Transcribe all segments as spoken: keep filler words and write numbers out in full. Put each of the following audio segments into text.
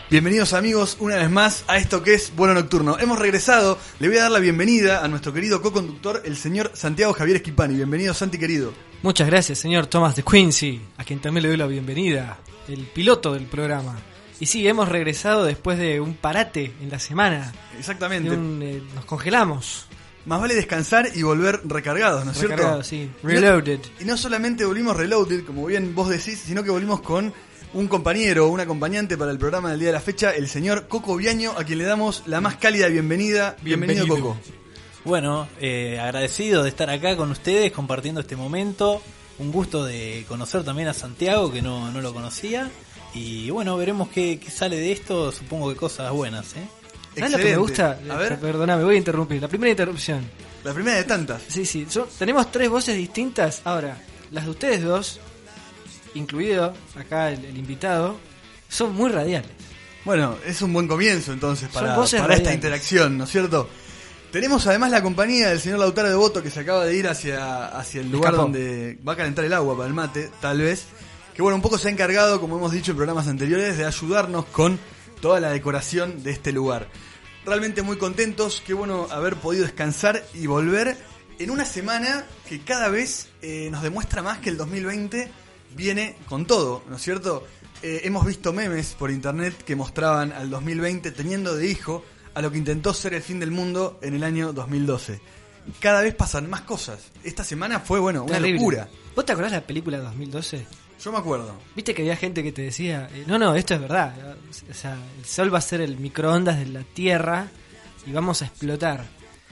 Bienvenidos amigos una vez más a esto que es Vuelo Nocturno. Hemos regresado, le voy a dar la bienvenida a nuestro querido co-conductor, el señor Santiago Javier Esquipani. Bienvenido, Santi querido. Muchas gracias, señor Thomas de Quincy, a quien también le doy la bienvenida, el piloto del programa. Y sí, hemos regresado después de un parate en la semana. Exactamente. De un, eh, nos congelamos. Más vale descansar y volver recargados, ¿no es cierto? Recargados, sí. Reloaded. Y no, y no solamente volvimos reloaded, como bien vos decís, sino que volvimos con un compañero, un acompañante para el programa del día de la fecha, el señor Coco Viaño, a quien le damos la más cálida bienvenida. Bienvenido, Bienvenido. Coco. Bueno, eh, agradecido de estar acá con ustedes, compartiendo este momento. Un gusto de conocer también a Santiago, que no, no lo conocía. Y bueno, veremos qué, qué sale de esto. Supongo que cosas buenas, ¿eh? ¿Sabes lo que me gusta? A ver. Perdóname, voy a interrumpir. La primera interrupción. La primera de tantas. Sí, sí. Son, tenemos tres voces distintas. Ahora, las de ustedes dos, incluido acá el, el invitado, son muy radiales. Bueno, es un buen comienzo entonces para, para para esta interacción, ¿no es cierto? Tenemos además la compañía del señor Lautaro Devoto, que se acaba de ir hacia, hacia el lugar Escapó. donde va a calentar el agua para el mate, tal vez. Que bueno, un poco se ha encargado, como hemos dicho en programas anteriores, de ayudarnos con toda la decoración de este lugar. Realmente muy contentos, qué bueno haber podido descansar y volver en una semana que cada vez eh, nos demuestra más que el dos mil veinte viene con todo, ¿no es cierto? Eh, hemos visto memes por internet que mostraban al dos mil veinte teniendo de hijo a lo que intentó ser el fin del mundo en el año dos mil doce. Cada vez pasan más cosas. Esta semana fue, bueno, una Terrible. locura. ¿Vos te acordás de la película dos mil doce? Yo me acuerdo. Viste que había gente que te decía, eh, no, no, esto es verdad. O sea, el sol va a ser el microondas de la Tierra y vamos a explotar.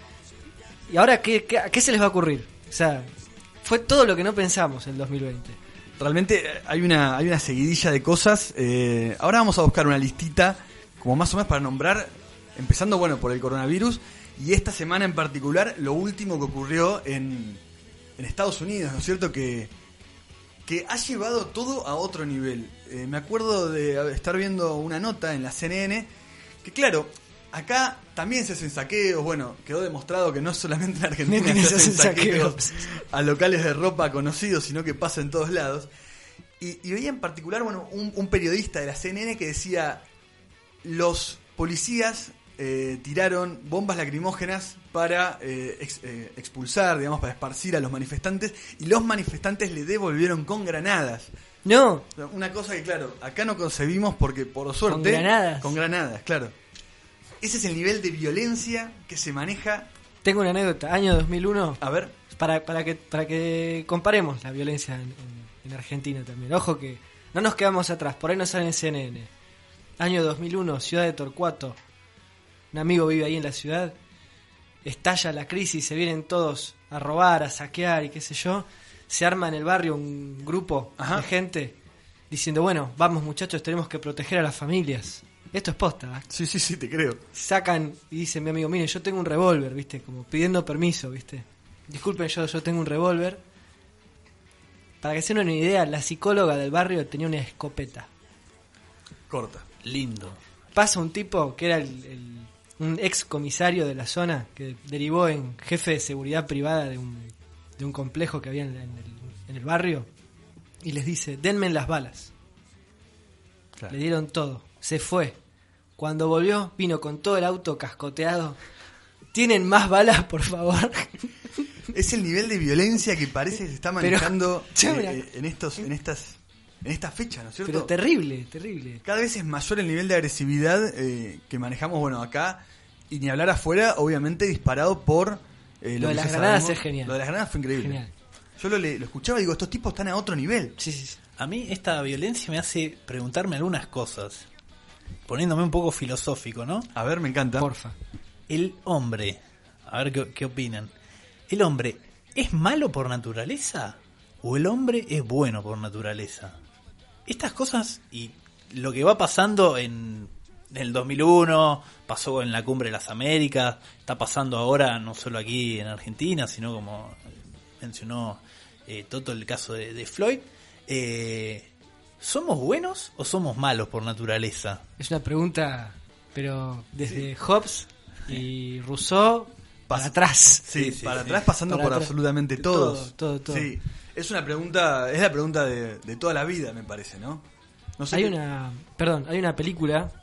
¿Y ahora qué, qué, qué se les va a ocurrir? O sea, fue todo lo que no pensamos en el dos mil veinte. Realmente hay una, hay una seguidilla de cosas. Eh, ahora vamos a buscar una listita, como más o menos para nombrar, empezando, bueno, por el coronavirus. Y esta semana en particular, lo último que ocurrió en, en Estados Unidos, ¿no es cierto? Que... que ha llevado todo a otro nivel. Eh, me acuerdo de estar viendo una nota en la C N N, que claro, acá también se hacen saqueos, bueno, quedó demostrado que no solamente en Argentina se hacen saqueos a locales de ropa conocidos, sino que pasa en todos lados. Y, y veía en particular, bueno, un, un periodista de la C N N que decía, los policías eh, tiraron bombas lacrimógenas para eh, ex, eh, expulsar, digamos, para esparcir a los manifestantes, y los manifestantes le devolvieron con granadas. No. Una cosa que, claro, acá no concebimos porque, por suerte... Con granadas. Con granadas, claro. Ese es el nivel de violencia que se maneja. Tengo una anécdota, año dos mil uno. A ver. Para, para, que, para que comparemos la violencia en, en, en Argentina también. Ojo que no nos quedamos atrás, por ahí no sale en C N N. Año dos mil uno, ciudad de Torcuato. Un amigo vive ahí en la ciudad. Estalla la crisis, se vienen todos a robar, a saquear y qué sé yo. Se arma en el barrio un grupo Ajá. de gente diciendo, bueno, vamos muchachos, tenemos que proteger a las familias. Esto es posta, ¿eh? Sí, sí, sí, te creo. Sacan y dicen, mi amigo, mire, yo tengo un revólver, ¿viste? Como pidiendo permiso, ¿viste? Disculpen, yo, yo tengo un revólver. Para que se den una idea, la psicóloga del barrio tenía una escopeta. Corta. Lindo. Pasa un tipo que era el... el un ex comisario de la zona que derivó en jefe de seguridad privada de un, de un complejo que había en, en, el, en el barrio, y les dice, denme las balas. Claro. Le dieron todo, se fue. Cuando volvió, vino con todo el auto cascoteado. ¿Tienen más balas, por favor? Es el nivel de violencia que parece que se está manejando Pero, eh, en estos en estas en esta fecha, ¿no es cierto? Pero terrible, terrible. Cada vez es mayor el nivel de agresividad eh, que manejamos, bueno, acá, y ni hablar afuera, obviamente disparado por... Eh, lo, lo de que las ya granadas sabemos. es genial. Lo de las granadas fue increíble. Genial. Yo lo, lo escuchaba y digo, estos tipos están a otro nivel. Sí, sí, sí. A mí esta violencia me hace preguntarme algunas cosas, poniéndome un poco filosófico, ¿no? A ver, me encanta. Porfa. El hombre, a ver qué, qué opinan. ¿El hombre es malo por naturaleza o el hombre es bueno por naturaleza? Estas cosas y lo que va pasando en el dos mil uno, pasó en la Cumbre de las Américas, está pasando ahora no solo aquí en Argentina, sino como mencionó eh, Toto el caso de, de Floyd. Eh, ¿Somos buenos o somos malos por naturaleza? Es una pregunta, pero desde sí. Hobbes y Rousseau para Pas- atrás. Sí, Sí, sí, para sí. atrás pasando Para por atrás. absolutamente todos. Todo, todo, todo. Sí, es una pregunta, es la pregunta de, de toda la vida, me parece, ¿no? No sé Hay qué- una, perdón, hay una película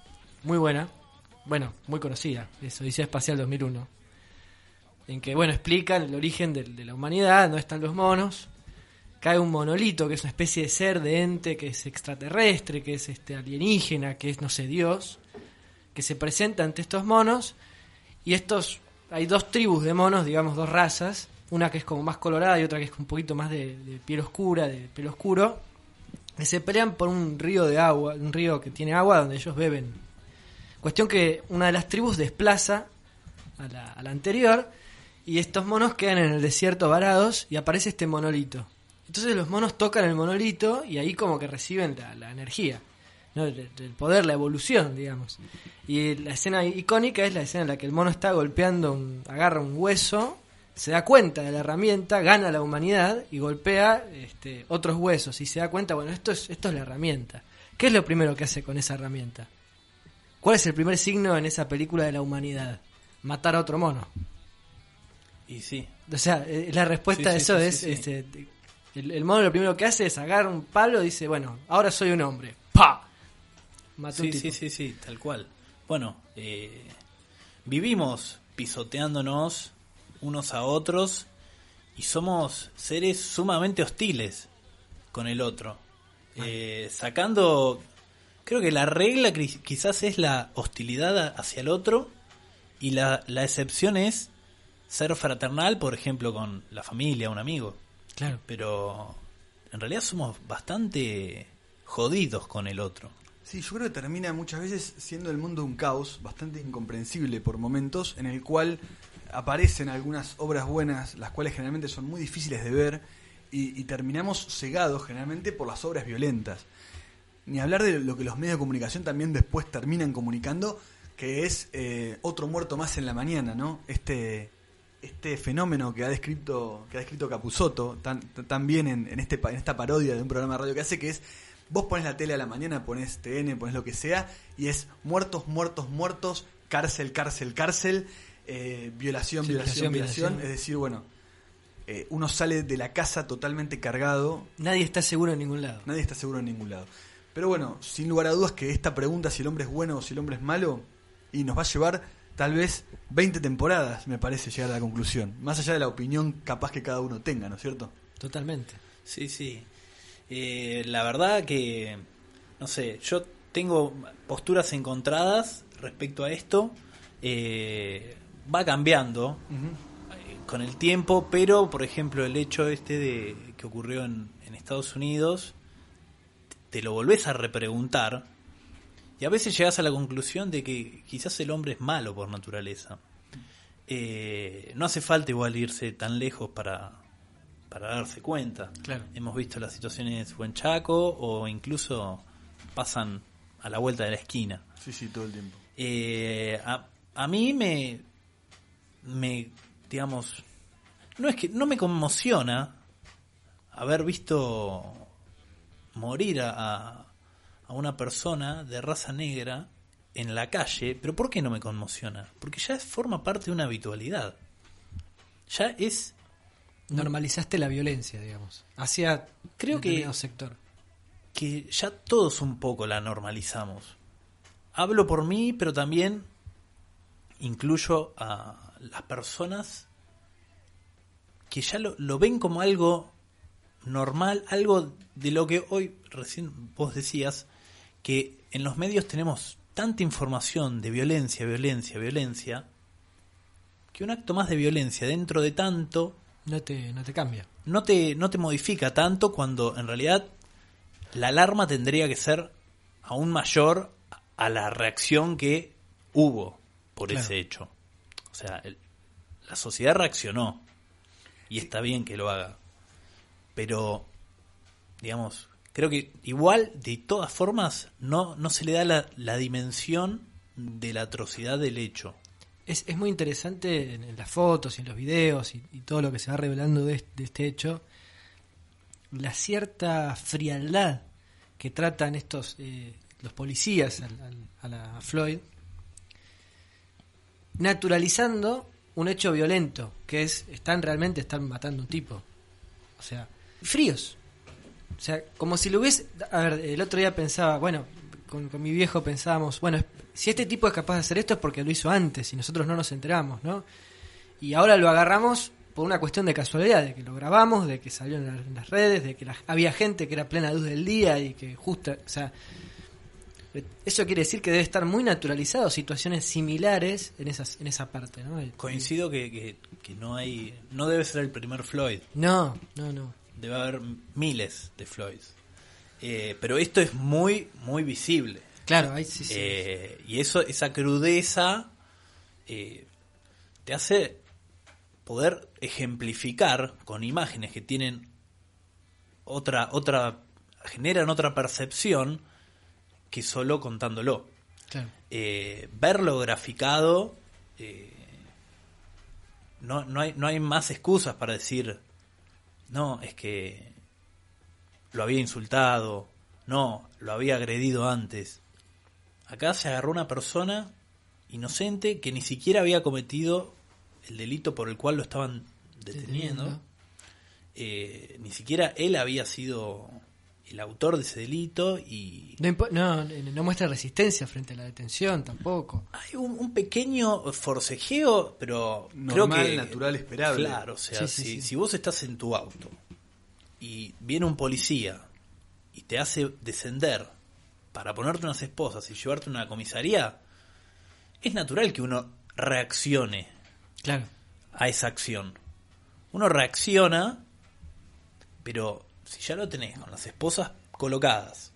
muy buena, bueno, muy conocida, es Odisea Espacial dos mil uno, en que, bueno, explican el origen de, de la humanidad, no están los monos, cae un monolito, que es una especie de ser, de ente, que es extraterrestre, que es este alienígena, que es, no sé, Dios, que se presenta ante estos monos, y estos, hay dos tribus de monos, digamos, dos razas, una que es como más colorada y otra que es un poquito más de, de piel oscura, de pelo oscuro, que se pelean por un río de agua, un río que tiene agua donde ellos beben. Cuestión que una de las tribus desplaza a la, a la anterior, y estos monos quedan en el desierto varados y aparece este monolito. Entonces los monos tocan el monolito y ahí como que reciben la, la energía, ¿no? el, el poder, la evolución, digamos. Y la escena icónica es la escena en la que el mono está golpeando, un, agarra un hueso, se da cuenta de la herramienta, gana la humanidad y golpea este, otros huesos y se da cuenta, bueno, esto es, esto es la herramienta. ¿Qué es lo primero que hace con esa herramienta? ¿Cuál es el primer signo en esa película de la humanidad? Matar a otro mono. Y sí. O sea, eh, la respuesta Sí, a sí, eso sí, es... sí, sí. Este, el, el mono lo primero que hace es agarrar un palo y dice, bueno, ahora soy un hombre. ¡Pah! Mató un Sí, tipo. sí, sí, sí, tal cual. Bueno, eh, vivimos pisoteándonos unos a otros y somos seres sumamente hostiles con el otro. Eh, sacando, creo que la regla cri- quizás es la hostilidad a- hacia el otro y la, la excepción es ser fraternal, por ejemplo, con la familia, un amigo. Claro. Pero en realidad somos bastante jodidos con el otro. Sí, yo creo que termina muchas veces siendo el mundo un caos bastante incomprensible por momentos, en el cual aparecen algunas obras buenas, las cuales generalmente son muy difíciles de ver, y, y terminamos cegados generalmente por las obras violentas. Ni hablar de lo que los medios de comunicación también después terminan comunicando, que es eh, otro muerto más en la mañana, ¿no? Este este fenómeno que ha descrito que ha descrito Capusotto tan, tan bien en, en, este, en esta parodia de un programa de radio que hace, que es: vos pones la tele a la mañana, pones T N, pones lo que sea, y es muertos, muertos, muertos, cárcel, cárcel, cárcel, eh, violación, Sí, violación, violación, violación. violación. Es decir, bueno, eh, uno sale de la casa totalmente cargado, Nadie está seguro en ningún lado. nadie está seguro en ningún lado. Pero bueno, sin lugar a dudas que esta pregunta, si el hombre es bueno o si el hombre es malo, y nos va a llevar tal vez veinte temporadas, me parece, llegar a la conclusión. Más allá de la opinión capaz que cada uno tenga, ¿no es cierto? Totalmente. Sí, sí. Eh, la verdad que, no sé, yo tengo posturas encontradas respecto a esto. Eh, va cambiando eh, con el tiempo, pero, por ejemplo, el hecho este de que ocurrió en, en Estados Unidos, te lo volvés a repreguntar. Y a veces llegas a la conclusión de que quizás el hombre es malo por naturaleza. Eh, no hace falta igual irse tan lejos para, para darse cuenta. Claro. Hemos visto las situaciones en Chaco o incluso pasan a la vuelta de la esquina. Sí, sí, todo el tiempo. Eh, a, a mí me, me, digamos, no es que no me conmociona haber visto morir a... a a una persona de raza negra en la calle, pero ¿por qué no me conmociona? Porque ya forma parte de una habitualidad. Ya es... Normalizaste la violencia, digamos, hacia Creo que- determinado sector. que ya todos un poco la normalizamos. Hablo por mí, pero también incluyo a las personas que ya lo, lo ven como algo normal, algo de lo que hoy recién vos decías, que en los medios tenemos tanta información de violencia, violencia, violencia, que un acto más de violencia dentro de tanto No te, no te cambia. no te, no te modifica tanto, cuando en realidad la alarma tendría que ser aún mayor a la reacción que hubo por Claro. ese hecho. O sea, el- la sociedad reaccionó y está bien que lo haga. Pero, digamos, creo que igual, de todas formas, no, no se le da la, la dimensión de la atrocidad del hecho. Es, es muy interesante en, en las fotos y en los videos y, y todo lo que se va revelando de, este- de este hecho, la cierta frialdad que tratan estos eh, los policías al- al- a la Floyd, naturalizando un hecho violento, que es, están realmente están matando a un tipo. O sea, fríos. O sea, como si lo hubiese... A ver, el otro día pensaba, bueno, con, con mi viejo pensábamos, bueno, si este tipo es capaz de hacer esto es porque lo hizo antes y nosotros no nos enteramos, ¿no? Y ahora lo agarramos por una cuestión de casualidad, de que lo grabamos, de que salió en, la, en las redes, de que la, había gente que era plena luz del día y que justo, o sea, eso quiere decir que debe estar muy naturalizado situaciones similares en esas en esa parte, ¿no? Coincido que, que, que no hay, no debe ser el primer Floyd. No, no, no. Debe haber miles de Floyds. Eh, pero esto es muy, muy visible. Claro, ahí sí, sí. Eh, y eso, esa crudeza eh, te hace poder ejemplificar con imágenes que tienen otra, otra, generan otra percepción que solo contándolo. Claro. Eh, verlo graficado, eh, no, no hay, no hay más excusas para decir, no, es que lo había insultado, no, lo había agredido antes. Acá se agarró una persona inocente que ni siquiera había cometido el delito por el cual lo estaban deteniendo. Deteniendo. Eh, ni siquiera él había sido el autor de ese delito y... No, impo- no, no muestra resistencia frente a la detención tampoco. Hay un, un pequeño forcejeo, pero Normal, creo que... natural, esperable. Claro, o sea, Sí, sí, si, sí. si vos estás en tu auto y viene un policía y te hace descender para ponerte unas esposas y llevarte a una comisaría, es natural que uno reaccione Claro. a esa acción. Uno reacciona, pero si ya lo tenés con las esposas colocadas,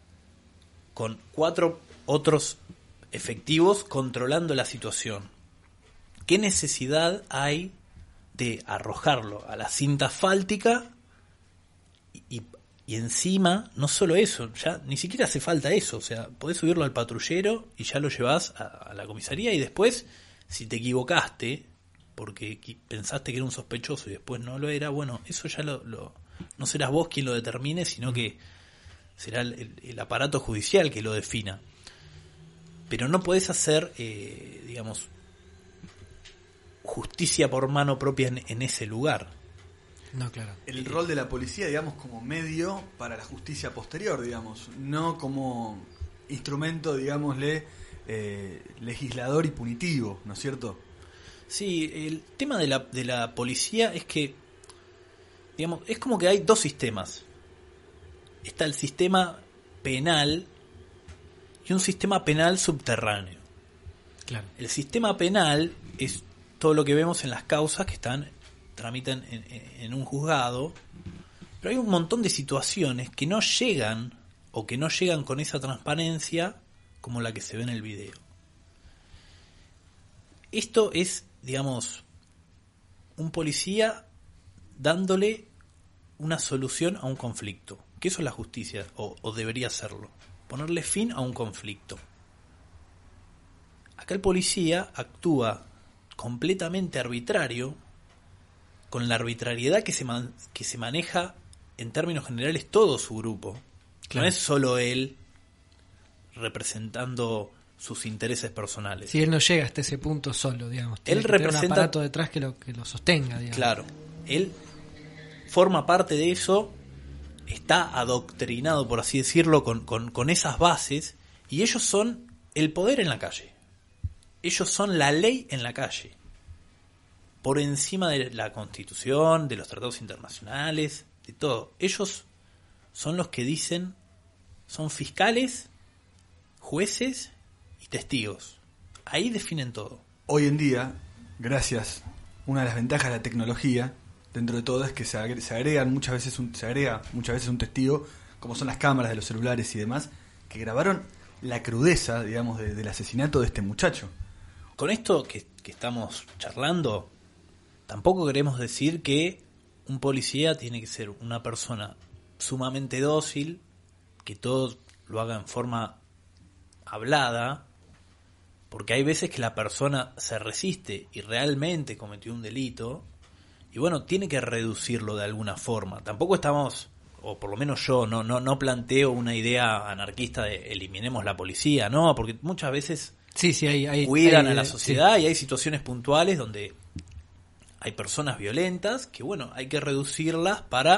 con cuatro otros efectivos controlando la situación, ¿qué necesidad hay de arrojarlo a la cinta asfáltica? Y, y, y encima, no solo eso, ya ni siquiera hace falta eso, o sea, podés subirlo al patrullero y ya lo llevás a, a la comisaría y después, si te equivocaste, porque pensaste que era un sospechoso y después no lo era, bueno, eso ya lo, lo no serás vos quien lo determine, sino que será el, el, el aparato judicial que lo defina. Pero no podés hacer, eh, digamos, justicia por mano propia en, en ese lugar. No, claro. El rol de la policía, digamos, como medio para la justicia posterior, digamos, no como instrumento, digámosle, eh, legislador y punitivo, ¿no es cierto? Sí, el tema de la, de la policía es que, digamos, es como que hay dos sistemas. Está el sistema penal y un sistema penal subterráneo. Claro. El sistema penal es todo lo que vemos en las causas que están tramitan en, en un juzgado, pero hay un montón de situaciones que no llegan o que no llegan con esa transparencia como la que se ve en el video. Esto es, digamos, un policía dándole una solución a un conflicto, que eso es la justicia, o, o debería serlo, ponerle fin a un conflicto. Acá el policía actúa completamente arbitrario, con la arbitrariedad que se man, que se maneja en términos generales todo su grupo. Claro. No es solo él representando sus intereses personales. Si él no llega hasta ese punto solo, digamos. Tiene Él que representa tener un aparato detrás que lo, que lo sostenga, digamos. Claro. Él forma parte de eso, está adoctrinado, por así decirlo, con, con, con esas bases, y ellos son el poder en la calle. Ellos son la ley en la calle. Por encima de la Constitución, de los tratados internacionales, de todo. Ellos son los que dicen, son fiscales, jueces y testigos. Ahí definen todo. Hoy en día, gracias, una de las ventajas de la tecnología, dentro de todo, es que se agrega, se agregan muchas veces un, se agrega muchas veces un testigo, como son las cámaras de los celulares y demás, que grabaron la crudeza, digamos, de, del asesinato de este muchacho. Con esto que, que estamos charlando, tampoco queremos decir que un policía tiene que ser una persona sumamente dócil, que todo lo haga en forma hablada, porque hay veces que la persona se resiste y realmente cometió un delito, y bueno, tiene que reducirlo de alguna forma. Tampoco estamos, o por lo menos yo, no, no, no planteo una idea anarquista de eliminemos la policía, no, porque muchas veces sí, sí, hay, hay, cuidan hay, a la sí. sociedad y hay situaciones puntuales donde hay personas violentas que, bueno, hay que reducirlas para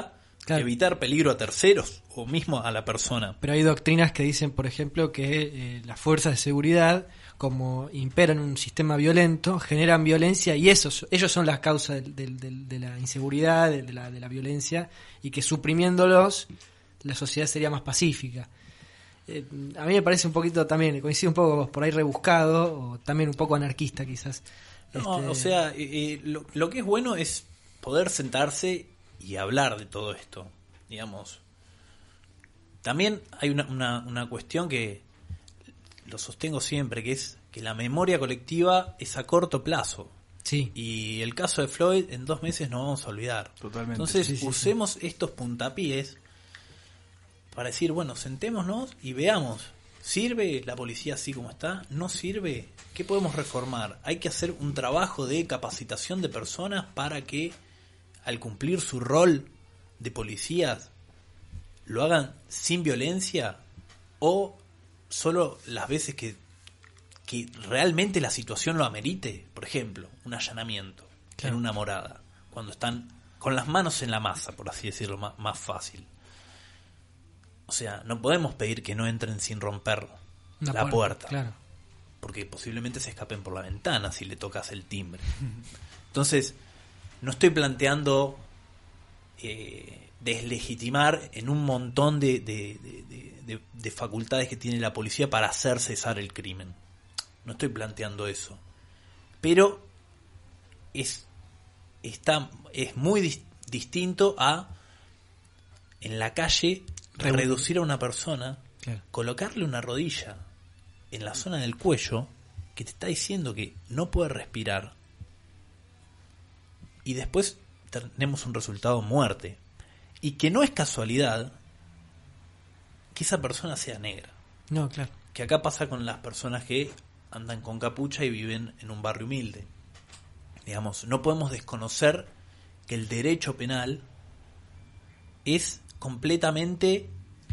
Claro. Evitar peligro a terceros o mismo a la persona. Pero hay doctrinas que dicen, por ejemplo, que eh, las fuerzas de seguridad, como imperan un sistema violento, generan violencia y esos, ellos son las causas del, del, del, de la inseguridad, de, de, la, de la violencia, y que suprimiéndolos la sociedad sería más pacífica. Eh, a mí me parece un poquito también, coincide un poco por ahí rebuscado, o también un poco anarquista quizás. No, Este, o sea, eh, eh, lo, lo que es bueno es poder sentarse y hablar de todo esto, digamos. También hay una, una, una cuestión que lo sostengo siempre, que es que la memoria colectiva es a corto plazo. Sí. Y el caso de Floyd en dos meses no vamos a olvidar. Totalmente. Entonces Sí, sí, usemos sí. estos puntapiés para decir, bueno, sentémonos y veamos, ¿sirve la policía así como está? ¿No sirve? ¿Qué podemos reformar? Hay que hacer un trabajo de capacitación de personas para que al cumplir su rol de policías lo hagan sin violencia, o solo las veces que, que realmente la situación lo amerite. Por ejemplo, un allanamiento claro. en una morada, cuando están con las manos en la masa, por así decirlo, más, más fácil. O sea, no podemos pedir que no entren sin romper una la puerta, puerta claro. porque posiblemente se escapen por la ventana si le tocas el timbre. Entonces, no estoy planteando eh, deslegitimar en un montón de, de, de, de, de facultades que tiene la policía para hacer cesar el crimen. No estoy planteando eso. Pero es, está, es muy dis, distinto a en la calle Re- reducir a una persona, claro. colocarle una rodilla en la zona del cuello que te está diciendo que no puede respirar, y después tenemos un resultado muerte, y que no es casualidad que esa persona sea negra. No, claro. Que acá pasa con las personas que andan con capucha y viven en un barrio humilde. Digamos, no podemos desconocer que el derecho penal es completamente,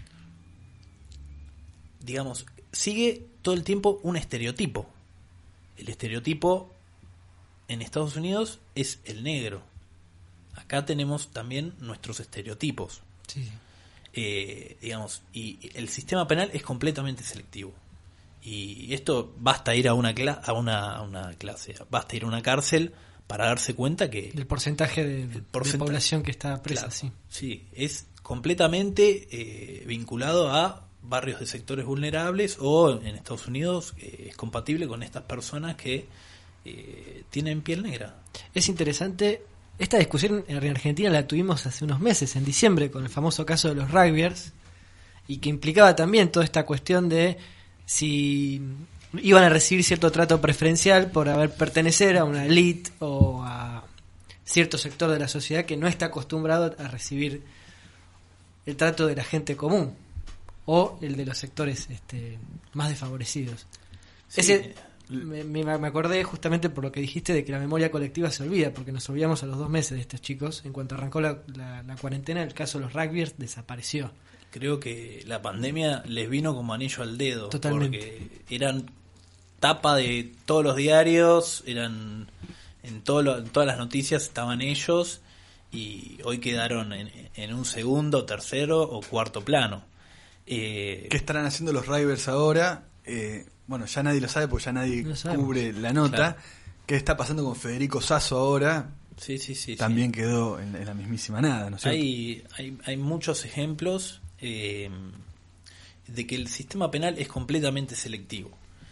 digamos, sigue todo el tiempo un estereotipo. El estereotipo en Estados Unidos es el negro. Acá tenemos también nuestros estereotipos. Sí. Eh, digamos, y el sistema penal es completamente selectivo. Y esto basta ir a una, cla- a una, a una clase, basta ir a una cárcel para darse cuenta que el porcentaje de, el porcentaje, de población que está presa, claro, sí. Sí, es completamente eh, vinculado a barrios de sectores vulnerables, o en Estados Unidos eh, es compatible con estas personas que eh, tienen piel negra. Es interesante, esta discusión en Argentina la tuvimos hace unos meses, en diciembre, con el famoso caso de los rugbyers, y que implicaba también toda esta cuestión de si iban a recibir cierto trato preferencial por haber pertenecer a una elite o a cierto sector de la sociedad que no está acostumbrado a recibir el trato de la gente común o el de los sectores este, más desfavorecidos. Sí. Ese, me, me acordé justamente por lo que dijiste de que la memoria colectiva se olvida, porque nos olvidamos a los dos meses de estos chicos. En cuanto arrancó la, la, la cuarentena, el caso de los rugbyers desapareció. Creo que la pandemia les vino como anillo al dedo. Totalmente. Porque eran tapa de todos los diarios, eran en, todo lo, en todas las noticias estaban ellos, y hoy quedaron en, en un segundo, tercero o cuarto plano. Eh, ¿Qué estarán haciendo los Rivers ahora? Eh, bueno, ya nadie lo sabe porque ya nadie no cubre la nota. Claro. ¿Qué está pasando con Federico Sasso ahora? Sí, sí, sí. También sí. quedó en, en la mismísima nada, ¿no es cierto? Hay, hay, hay muchos ejemplos eh, de que el sistema penal es completamente selectivo.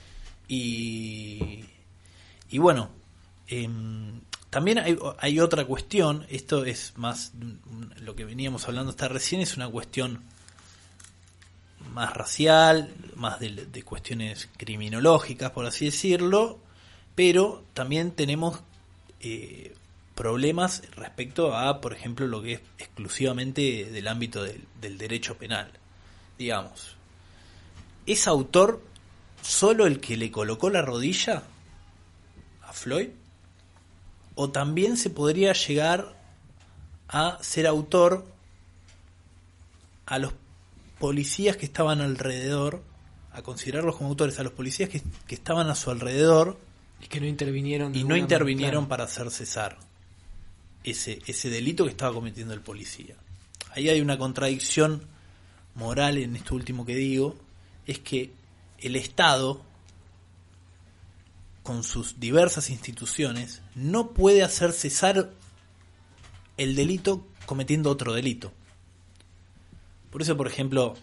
Y, y bueno, eh, también hay, hay otra cuestión. Esto es más lo que veníamos hablando hasta recién, es una cuestión más racial, más de, de cuestiones criminológicas, por así decirlo, pero también tenemos eh, problemas respecto a, por ejemplo, lo que es exclusivamente del ámbito del, del derecho penal. Digamos, ¿es autor solo el que le colocó la rodilla a Floyd? ¿O también se podría llegar a ser autor a los policías que estaban alrededor, a considerarlos como autores, a los policías que, que estaban a su alrededor y que no intervinieron y no intervinieron manera, claro. para hacer cesar ese ese delito que estaba cometiendo el policía? ahí hay una contradicción moral en esto último que digo, es que el Estado, con sus diversas instituciones, no puede hacer cesar el delito cometiendo otro delito. Por eso, por ejemplo,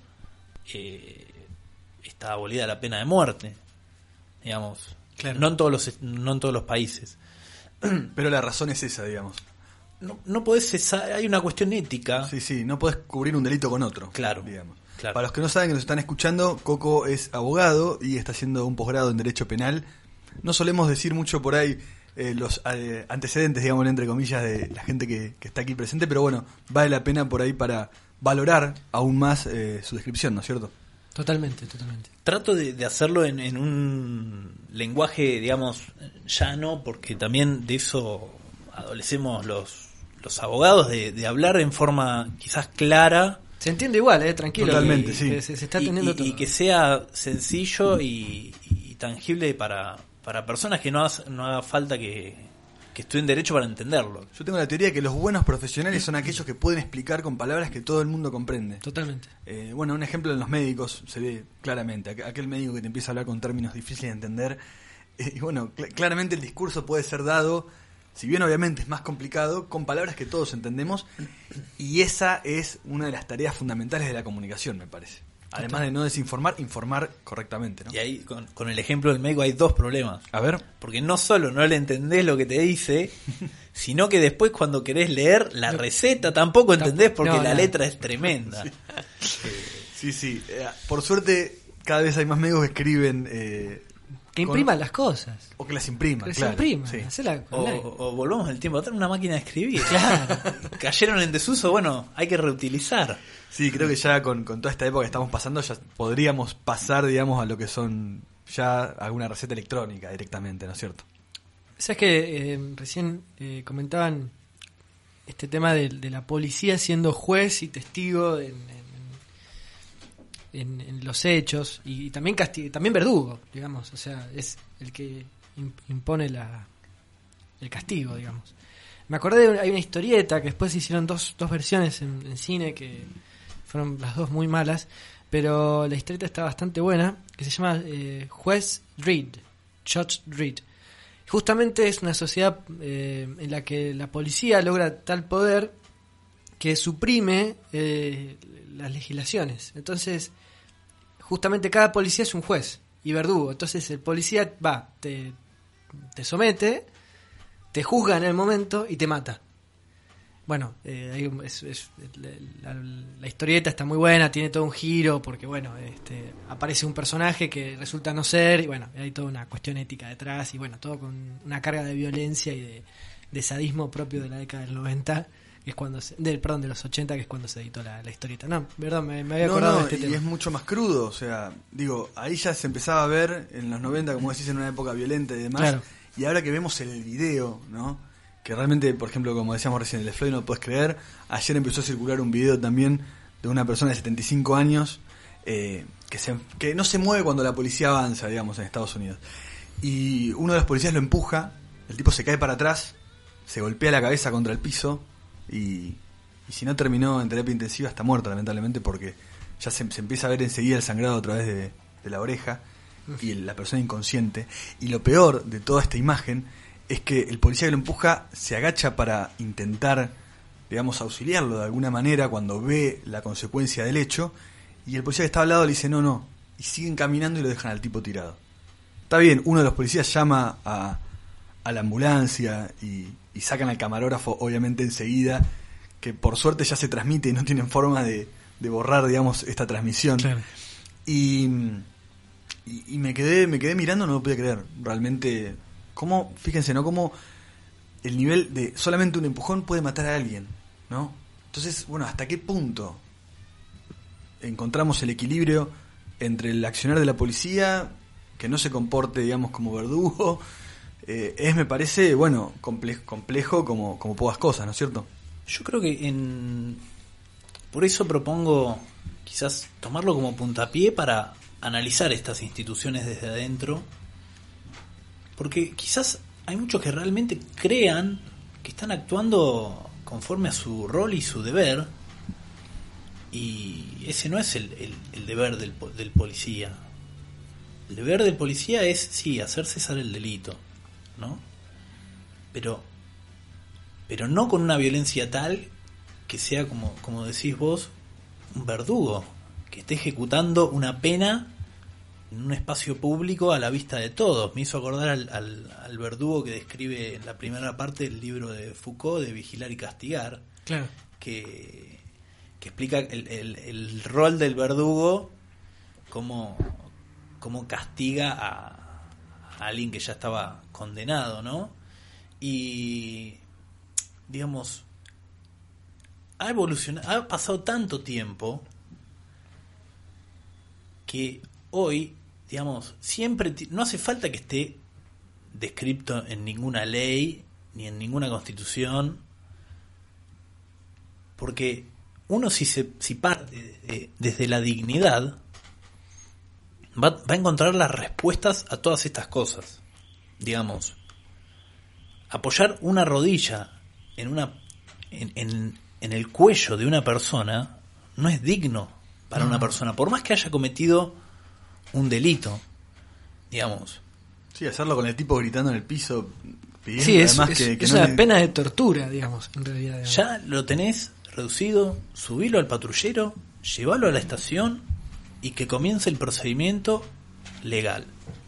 eh, está abolida la pena de muerte, digamos, Claro. no en todos los no en todos los países. Pero la razón es esa, digamos. No, no podés cesar, hay una cuestión ética. Sí, sí, no podés cubrir un delito con otro. Claro, digamos. claro. Para los que no saben, que nos están escuchando, Coco es abogado y está haciendo un posgrado en Derecho Penal. No solemos decir mucho por ahí eh, los eh, antecedentes, digamos, entre comillas, de la gente que, que está aquí presente, pero bueno, vale la pena por ahí para valorar aún más eh, su descripción, ¿no es cierto? Totalmente, totalmente. Trato de, de hacerlo en, en un lenguaje, digamos, llano, porque también de eso adolecemos los, los abogados, de, de hablar en forma quizás clara. Se entiende igual, eh, tranquilo. Totalmente, y, sí. que Se, se está y, atendiendo y- todo. y que sea sencillo y, y tangible para, para personas que no, haga- no haga falta que, que estudien derecho para entenderlo. Yo tengo la teoría de que los buenos profesionales son aquellos que pueden explicar con palabras que todo el mundo comprende. Totalmente. Eh, bueno, un ejemplo en los médicos se ve claramente. Aqu- Aquel médico que te empieza a hablar con términos difíciles de entender. eh, y bueno, cl- claramente el discurso puede ser dado, si bien obviamente es más complicado, con palabras que todos entendemos. Y esa es una de las tareas fundamentales de la comunicación, me parece. Además de no desinformar, informar correctamente, ¿no? Y ahí, con, con el ejemplo del médico, hay dos problemas. A ver. Porque no solo no le entendés lo que te dice, sino que después cuando querés leer la receta tampoco entendés porque no, la no. letra es tremenda. Sí, sí. Eh, por suerte, cada vez hay más médicos que escriben... eh, Que con- impriman las cosas. O que las impriman, Que se claro. impriman. Sí. hacela O, online. o volvamos el tiempo atrás, una máquina de escribir. Claro. Cayeron en desuso, bueno, hay que reutilizar. Sí, creo que ya con, con toda esta época que estamos pasando ya podríamos pasar, digamos, a lo que son ya alguna receta electrónica directamente, ¿no es cierto? ¿Sabes que eh, recién eh, comentaban este tema de, de la policía siendo juez y testigo en, en, en- en los hechos y, y también casti- también verdugo, digamos, o sea, es el que im- impone la, el castigo, digamos. Me acordé de una, hay una historieta que después se hicieron dos, dos versiones en, en cine que fueron las dos muy malas, pero la historieta está bastante buena, que se llama eh, Juez Dredd, Judge Dredd. Justamente es una sociedad eh, en la que la policía logra tal poder que suprime eh, las legislaciones. Entonces, justamente cada policía es un juez y verdugo. Entonces el policía va, te, te somete, te juzga en el momento y te mata. Bueno, eh, hay un- es- es- la, la- la historieta está muy buena, tiene todo un giro, porque bueno, este, aparece un personaje que resulta no ser, y bueno, hay toda una cuestión ética detrás, y bueno, todo con una carga de violencia y de, de sadismo propio de la década del noventa, que es cuando se, del, perdón, de los ochenta, que es cuando se editó la, la historieta. No, perdón, me, me había No, acordado no, de este y tema. es mucho más crudo, o sea, digo, ahí ya se empezaba a ver en los noventa, como decís, en una época violenta y demás, Claro. y ahora que vemos el video, ¿no? Que realmente, por ejemplo, como decíamos recién, el de Floyd no lo puedes creer, ayer empezó a circular un video también de una persona de setenta y cinco años eh, que, se, que no se mueve cuando la policía avanza, digamos, en Estados Unidos. Y uno de los policías lo empuja, el tipo se cae para atrás, se golpea la cabeza contra el piso y, y si no terminó en terapia intensiva está muerto, lamentablemente, porque ya se, se empieza a ver enseguida el sangrado a través de, de la oreja y la persona inconsciente. Y lo peor de toda esta imagen es que el policía que lo empuja se agacha para intentar, digamos, auxiliarlo de alguna manera cuando ve la consecuencia del hecho, y el policía que está al lado le dice no, no, y siguen caminando y lo dejan al tipo tirado. Está bien, uno de los policías llama a, a la ambulancia y, y sacan al camarógrafo obviamente enseguida, que por suerte ya se transmite y no tienen forma de, de borrar, digamos, esta transmisión. Claro. Y, y, y me quedé me quedé mirando, no lo podía creer. Realmente, cómo, fíjense, ¿no? Cómo el nivel de solamente un empujón puede matar a alguien, ¿no? Entonces, bueno, ¿hasta qué punto encontramos el equilibrio entre el accionar de la policía, que no se comporte, digamos, como verdugo? Eh, es, me parece, bueno, complejo, complejo como, como pocas cosas, ¿no es cierto? Yo creo que en por eso propongo quizás tomarlo como puntapié para analizar estas instituciones desde adentro, porque quizás hay muchos que realmente crean que están actuando conforme a su rol y su deber, Y ese no es el, el, el deber del, del policía. El deber del policía es, sí, hacer cesar el delito, ¿no? Pero, pero no con una violencia tal que sea, como, como decís vos, un verdugo, que esté ejecutando una pena en un espacio público a la vista de todos. Me hizo acordar al, al, al verdugo que describe en la primera parte del libro de Foucault, de Vigilar y Castigar, Claro. que, que explica el, el, el rol del verdugo, cómo, cómo castiga a, a alguien que ya estaba condenado, ¿no? Y, digamos, ha evolucionado, ha pasado tanto tiempo que hoy, digamos, siempre t- no hace falta que esté descrito en ninguna ley ni en ninguna constitución, porque uno si se si parte de- de- desde la dignidad va, va a encontrar las respuestas a todas estas cosas. Digamos, apoyar una rodilla en una en, en, en el cuello de una persona no es digno para No. una persona, por más que haya cometido un delito, digamos. Sí, hacerlo con el tipo gritando en el piso, pidiendo Sí, es, además es, que, que es no una le- pena de tortura, digamos, en realidad. digamos. Ya lo tenés reducido, subilo al patrullero, llevalo a la estación y que comience el procedimiento legal.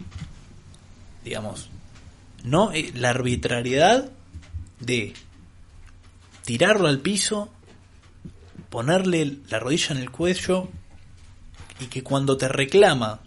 Digamos, no eh, la arbitrariedad de tirarlo al piso, ponerle la rodilla en el cuello y que cuando te reclama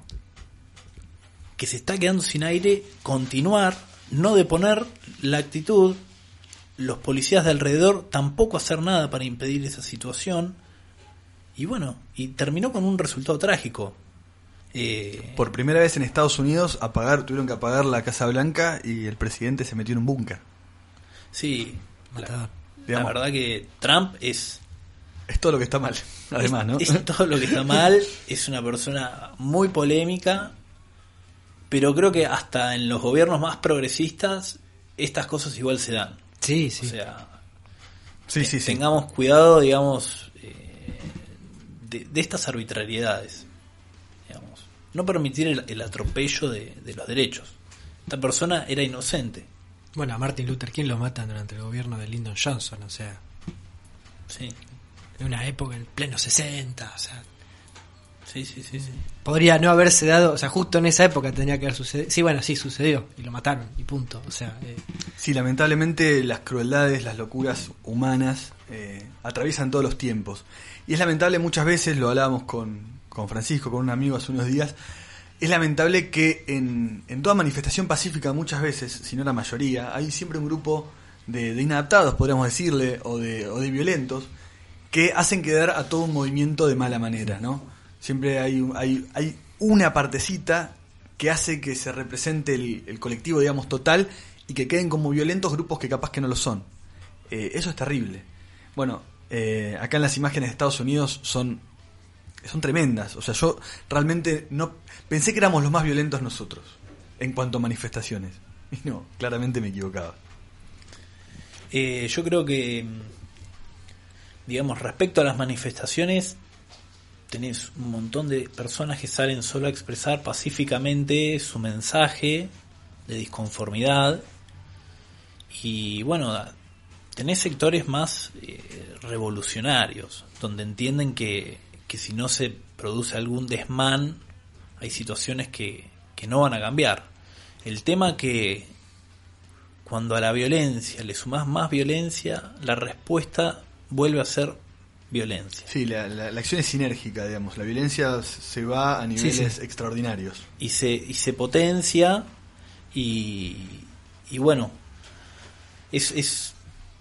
que se está quedando sin aire, continuar, no deponer la actitud, los policías de alrededor tampoco hacer nada para impedir esa situación, y bueno, y terminó con un resultado trágico. Eh, Por primera vez en Estados Unidos apagar, tuvieron que apagar la Casa Blanca y el presidente se metió en un búnker. sí, la, Matador. la Digamos. verdad que Trump es Es todo lo que está mal, además, ¿no? Es, es todo lo que está mal, es una persona muy polémica, pero creo que hasta en los gobiernos más progresistas estas cosas igual se dan. Sí, sí. O sea, Sí, te- sí, sí. tengamos cuidado, digamos, eh, de, de estas arbitrariedades. Digamos. No permitir el, el atropello de, de los derechos. Esta persona era inocente. Bueno, a Martin Luther King lo matan durante el gobierno de Lyndon Johnson, o sea, Sí, en una época en pleno sesenta, o sea, sí, sí, sí. sí. podría no haberse dado, o sea, justo en esa época tendría que haber sucedido. Sí, bueno, sí, sucedió y lo mataron y punto, o sea, eh, Sí, lamentablemente las crueldades, las locuras humanas eh, atraviesan todos los tiempos. Y es lamentable muchas veces, lo hablábamos con, con Francisco, con un amigo hace unos días, es lamentable que en, en toda manifestación pacífica muchas veces, si no la mayoría, hay siempre un grupo de, de inadaptados, podríamos decirle, o de, o de violentos, que hacen quedar a todo un movimiento de mala manera, ¿no? Siempre hay, un- hay, hay una partecita que hace que se represente el, el colectivo, digamos, total, y que queden como violentos grupos que capaz que no lo son. Eh, eso es terrible. Bueno, eh, acá en las imágenes de Estados Unidos son, son tremendas. O sea, yo realmente no pensé que éramos los más violentos nosotros en cuanto a manifestaciones. Y no, claramente me equivocaba. Eh, yo creo que, digamos, respecto a las manifestaciones, tenés un montón de personas que salen solo a expresar pacíficamente su mensaje de disconformidad. Y bueno, tenés sectores más eh, revolucionarios, donde entienden que, que si no se produce algún desmán, hay situaciones que, que no van a cambiar. El tema que cuando a la violencia le sumás más violencia, la respuesta vuelve a ser violencia. Sí, la, la, la acción es sinérgica, digamos. La violencia se va a niveles Sí, sí. extraordinarios. Y se, y se potencia y, y bueno, es, es,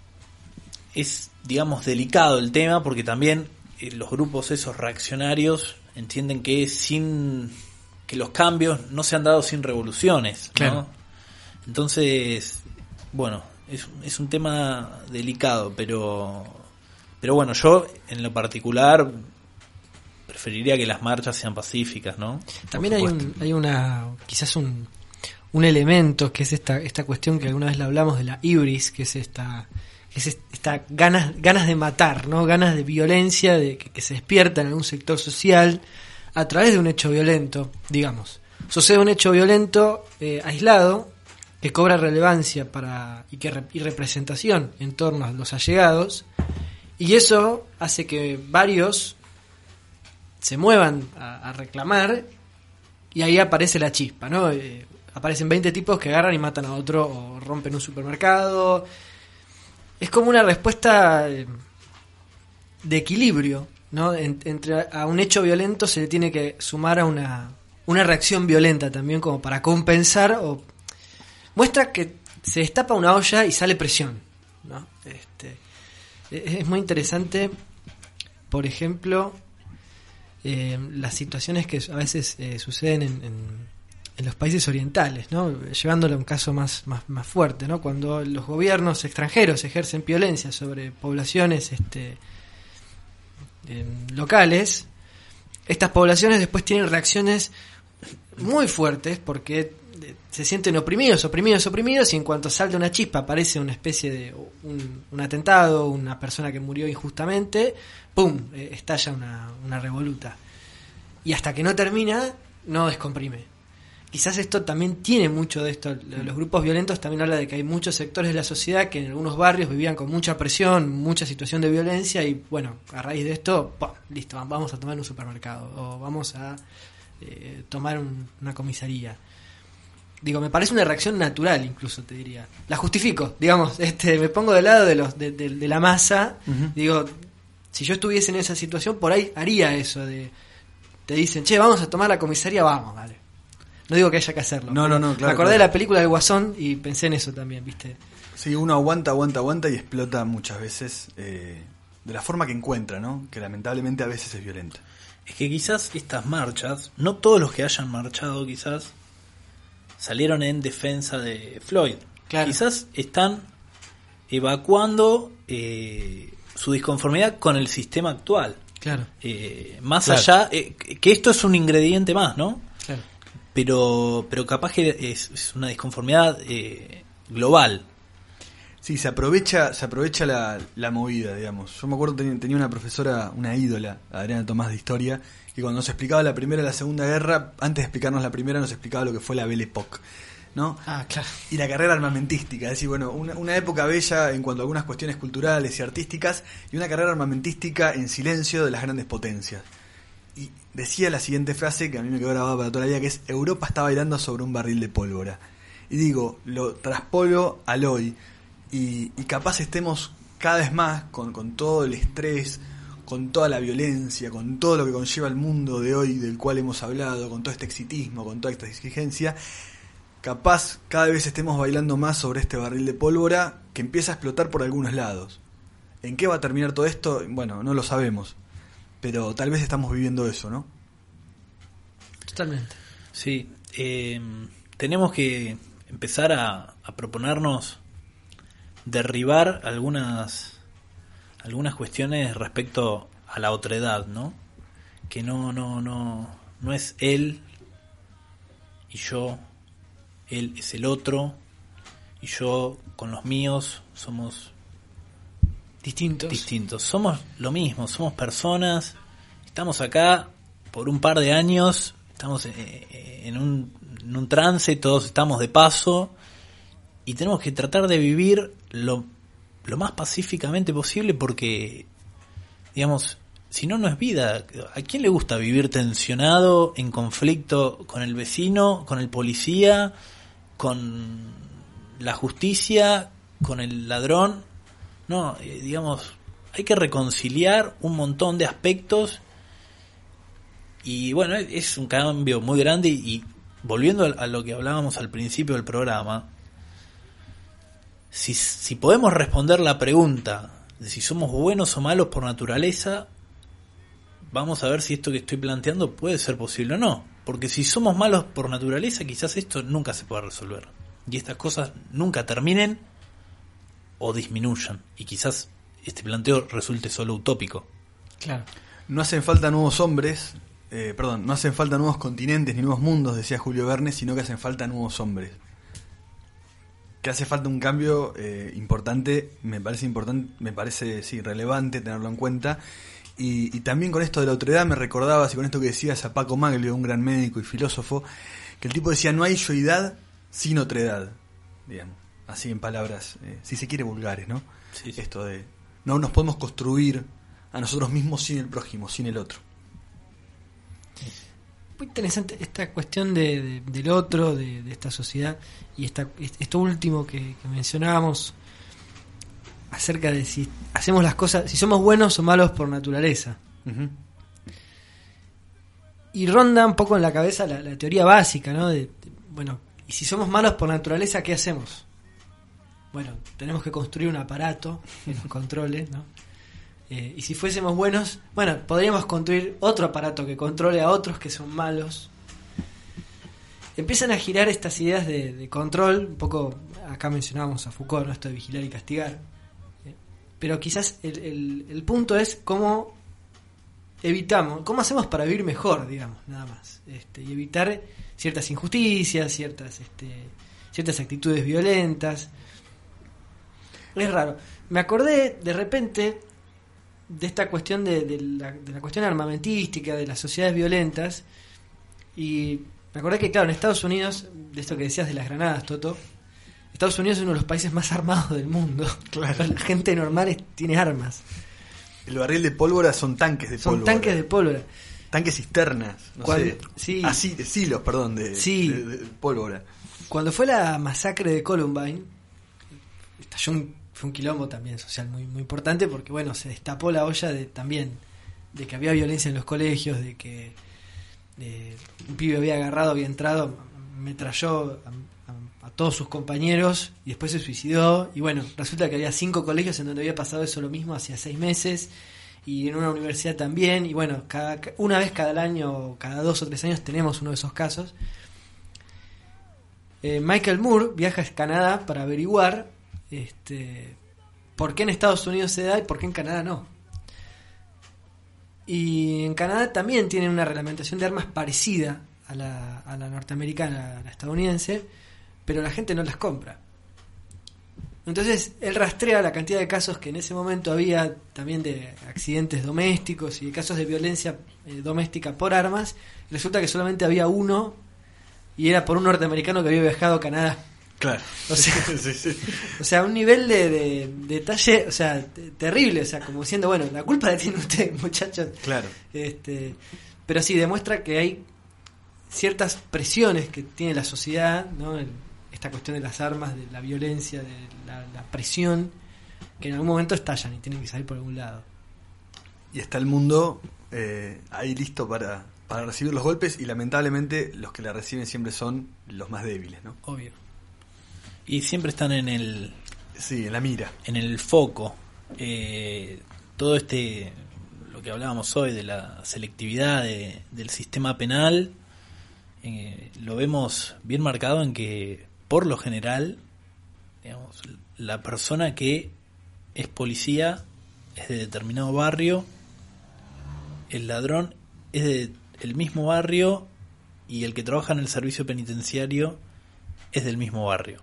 es, digamos, delicado el tema porque también eh, los grupos esos reaccionarios entienden que sin que los cambios no se han dado sin revoluciones, ¿no? Claro. Entonces, bueno, es, es un tema delicado, pero pero bueno, yo en lo particular preferiría que las marchas sean pacíficas, ¿no? también Por hay supuesto. un, hay una, quizás un, un elemento que es esta, esta cuestión que alguna vez la hablamos de la ibris, que es esta, es esta ganas, ganas de matar, ¿no? Ganas de violencia, de que, que se despierta en algún sector social a través de un hecho violento, digamos. Sucede un hecho violento eh, aislado, que cobra relevancia para y, que, y representación en torno a los allegados, y eso hace que varios se muevan a, a reclamar, y ahí aparece la chispa, ¿no? Eh, aparecen veinte tipos que agarran y matan a otro o rompen un supermercado. Es como una respuesta eh, de equilibrio, ¿no? En, entre a un hecho violento se le tiene que sumar a una, una reacción violenta también, como para compensar, o muestra que se destapa una olla y sale presión, ¿no? Este, es muy interesante, por ejemplo, eh, las situaciones que a veces eh, suceden en, en, en los países orientales, ¿no? Llevándolo a un caso más, más, más fuerte, ¿no? Cuando los gobiernos extranjeros ejercen violencia sobre poblaciones este, eh, locales, estas poblaciones después tienen reacciones muy fuertes porque se sienten oprimidos, oprimidos, oprimidos, y en cuanto salta una chispa aparece una especie de un, un atentado, una persona que murió injustamente, ¡pum!, eh, estalla una, una revoluta. Y hasta que no termina, no descomprime. Quizás esto también tiene mucho de esto. Los grupos violentos también habla de que hay muchos sectores de la sociedad que en algunos barrios vivían con mucha presión, mucha situación de violencia, y bueno, a raíz de esto, ¡pum!, listo, vamos a tomar un supermercado, o vamos a eh, tomar un, una comisaría. Digo, me parece una reacción natural, incluso te diría. La justifico, digamos, este, me pongo del lado de los de, de, de la masa. Uh-huh. Digo, si yo estuviese en esa situación, por ahí haría eso de, te dicen, che, vamos a tomar la comisaría, vamos, vale. No digo que haya que hacerlo. No, no, no, claro. Me acordé claro. de la película del Guasón y pensé en eso también, ¿viste? Sí, uno aguanta, aguanta, aguanta y explota muchas veces eh, de la forma que encuentra, ¿no? Que lamentablemente a veces es violenta. Es que quizás estas marchas, no todos los que hayan marchado quizás salieron en defensa de Floyd. Claro. Quizás están evacuando eh, su disconformidad con el sistema actual. Claro. Eh, más claro. allá, eh, que esto es un ingrediente más, ¿no? Claro. Pero, pero capaz que es, es una disconformidad eh, global. Sí, se aprovecha, se aprovecha la, la movida, digamos. Yo me acuerdo tenía, tenía una profesora, una ídola, Adriana Tomás, de historia, que cuando nos explicaba la Primera y la Segunda Guerra, antes de explicarnos la Primera, nos explicaba lo que fue la Belle Époque, ¿no? Ah, claro. Y la carrera armamentística, es decir, bueno, una, una época bella en cuanto a algunas cuestiones culturales y artísticas, y una carrera armamentística en silencio de las grandes potencias. Y decía la siguiente frase, que a mí me quedó grabada para toda la vida, que es: Europa está bailando sobre un barril de pólvora. Y digo, lo traspolo al hoy, y, y capaz estemos cada vez más con, con todo el estrés, con toda la violencia, con todo lo que conlleva el mundo de hoy del cual hemos hablado, con todo este exitismo, con toda esta exigencia, capaz cada vez estemos bailando más sobre este barril de pólvora que empieza a explotar por algunos lados. ¿En qué va a terminar todo esto? Bueno, no lo sabemos, pero tal vez estamos viviendo eso, ¿no? Totalmente. Sí, eh, tenemos que empezar a, a proponernos derribar algunas algunas cuestiones respecto a la otredad, ¿no? Que no no no no es él y yo, él es el otro y yo con los míos somos distintos. Distintos. Somos lo mismo, somos personas, estamos acá por un par de años, estamos en un, en un trance, todos estamos de paso y tenemos que tratar de vivir lo lo más pacíficamente posible, porque, digamos, si no, no es vida. ¿A quién le gusta vivir tensionado, en conflicto con el vecino, con el policía, con la justicia, con el ladrón? No, eh, digamos, hay que reconciliar un montón de aspectos y, bueno, es un cambio muy grande. Y volviendo a lo que hablábamos al principio del programa, Si, si podemos responder la pregunta de si somos buenos o malos por naturaleza, vamos a ver si esto que estoy planteando puede ser posible o no. Porque si somos malos por naturaleza, quizás esto nunca se pueda resolver. Y estas cosas nunca terminen o disminuyan. Y quizás este planteo resulte solo utópico. Claro. No hacen falta nuevos hombres, eh, perdón, no hacen falta nuevos continentes ni nuevos mundos, decía Julio Verne, sino que hacen falta nuevos hombres. que hace falta un cambio eh, importante, me parece importante, me parece sí, relevante tenerlo en cuenta. Y, y también con esto de la otredad me recordabas, y con esto que decías a Paco Maglio, un gran médico y filósofo, que el tipo decía, no hay yoidad sin otredad, digamos, así en palabras, eh, si se quiere, vulgares, ¿no? Sí, sí. Esto de, no nos podemos construir a nosotros mismos sin el prójimo, sin el otro. Muy interesante esta cuestión de, de, del otro, de, de esta sociedad, y esta, esto último que, que mencionábamos acerca de si hacemos las cosas, si somos buenos o malos por naturaleza. Uh-huh. Y ronda un poco en la cabeza la, la teoría básica, ¿no? De, de, bueno, y si somos malos por naturaleza, ¿qué hacemos? Bueno, tenemos que construir un aparato que nos controle, ¿no? Eh, y si fuésemos buenos, bueno, podríamos construir otro aparato que controle a otros que son malos. Empiezan a girar estas ideas de, de control, un poco, acá mencionábamos a Foucault, ¿no? Esto de vigilar y castigar. Eh, pero quizás el, el, el punto es cómo evitamos, cómo hacemos para vivir mejor, digamos, nada más. Este, y evitar ciertas injusticias, ciertas, este, ciertas actitudes violentas. Es raro. Me acordé de repente de esta cuestión de, de, la, de la cuestión armamentística, de las sociedades violentas, y me acordé que, claro, en Estados Unidos, de esto que decías de las granadas, Toto, Estados Unidos es uno de los países más armados del mundo. Claro. La gente normal es, tiene armas. El barril de pólvora son tanques de Son pólvora. Son tanques de pólvora. Tanques cisternas, no Cuando, sé. Sí. Así, silos, perdón, de, sí. de, de pólvora. Cuando fue la masacre de Columbine, estalló un, fue un quilombo también social muy muy importante, porque bueno, se destapó la olla de también de que había violencia en los colegios, de que de, un pibe había agarrado, había entrado, metralló a, a, a todos sus compañeros y después se suicidó. Y bueno, resulta que había cinco colegios en donde había pasado eso lo mismo hacía seis meses, y en una universidad también. Y bueno, cada, una vez cada año, cada dos o tres años tenemos uno de esos casos. Eh, Michael Moore viaja a Canadá para averiguar este, por qué en Estados Unidos se da y por qué en Canadá no. Y en Canadá también tienen una reglamentación de armas parecida a la, a la norteamericana, a la estadounidense, pero la gente no las compra. Entonces él rastrea la cantidad de casos que en ese momento había también de accidentes domésticos y de casos de violencia eh, doméstica por armas, y resulta que solamente había uno, y era por un norteamericano que había viajado a Canadá. Claro. O sea, sí, sí. o sea, un nivel de, de, de detalle, o sea, t- terrible, o sea, como diciendo, bueno, la culpa la tiene usted, muchachos. Claro. Este, pero sí demuestra que hay ciertas presiones que tiene la sociedad, ¿no? El, esta cuestión de las armas, de la violencia, de la, la presión, que en algún momento estallan y tienen que salir por algún lado. Y está el mundo eh, ahí listo para, para recibir los golpes, y lamentablemente los que la reciben siempre son los más débiles, ¿no? Obvio. Y siempre están en el Sí, en la mira. en el foco. Eh, todo este, lo que hablábamos hoy de la selectividad de, del sistema penal, eh, lo vemos bien marcado en que, por lo general, digamos, la persona que es policía es de determinado barrio, el ladrón es de el mismo barrio, y el que trabaja en el servicio penitenciario es del mismo barrio,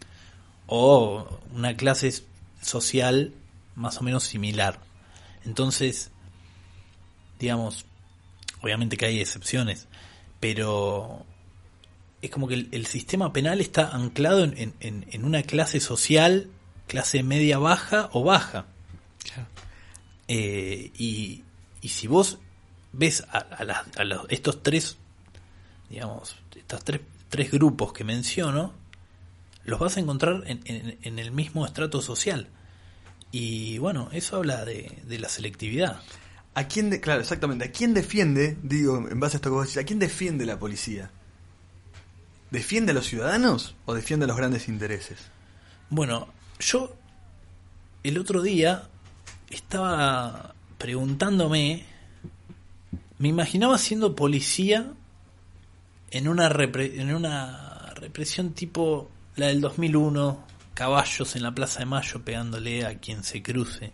o una clase social más o menos similar. Entonces, digamos, obviamente que hay excepciones, pero es como que el, el sistema penal está anclado en, en, en una clase social, clase media baja o baja. Claro. Eh, y, y si vos ves a, a, la, a los, estos tres, digamos, estos tres, tres grupos que menciono, los vas a encontrar en, en, en el mismo estrato social. Y bueno, eso habla de, de la selectividad. ¿A quién de, claro, exactamente, ¿a quién defiende, digo, en base a esto que vos decís, a quién defiende la policía? ¿Defiende a los ciudadanos o defiende a los grandes intereses? Bueno, yo el otro día estaba preguntándome, me imaginaba siendo policía en una repre- en una represión tipo la del dos mil uno, caballos en la Plaza de Mayo pegándole a quien se cruce,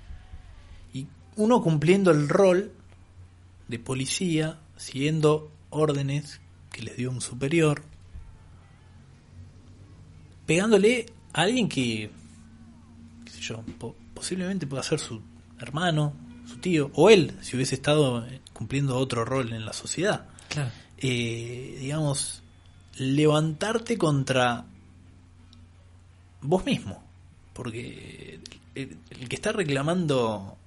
y uno cumpliendo el rol de policía, siguiendo órdenes que les dio un superior, pegándole a alguien que, qué sé yo, po- posiblemente pueda ser su hermano, su tío, o él, si hubiese estado cumpliendo otro rol en la sociedad. Claro. Eh, digamos, levantarte contra vos mismo, porque el, el que está reclamando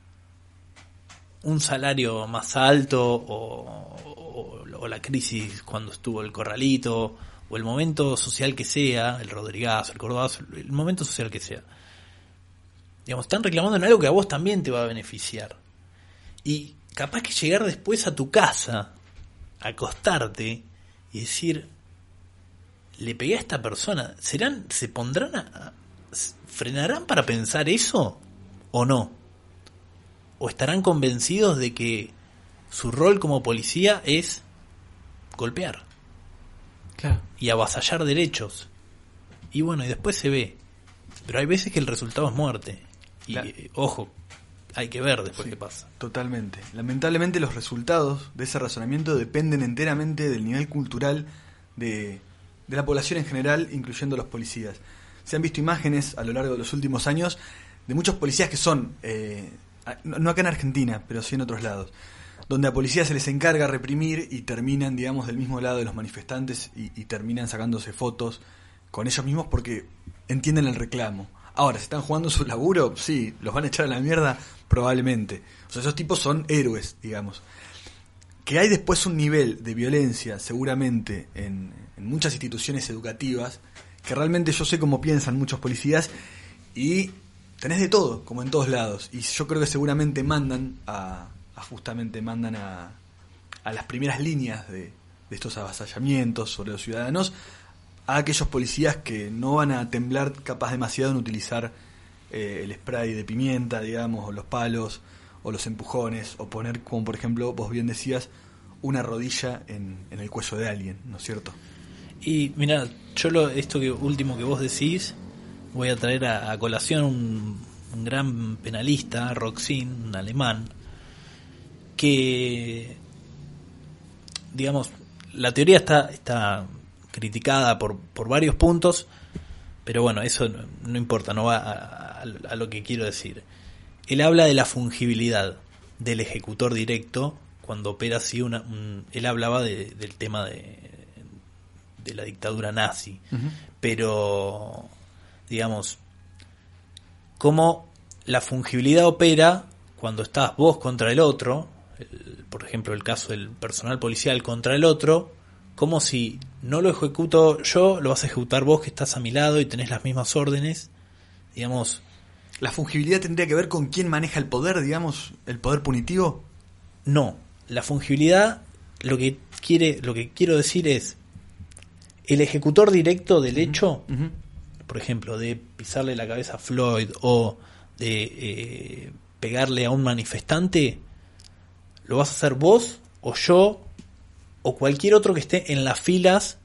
un salario más alto o, o, o la crisis cuando estuvo el Corralito o el momento social que sea, el Rodrigazo, el Cordobazo, el momento social que sea, digamos, están reclamando en algo que a vos también te va a beneficiar, y capaz que llegar después a tu casa, acostarte y decir, le pegué a esta persona, serán, se pondrán a, a- frenarán para pensar eso o no, o estarán convencidos de que su rol como policía es golpear Claro. y avasallar derechos, y bueno, y después se ve, pero hay veces que el resultado es muerte, y Claro. eh, ojo, hay que ver después Sí, qué pasa. Totalmente. Lamentablemente los resultados de ese razonamiento dependen enteramente del nivel cultural de, de la población en general, incluyendo los policías. Se han visto imágenes a lo largo de los últimos años de muchos policías que son, eh, no no acá en Argentina, pero sí en otros lados, donde a policías se les encarga reprimir y terminan, digamos, del mismo lado de los manifestantes y, y terminan sacándose fotos con ellos mismos porque entienden el reclamo. Ahora, ¿se están jugando su laburo? Sí. ¿Los van a echar a la mierda? Probablemente. O sea, esos tipos son héroes, digamos. Que hay después un nivel de violencia, seguramente, en, en muchas instituciones educativas, que realmente yo sé cómo piensan muchos policías, y tenés de todo, como en todos lados. Y yo creo que seguramente mandan a, a justamente mandan a, a las primeras líneas de, de estos avasallamientos sobre los ciudadanos, a aquellos policías que no van a temblar capaz demasiado en utilizar eh, el spray de pimienta, digamos, o los palos, o los empujones, o poner, como por ejemplo vos bien decías, una rodilla en, en el cuello de alguien, ¿no es cierto? Y mira, yo lo, esto que último que vos decís, voy a traer a, a colación un, un gran penalista, Roxin, un alemán, que, digamos, la teoría está, está criticada por, por varios puntos, pero bueno, eso no, no importa, no va a, a, a lo que quiero decir. Él habla de la fungibilidad del ejecutor directo cuando opera así una... Un, él hablaba de, del tema de, de la dictadura nazi, Uh-huh. pero, digamos, cómo la fungibilidad opera cuando estás vos contra el otro, el, por ejemplo el caso del personal policial contra el otro, como si no lo ejecuto yo, lo vas a ejecutar vos que estás a mi lado y tenés las mismas órdenes, digamos. ¿La fungibilidad tendría que ver con quién maneja el poder, digamos, el poder punitivo? No, la fungibilidad, lo que quiere, lo que quiero decir es, el ejecutor directo del hecho, Uh-huh. por ejemplo, de pisarle la cabeza a Floyd o de eh, pegarle a un manifestante, lo vas a hacer vos o yo o cualquier otro que esté en las filas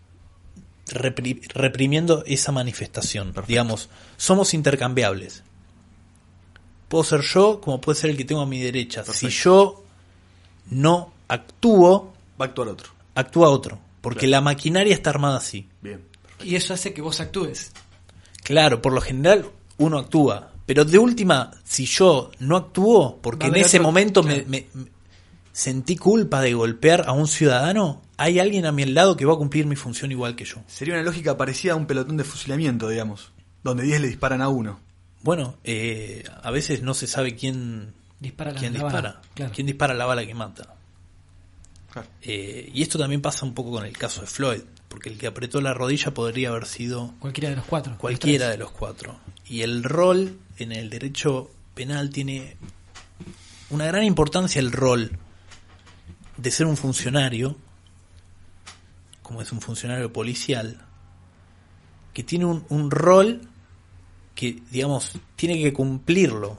repri- reprimiendo esa manifestación. Perfecto. Digamos, somos intercambiables. Puedo ser yo como puede ser el que tengo a mi derecha. Perfecto. Si yo no actúo, Va a actuar otro. actúa otro. Porque Claro. la maquinaria está armada así. Bien. Y eso hace que vos actúes. Claro, por lo general uno actúa. Pero de última, si yo no actúo, Va porque a en haber ese otro- momento claro. me, me- me sentí culpa de golpear a un ciudadano, hay alguien a mi lado que va a cumplir mi función igual que yo. Sería una lógica parecida a un pelotón de fusilamiento, digamos, donde diez le disparan a uno. Bueno, eh, a veces no se sabe quién, Dispara la, quién la dispara. bala, claro. Quién dispara la bala que mata. Claro. Eh, y esto también pasa un poco con el caso de Floyd, porque el que apretó la rodilla podría haber sido Cualquiera de los cuatro. cualquiera los de los cuatro. Y el rol en el derecho penal tiene una gran importancia, el rol de ser un funcionario, como es un funcionario policial, que tiene un, un rol que, digamos, tiene que cumplirlo.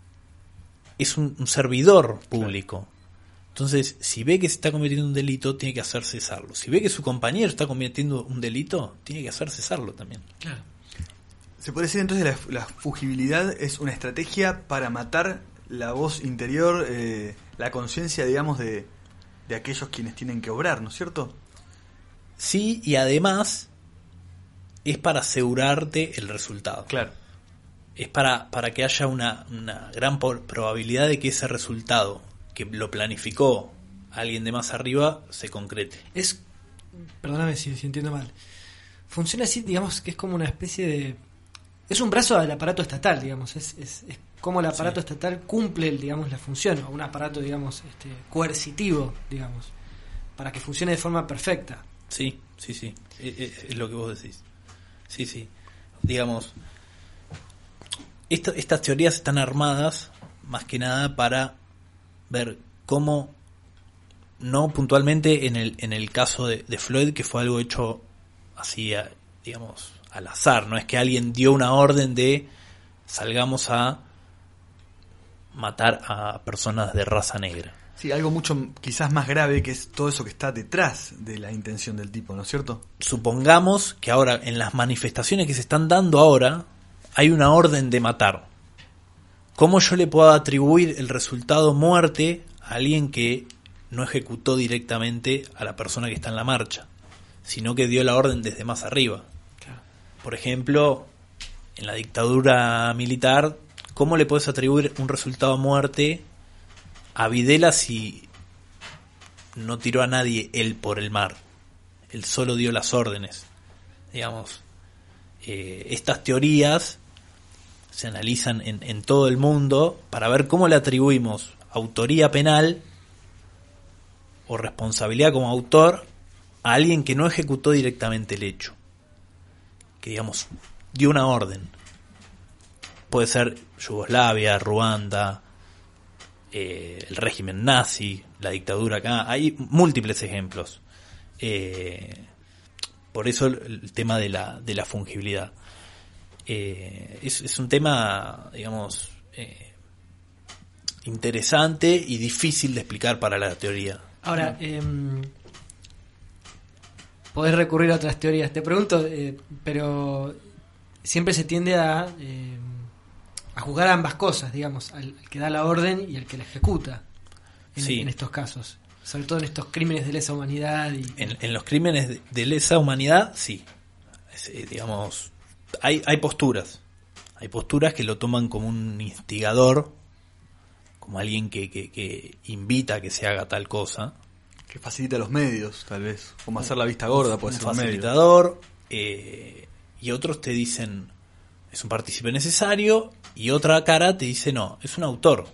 Es un, un servidor público. Entonces, si ve que se está cometiendo un delito, tiene que hacer cesarlo. Si ve que su compañero está cometiendo un delito, tiene que hacer cesarlo también. Claro. Se puede decir entonces la, la fugibilidad es una estrategia para matar la voz interior, eh, la conciencia, digamos, de, de aquellos quienes tienen que obrar, ¿no es cierto? Sí, y además es para asegurarte el resultado. Claro. Es para, para que haya una, una gran por- probabilidad de que ese resultado que lo planificó alguien de más arriba se concrete. Es, perdóname si, si entiendo mal, funciona así, digamos, que es como una especie de... Es un brazo del aparato estatal, digamos, es, es, es como el aparato Sí. estatal cumple, digamos, la función, o un aparato, digamos, este, coercitivo, digamos, para que funcione de forma perfecta. Sí, sí, sí, es, es- es lo que vos decís. Sí, sí. Digamos, esto- estas teorías están armadas más que nada para ver cómo, no puntualmente en el, en el caso de, de Floyd, que fue algo hecho así, a- digamos, al azar, no es que alguien dio una orden de salgamos a matar a personas de raza negra. Sí, algo mucho quizás más grave, que es todo eso que está detrás de la intención del tipo, ¿no es cierto? Supongamos que ahora en las manifestaciones que se están dando ahora hay una orden de matar. ¿Cómo yo le puedo atribuir el resultado muerte a alguien que no ejecutó directamente a la persona que está en la marcha, sino que dio la orden desde más arriba? Claro. Por ejemplo, en la dictadura militar, ¿cómo le puedes atribuir un resultado muerte a Videla si no tiró a nadie él por el mar? Él solo dio las órdenes. Digamos, eh, estas teorías se analizan en, en todo el mundo para ver cómo le atribuimos autoría penal o responsabilidad como autor a alguien que no ejecutó directamente el hecho, que digamos dio una orden. Puede ser Yugoslavia, Ruanda, eh, el régimen nazi, la dictadura acá, hay múltiples ejemplos. Eh, por eso el, el tema de la, de la fungibilidad. Eh, es, es un tema, digamos, eh, interesante y difícil de explicar para la teoría. Ahora, eh, podés recurrir a otras teorías. Te pregunto, eh, pero siempre se tiende a, eh, a juzgar a ambas cosas, digamos, al, al que da la orden y al que la ejecuta en, Sí. en estos casos. Sobre todo en estos crímenes de lesa humanidad. Y, En, en los crímenes de, de lesa humanidad, sí. Es, eh, digamos, hay, hay posturas. Hay posturas que lo toman como un instigador, como alguien que, que, que invita a que se haga tal cosa. Que facilita los medios, tal vez. Como hacer la vista gorda puede Un ser un medio. facilitador. Eh, y otros te dicen, es un partícipe necesario. Y otra cara te dice, no, es un autor.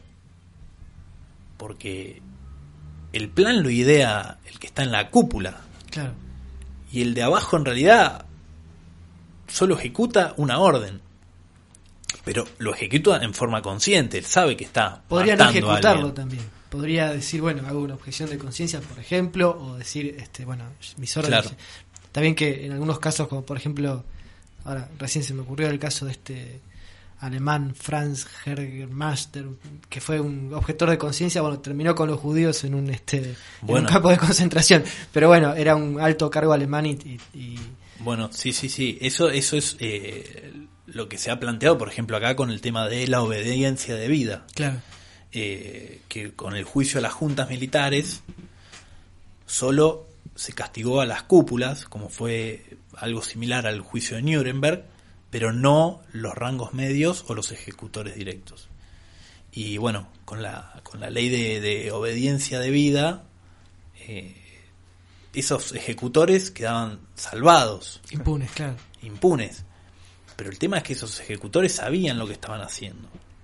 Porque el plan lo idea el que está en la cúpula. claro. Y el de abajo en realidad solo ejecuta una orden. Pero lo ejecuta en forma consciente. Él sabe que está Podría no matando a ejecutarlo alguien. también. Podría decir, bueno, hago una objeción de conciencia, por ejemplo, o decir, este, bueno, mis órdenes. Claro. Está bien que en algunos casos, como por ejemplo, ahora recién se me ocurrió el caso de este alemán Franz Hergermaster, que fue un objetor de conciencia, bueno, terminó con los judíos en un este en Bueno. un campo de concentración, pero bueno, era un alto cargo alemán y, y- y- Bueno, sí, sí, sí. Eso, eso es eh, lo que se ha planteado, por ejemplo, acá con el tema de la obediencia de vida. claro, Eh, que con el juicio a las juntas militares solo se castigó a las cúpulas, como fue algo similar al juicio de Nuremberg, pero no los rangos medios o los ejecutores directos. Y bueno, con la, con la ley de, de obediencia de vida, eh, esos ejecutores quedaban salvados, impunes, claro. impunes. Pero el tema es que esos ejecutores sabían lo que estaban haciendo.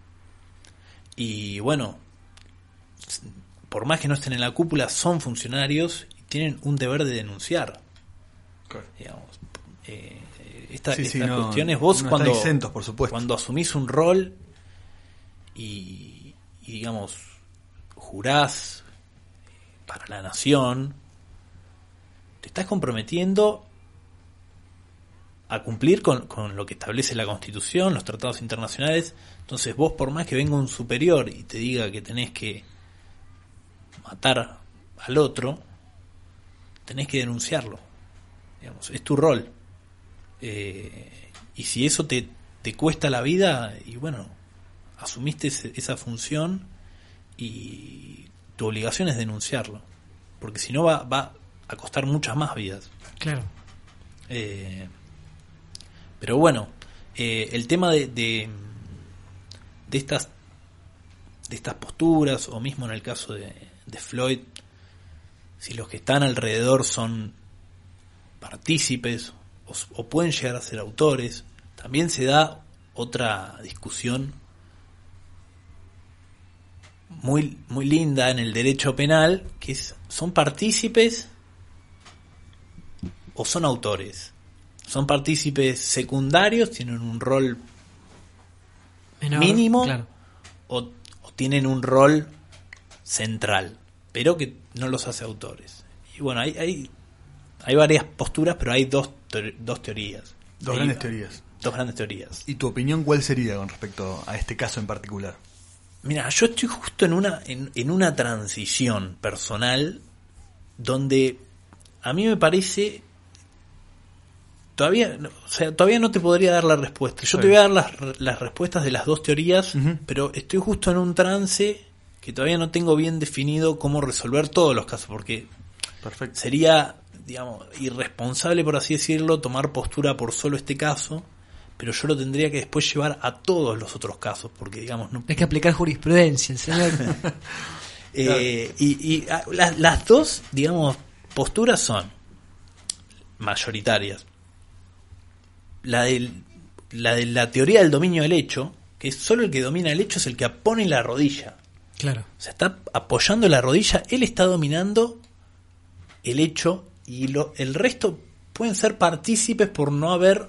Y bueno, por más que no estén en la cúpula, son funcionarios y tienen un deber de denunciar. Claro. Digamos, eh, esta, Sí, sí, estas no- cuestiones, vos no cuando, están exentos, por supuesto. cuando asumís un rol y, y digamos, jurás para la nación, te estás comprometiendo a cumplir con, con lo que establece la Constitución, los tratados internacionales. Entonces vos, por más que venga un superior y te diga que tenés que matar al otro, tenés que denunciarlo. Digamos, es tu rol. Eh, y si eso te, te cuesta la vida, y bueno, asumiste ese- esa función y tu obligación es denunciarlo. Porque si no va, va a costar muchas más vidas. Claro. Eh, Pero bueno, eh, el tema de, de, de estas de estas posturas, o mismo en el caso de, de Floyd, si los que están alrededor son partícipes o, o pueden llegar a ser autores, también se da otra discusión muy muy linda en el derecho penal, que es, ¿son partícipes o son autores? Son partícipes secundarios, tienen un rol Menor, mínimo, claro. o, o tienen un rol central, pero que no los hace autores. Y bueno, hay hay, hay varias posturas, pero hay dos, teor- dos teorías. Dos Hay grandes teorías. Dos grandes teorías. ¿Y tu opinión cuál sería con respecto a este caso en particular? Mira, yo estoy justo en una en, en una transición personal donde a mí me parece todavía, o sea, todavía no te podría dar la respuesta. Yo Sí. te voy a dar las, las respuestas de las dos teorías, Ujú. pero estoy justo en un trance que todavía no tengo bien definido cómo resolver todos los casos, porque Perfecto. sería, digamos, irresponsable, por así decirlo, tomar postura por solo este caso, pero yo lo tendría que después llevar a todos los otros casos, porque, digamos, no... Hay que aplicar jurisprudencia, el señor. Eh, y y ah, la- las dos, digamos, posturas son mayoritarias. La, del, la de la teoría del dominio del hecho, que es solo el que domina el hecho es el que pone la rodilla. Claro. O sea, está apoyando la rodilla, él está dominando el hecho y lo, el resto pueden ser partícipes por no haber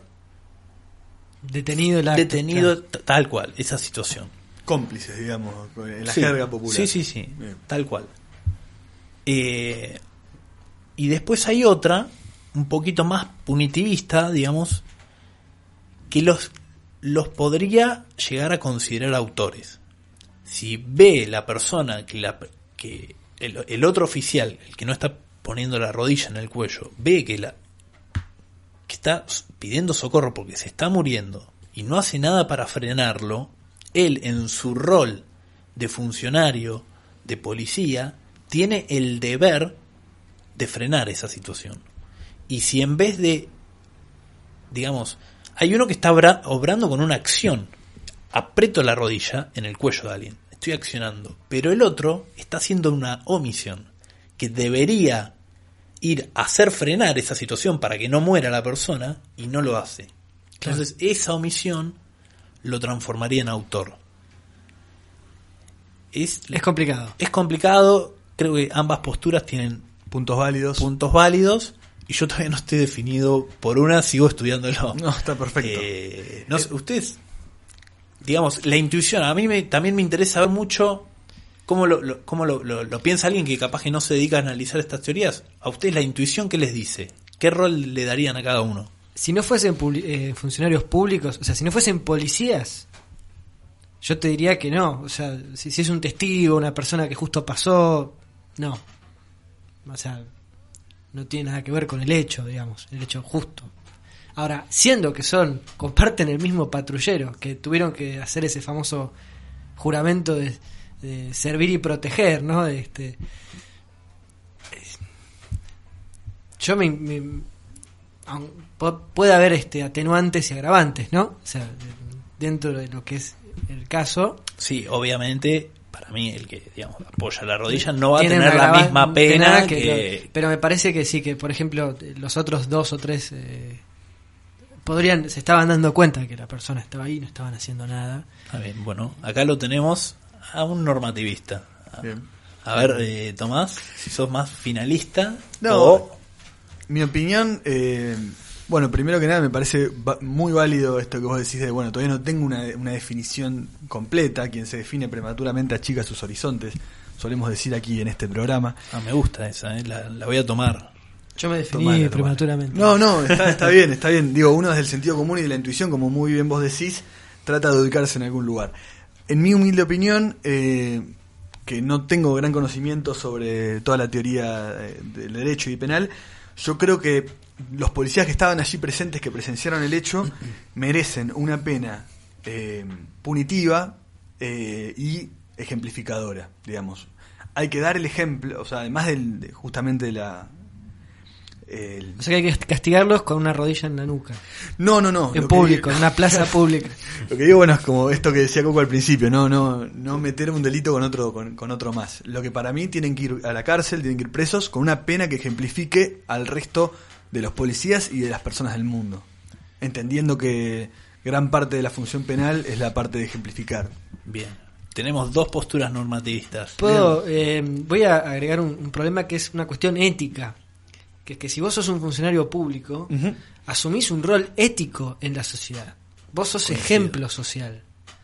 Detenido el acto. detenido claro. t- tal cual esa situación. Cómplices, digamos, en la Sí. jerga popular. Sí, sí, sí, Bien. tal cual. Eh, y después hay otra, un poquito más punitivista, digamos, que los, los podría llegar a considerar autores. Si ve la persona que, la, que el, el otro oficial, el que no está poniendo la rodilla en el cuello, ve que, la, que está pidiendo socorro porque se está muriendo y no hace nada para frenarlo, él en su rol de funcionario, de policía, tiene el deber de frenar esa situación. Y si en vez de, digamos, hay uno que está obra- obrando con una acción, aprieto la rodilla en el cuello de alguien, estoy accionando, pero el otro está haciendo una omisión que debería ir a hacer frenar esa situación para que no muera la persona y no lo hace. Entonces esa omisión lo transformaría en autor. Es, Es complicado. es complicado, creo que ambas posturas tienen Puntos válidos. puntos válidos y yo todavía no estoy definido por una, sigo estudiándolo. No, está perfecto. Eh, no sé, ustedes, digamos, la intuición, a mí me, también me interesa ver mucho cómo, lo, lo, cómo lo, lo, lo piensa alguien que capaz que no se dedica a analizar estas teorías. A ustedes la intuición, ¿qué les dice? ¿Qué rol le darían a cada uno? Si no fuesen publi- eh, funcionarios públicos, o sea, si no fuesen policías, yo te diría que no. O sea, si, si es un testigo, una persona que justo pasó, no. O sea, no tiene nada que ver con el hecho, digamos, el hecho justo. Ahora, siendo que son, comparten el mismo patrullero, que tuvieron que hacer ese famoso juramento de, de servir y proteger, ¿no? De este, yo me, me aun- pu- puede haber este atenuantes y agravantes, ¿no? O sea, de- dentro de lo que es el caso, Sí, obviamente, para mí el que, digamos, apoya la rodilla no va a tienen tener la agrava- misma pena que... que- pero me parece que sí, que por ejemplo los otros dos o tres eh, podrían, se estaban dando cuenta que la persona estaba ahí, no estaban haciendo nada. A ver, bueno, acá lo tenemos a un normativista. A, Bien. a ver, eh, Tomás, si sos más finalista No. o... Mi opinión, eh, bueno, primero que nada me parece va- muy válido esto que vos decís de, bueno, todavía no tengo una, una definición completa. Quien se define prematuramente achica sus horizontes, solemos decir aquí en este programa. Ah, me gusta esa, eh, la, la voy a tomar. Yo me definí Tomala, tomala. prematuramente. No, no, está, está bien, está bien. Digo, uno desde el sentido común y de la intuición, como muy bien vos decís, trata de ubicarse en algún lugar. En mi humilde opinión, eh, que no tengo gran conocimiento sobre toda la teoría eh, del derecho y penal, yo creo que los policías que estaban allí presentes, que presenciaron el hecho, merecen una pena eh, punitiva eh, y ejemplificadora, digamos. Hay que dar el ejemplo, o sea, además del, de justamente la El... O sea que hay que castigarlos con una rodilla en la nuca. No, no, no. En lo público, que... en una plaza pública. Lo que digo, bueno, es como esto que decía Coco al principio, no, no, no meter un delito con otro, con, con otro más. Lo que para mí tienen que ir a la cárcel, tienen que ir presos con una pena que ejemplifique al resto de los policías y de las personas del mundo. Entendiendo que gran parte de la función penal es la parte de ejemplificar. Bien. Tenemos dos posturas normativistas. Puedo, eh, voy a agregar un, un problema que es una cuestión ética. Que es que si vos sos un funcionario público, uh-huh. asumís un rol ético en la sociedad. Vos sos Coincido. ejemplo social.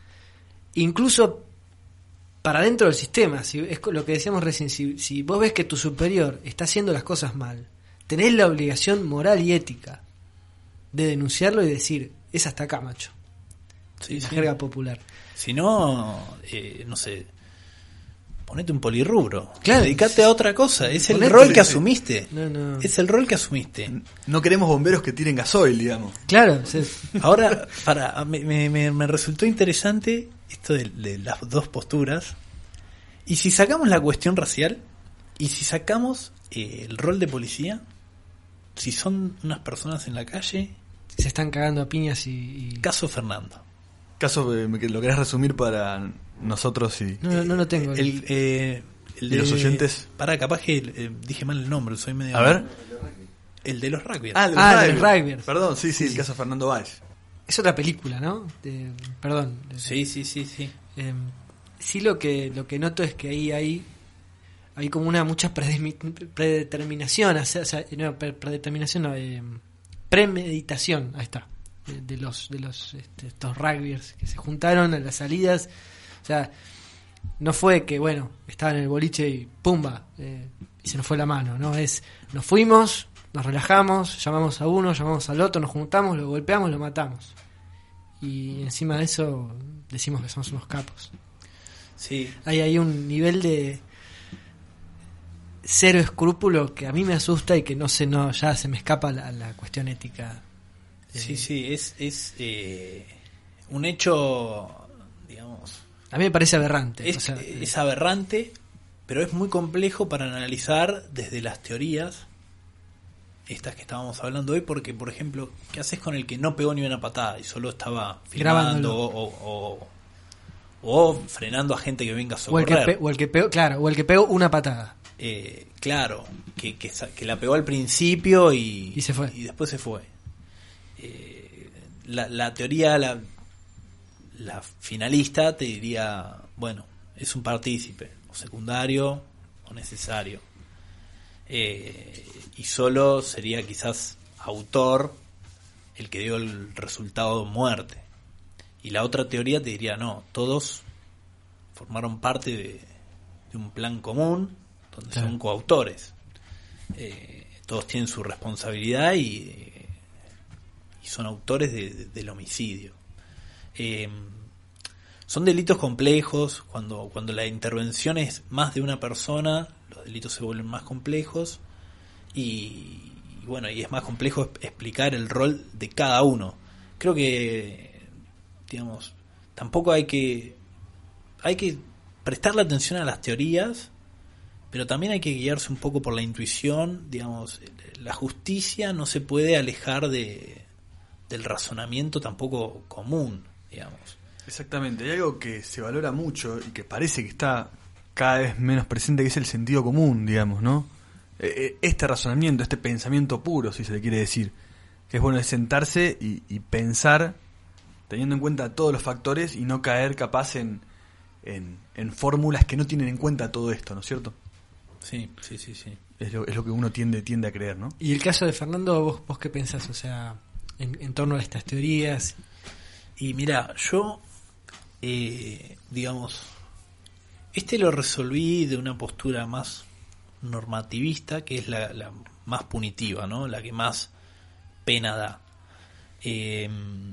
Incluso para dentro del sistema, si es lo que decíamos recién, si, si vos ves que tu superior está haciendo las cosas mal, tenés la obligación moral y ética de denunciarlo y decir, es hasta acá, macho. Sí, la sí. jerga popular. Si no, eh, no sé, ponete un polirrubro. Claro. Dedicate a otra cosa. Es el Ponete, rol que asumiste. No, no. Es el rol que asumiste. No queremos bomberos que tiren gasoil, digamos. Claro. Sí. Ahora, para, me, me, me resultó interesante esto de, de las dos posturas. Y si sacamos la cuestión racial, y si sacamos eh, el rol de policía, si son unas personas en la calle... Se están cagando a piñas y... y... Caso Fernando. Caso, eh, ¿lo querés resumir para nosotros? Y... No, no, no lo tengo. El, eh, el de los oyentes. Pará, capaz que eh, dije mal el nombre, soy medio... A ver. El de los rugby. Ah, el de los, ah, rugby. rugby. Perdón, sí, sí, sí, el caso Fernando Báez. Es otra película, ¿no? De, perdón. Sí, sí, sí, sí. Eh, sí, lo que lo que noto es que ahí hay hay como una mucha predeterminación, o sea, no, predeterminación, no, eh, premeditación, ahí está, de, de los de los este, estos rugbyers que se juntaron a las salidas, o sea, no fue que bueno, estaban en el boliche y pumba, eh, y se nos fue la mano, no, es nos fuimos, nos relajamos, llamamos a uno, llamamos al otro, nos juntamos, lo golpeamos, lo matamos. Y encima de eso decimos que somos unos capos. Sí. Hay ahí un nivel de cero escrúpulo que a mí me asusta y que no sé, no, ya se me escapa la, la cuestión ética. Sí, eh, sí, es, es eh, un hecho, digamos... A mí me parece aberrante. Es, o sea, es aberrante, pero es muy complejo para analizar desde las teorías estas que estábamos hablando hoy, porque, por ejemplo, ¿qué haces con el que no pegó ni una patada y solo estaba filmando o, o, o frenando a gente que venga a socorrer? O el que, pe- o el que pegó, claro, o el que pegó una patada. Eh, claro, que, que, que la pegó al principio y, y se fue. Y después se fue. Eh, la, la teoría, la, la finalista te diría, bueno, es un partícipe, o secundario o necesario. Eh, y solo sería quizás autor el que dio el resultado de muerte. Y la otra teoría te diría, no, todos formaron parte de, de un plan común donde claro. son coautores. Eh, todos tienen su responsabilidad y, y son autores de, de, del homicidio. Eh, son delitos complejos. Cuando, cuando la intervención es más de una persona, los delitos se vuelven más complejos y, y bueno, y es más complejo explicar el rol de cada uno. Creo que, digamos, tampoco hay que hay que prestarle atención a las teorías, pero también hay que guiarse un poco por la intuición. Digamos, la justicia no se puede alejar de del razonamiento tampoco común, digamos. Exactamente, hay algo que se valora mucho y que parece que está cada vez menos presente, que es el sentido común, digamos, ¿no? Este razonamiento, este pensamiento puro, si se le quiere decir, que es bueno de sentarse y, y pensar teniendo en cuenta todos los factores y no caer capaz en, en, en fórmulas que no tienen en cuenta todo esto, ¿no es cierto? Sí, sí, sí, sí. Es lo, es lo que uno tiende, tiende a creer, ¿no? Y el caso de Fernando, ¿vos, vos qué pensás? O sea, en, en torno a estas teorías. Y mira, yo, eh, digamos, este lo resolví de una postura más normativista, que es la, la más punitiva, ¿no? La que más pena da. Eh,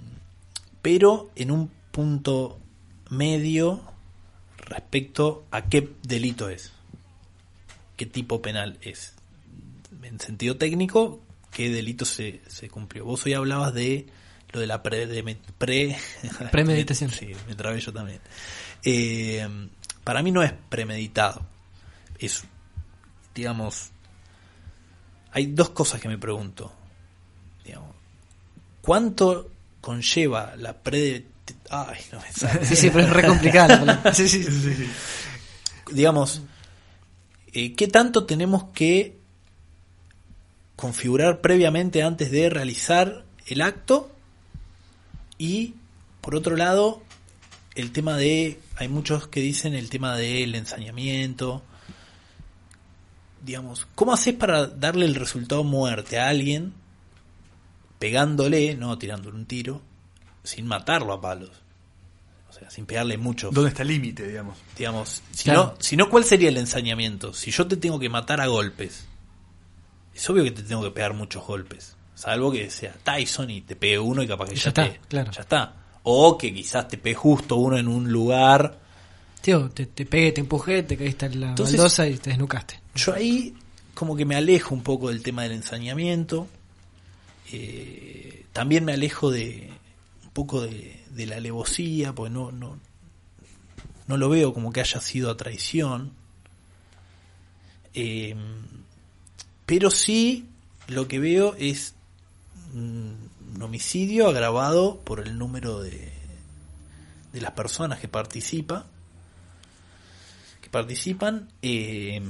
pero en un punto medio respecto a qué delito es, qué tipo penal es. En sentido técnico, qué delito se, se cumplió. Vos hoy hablabas de lo de la pre, de, pre premeditación. Sí, me trabé yo también. Eh, para mí no es premeditado. Es, digamos, hay dos cosas que me pregunto. Digamos, ¿cuánto conlleva la pre... Ay, no me sale. Sí, sí, pero es re complicada la palabra. Sí, sí, sí. Sí. Digamos, eh, ¿qué tanto tenemos que configurar previamente antes de realizar el acto? Y, por otro lado, el tema de... Hay muchos que dicen el tema del ensañamiento. Digamos, ¿cómo haces para darle el resultado muerte a alguien pegándole, no tirándole un tiro, sin matarlo a palos? O sea, sin pegarle mucho. ¿Dónde está el límite, digamos? Digamos, si, Claro. no, si no, ¿cuál sería el ensañamiento? Si yo te tengo que matar a golpes, es obvio que te tengo que pegar muchos golpes. Salvo que sea Tyson y te pegue uno y capaz que Y ya, ya está, te, claro. ya está. O que quizás te pegue justo uno en un lugar. Tío, te, te pegué, te empujé, te caíste en la Entonces- baldosa y te desnucaste. Yo ahí como que me alejo un poco del tema del ensañamiento. Eh, también me alejo de un poco de, de la alevosía, porque no, no, no lo veo como que haya sido a traición. Eh, pero sí lo que veo es un un homicidio agravado por el número de, de las personas que participa que participan eh,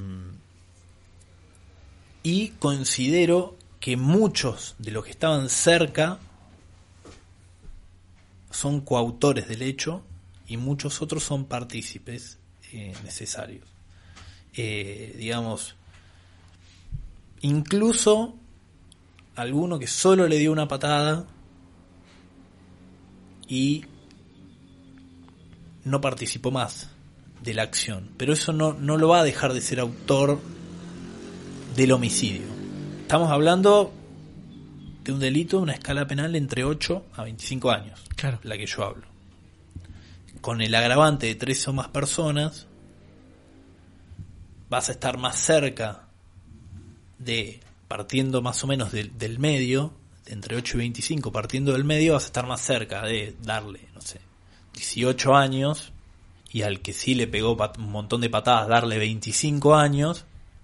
y considero que muchos de los que estaban cerca son coautores del hecho y muchos otros son partícipes eh, necesarios. Eh, digamos, incluso alguno que solo le dio una patada y no participó más de la acción, pero eso no, no lo va a dejar de ser autor del homicidio. Estamos hablando de un delito de una escala penal entre ocho a veinticinco años, Claro. la que yo hablo, con el agravante de tres o más personas. Vas a estar más cerca de, partiendo más o menos de, del medio, entre ocho y veinticinco, partiendo del medio, vas a estar más cerca de darle, no sé, dieciocho años, y al que sí le pegó pat- un montón de patadas, darle veinticinco años,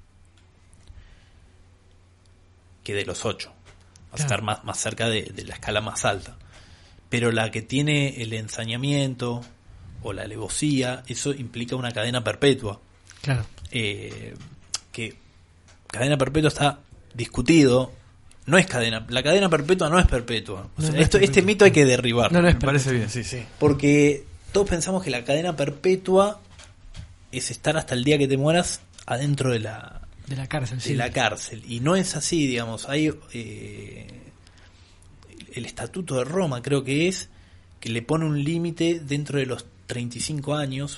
que de los ocho. Vas a Claro. estar más, más cerca de, de la escala más alta. Pero la que tiene el ensañamiento o la alevosía, eso implica una cadena perpetua. Claro. Eh, que cadena perpetua está discutido. No es cadena, la cadena perpetua no es perpetua. O No, sea, no es esto, este perpetua. mito hay que derribar. No, no es Me parece perfecto. bien, sí, sí. Porque todos pensamos que la cadena perpetua es estar hasta el día que te mueras adentro de la, De la cárcel, de sí. la cárcel. Y no es así, digamos. Hay eh, el Estatuto de Roma, creo que es, que le pone un límite dentro de los treinta y cinco años.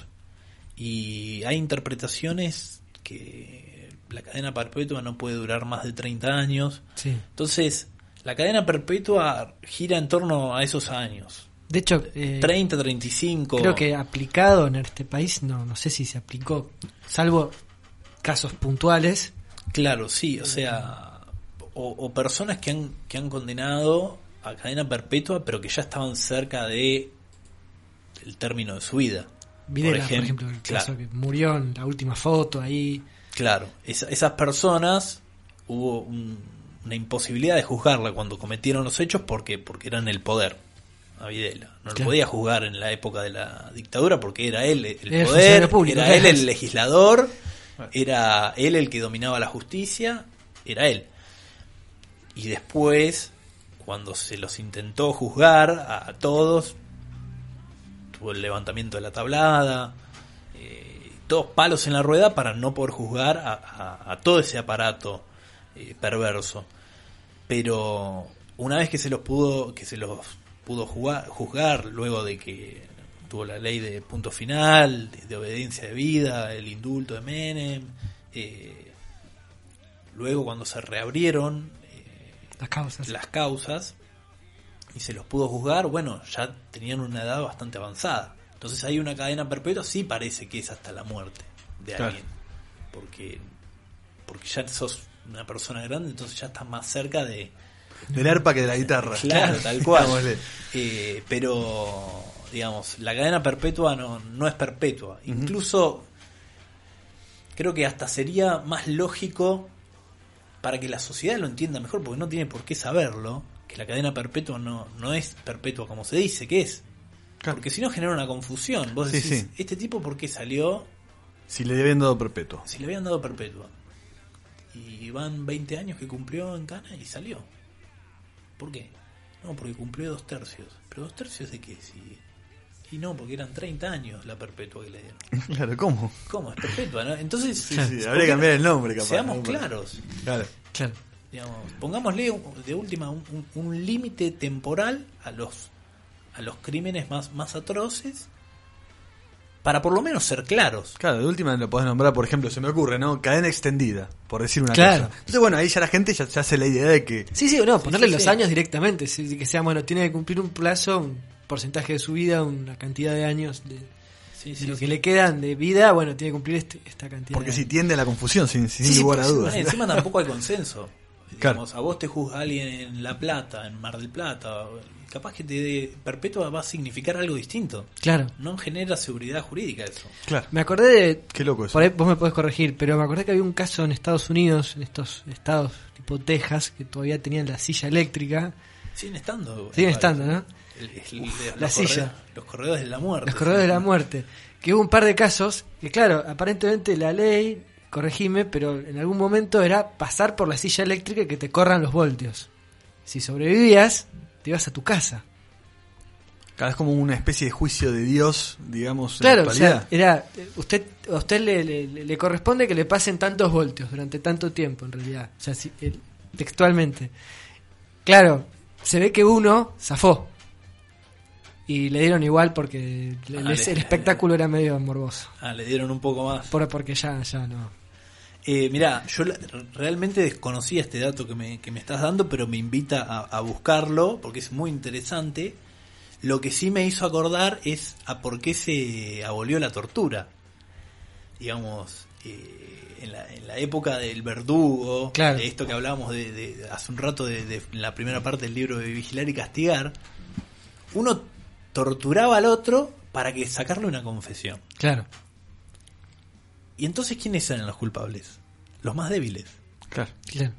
Y hay interpretaciones que la cadena perpetua no puede durar más de treinta años. Sí. Entonces, la cadena perpetua gira en torno a esos años. De hecho, eh, treinta, treinta y cinco. creo que aplicado en este país, no, no sé si se aplicó, salvo casos puntuales. Claro, sí, o sea, o, o personas que han, que han condenado a cadena perpetua, pero que ya estaban cerca de el término de su vida. Videla, Por por ejem- ejemplo, el claro. caso que murió en la última foto ahí. Claro, esa- esas personas hubo un- una imposibilidad de juzgarla cuando cometieron los hechos porque porque eran el poder. A Videla no lo Claro. podía juzgar en la época de la dictadura porque era él el Era el poder, funcionario público, era él claro. el legislador, era él el que dominaba la justicia, era él. Y después, cuando se los intentó juzgar a, a todos, tuvo el levantamiento de la tablada, eh, todos palos en la rueda para no poder juzgar a, a- a todo ese aparato eh, perverso. Pero una vez que se los pudo, que se los pudo jugar- juzgar, luego de que tuvo la ley de punto final, de, de obediencia de vida, el indulto de Menem, eh, luego cuando se reabrieron eh, Las causas. las causas y se los pudo juzgar, bueno, ya tenían una edad bastante avanzada. Entonces hay una cadena perpetua, sí parece que es hasta la muerte de Claro. alguien. Porque porque ya sos una persona grande, entonces ya estás más cerca de... Del arpa que de la guitarra. Claro, tal cual. Digámosle. Eh, pero, digamos, la cadena perpetua no, no es perpetua. Ujú. Incluso creo que hasta sería más lógico para que la sociedad lo entienda mejor, porque no tiene por qué saberlo, que la cadena perpetua no, no es perpetua como se dice que es. Claro. Porque si no genera una confusión. Vos sí, decís, sí. ¿este tipo por qué salió? Si le habían dado perpetuo. Si le habían dado perpetua. Y van veinte años que cumplió en Cana y salió. ¿Por qué? No, porque cumplió dos tercios. ¿Pero dos tercios de qué? Si... Y no, porque eran treinta años la perpetua que le dieron. Claro, ¿cómo? ¿Cómo? Es perpetua, ¿no? Entonces, sí, sí, habría que cambiar el nombre, capaz. Seamos ¿no? claros. Claro. Claro. Digamos, pongámosle de última un, un, un límite temporal a los a los crímenes más, más atroces, para por lo menos ser claros. Claro, de última lo podés nombrar, por ejemplo, se me ocurre, ¿no? Cadena extendida, por decir una claro. cosa. Entonces, bueno, ahí ya la gente ya se hace la idea de que... Sí, sí, no, ponerle sí, los sí. años directamente, sí, que sea, bueno, tiene que cumplir un plazo, un porcentaje de su vida, una cantidad de años de, Sí, de sí, lo sí. que le quedan de vida, bueno, tiene que cumplir este, esta cantidad. Porque de si años. tiende a la confusión, sin, sin Sí, sí, lugar a pues, dudas. Ah, encima tampoco hay consenso. Claro. Digamos, a vos te juzga alguien en La Plata, en Mar del Plata, capaz que te dé perpetua va a significar algo distinto. Claro. No genera seguridad jurídica eso. Claro. Me acordé de... Qué loco eso. Por ahí vos me podés corregir, pero me acordé que había un caso en Estados Unidos, en estos estados tipo Texas, que todavía tenían la silla eléctrica. Siguen estando. Siguen igual. estando, ¿no? El- el- Uf, los la silla. corredores- los corredores de la muerte. Los corredores de la Sí. muerte. Que hubo un par de casos que, claro, aparentemente la ley, corregime, pero en algún momento era pasar por la silla eléctrica y que te corran los voltios. Si sobrevivías, te ibas a tu casa. Cada vez como una especie de juicio de Dios, digamos, Claro, en la o sea, actualidad. era, usted, a usted le, le, le corresponde que le pasen tantos voltios durante tanto tiempo, en realidad. O sea, si, el- textualmente. Claro, se ve que uno zafó. Y le dieron igual porque le- Ah, le- le- el espectáculo era medio morboso. Ah, le dieron un poco más. Por, porque ya, ya no. Eh, mirá, yo la- realmente desconocía este dato que me, que me estás dando, pero me invita a, a buscarlo porque es muy interesante. Lo que sí me hizo acordar es a por qué se abolió la tortura. Digamos, eh, en, la, en la época del verdugo, Claro. de esto que hablábamos de, de- hace un rato de, de la primera parte del libro de Vigilar y Castigar, uno torturaba al otro para que sacarle una confesión. Claro. ¿Y entonces quiénes eran los culpables? Los más débiles. Claro. Claro.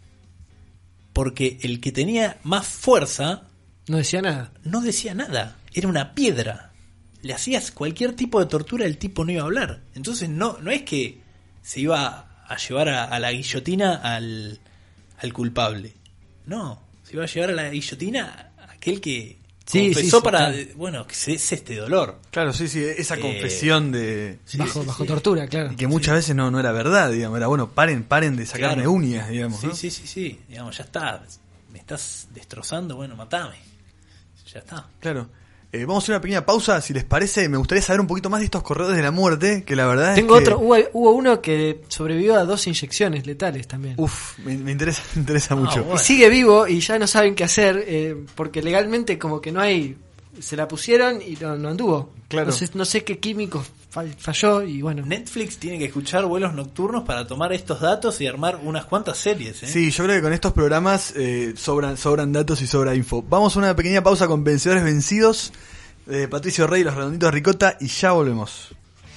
Porque el que tenía más fuerza No decía nada. no decía nada. Era una piedra. Le hacías cualquier tipo de tortura, el tipo no iba a hablar. Entonces no, no es que se iba a llevar a, a la guillotina al, al culpable. No, se iba a llevar a la guillotina a aquel que Sí, confesó sí, sí, para, claro. bueno, que se- es este dolor. Claro, sí, sí, esa Eh, confesión de... Sí, bajo sí, bajo sí. tortura, claro. Y que muchas veces no, no era verdad, digamos. Era, bueno, paren, paren de sacarme Claro. uñas, digamos. Sí, ¿no? sí, sí, sí. Digamos, ya está. Me estás destrozando, bueno, matame. Ya está. Claro. Eh, vamos a hacer una pequeña pausa, si les parece. Me gustaría saber un poquito más de estos corredores de la muerte, que la verdad Tengo es que... otro, hubo, hubo uno que sobrevivió a dos inyecciones letales también. Uf, me, me interesa, me interesa mucho. bueno. Y sigue vivo y ya no saben qué hacer, eh, porque legalmente como que no hay... Se la pusieron y no, no anduvo. Claro. No sé, no sé qué químico fall- falló y bueno. Netflix tiene que escuchar Vuelos Nocturnos para tomar estos datos y armar unas cuantas series, ¿eh? Sí, yo creo que con estos programas eh, sobran, sobran datos y sobra info. Vamos a una pequeña pausa con Vencedores Vencidos, de Patricio Rey y los Redonditos de Ricota, y ya volvemos.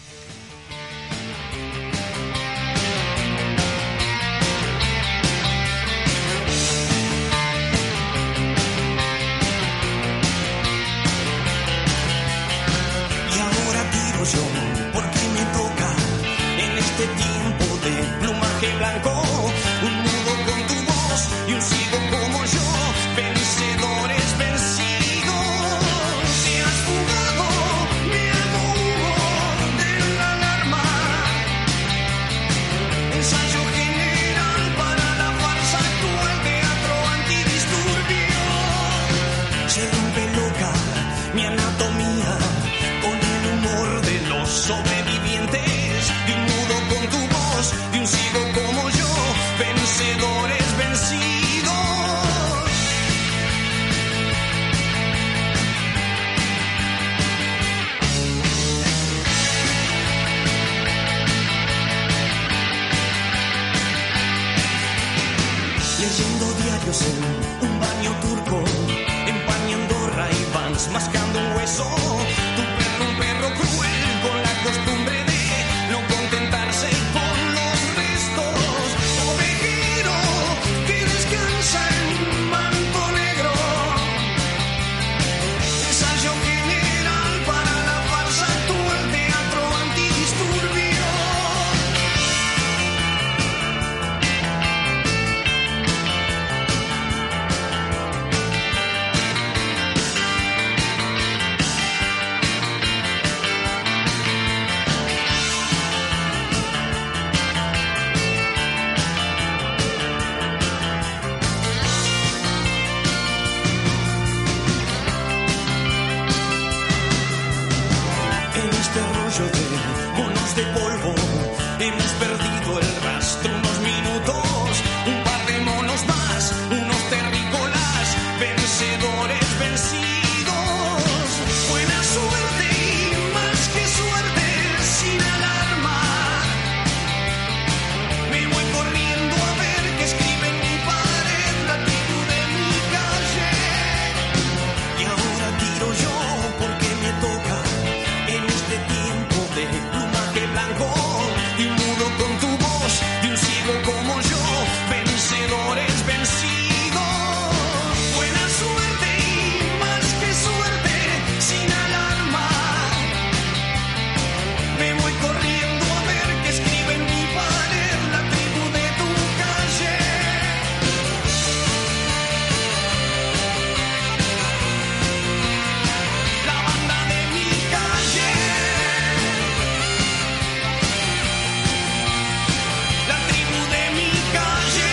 Y ahora tiro yo, porque me toca en este tiempo de plumaje blanco. Un nudo con tu voz y un ciego como yo, vencedores vencidos. Te has fugado, mi amor, de la alarma. Ensayo general para la farsa actual, teatro antidisturbio. Se rompe loca mi anatomía con el humor de los sobrevivientes, de un nudo con tu voz, de un ciego como yo, vencedores vencidos. Leyendo diarios en un baño turco, empañando Ray-Bans, mascando un hueso. Tu perro, un perro cruel, con la costumbre de no contentarse con los restos. Ovejero, hemos perdido el rastro unos minutos, un par de monos más, unos terrícolas, vencedores vencidos. Buena suerte y más que suerte, sin alarma. Me voy corriendo a ver qué escribe en mi pared la tribu de mi calle. Y ahora tiro yo porque me toca en este tiempo de plumaje blanco y mudo con tu voz de un ciego como yo, vencedores vencidos. Buena suerte y más que suerte, sin alarma. Me voy corriendo a ver qué escribe en mi pared la tribu de tu calle. La banda de mi calle. La tribu de mi calle.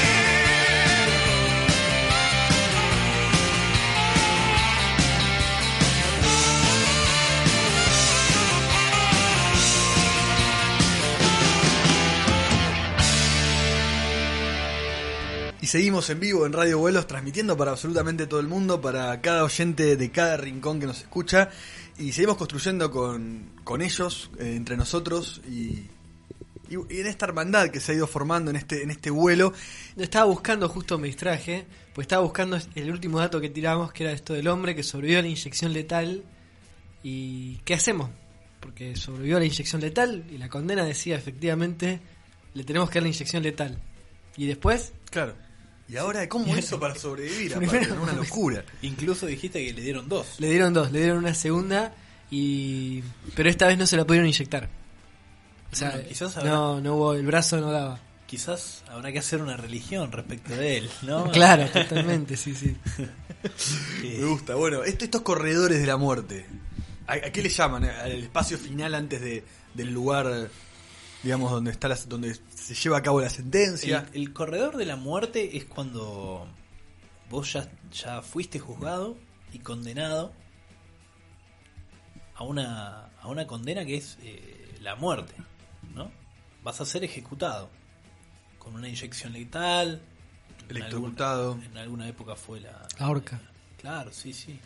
Y seguimos en vivo en Radio Vuelos, transmitiendo para absolutamente todo el mundo, para cada oyente de cada rincón que nos escucha. Y seguimos construyendo con, con ellos, eh, entre nosotros, y, y, y en esta hermandad que se ha ido formando en este, en este vuelo. Estaba buscando, justo me distraje, pues estaba buscando el último dato que tiramos, que era esto del hombre que sobrevivió a la inyección letal. ¿Y qué hacemos? Porque sobrevivió a la inyección letal y la condena decía, efectivamente, le tenemos que dar la inyección letal. Y después, Claro. Y ahora, ¿cómo hizo para sobrevivir? Aparte, Primero- ¿no? Una locura. Incluso dijiste que le dieron dos. le dieron dos, le dieron una segunda, y pero esta vez no se la pudieron inyectar. O sea, Bueno, quizás habrá- no, no hubo, el brazo no daba. Quizás habrá que hacer una religión respecto de él, ¿no? Claro, totalmente, sí, sí. Eh, Me gusta. Bueno, esto- estos corredores de la muerte, ¿a, a qué le llaman? Al espacio final antes de, del lugar, digamos, donde está la- donde se lleva a cabo la sentencia. El, el corredor de la muerte es cuando vos ya, ya fuiste juzgado y condenado a una, a una condena que es eh, la muerte, ¿no? Vas a ser ejecutado con una inyección letal. en Electrocutado. alguna- En alguna época fue la... La horca. Claro, sí, sí.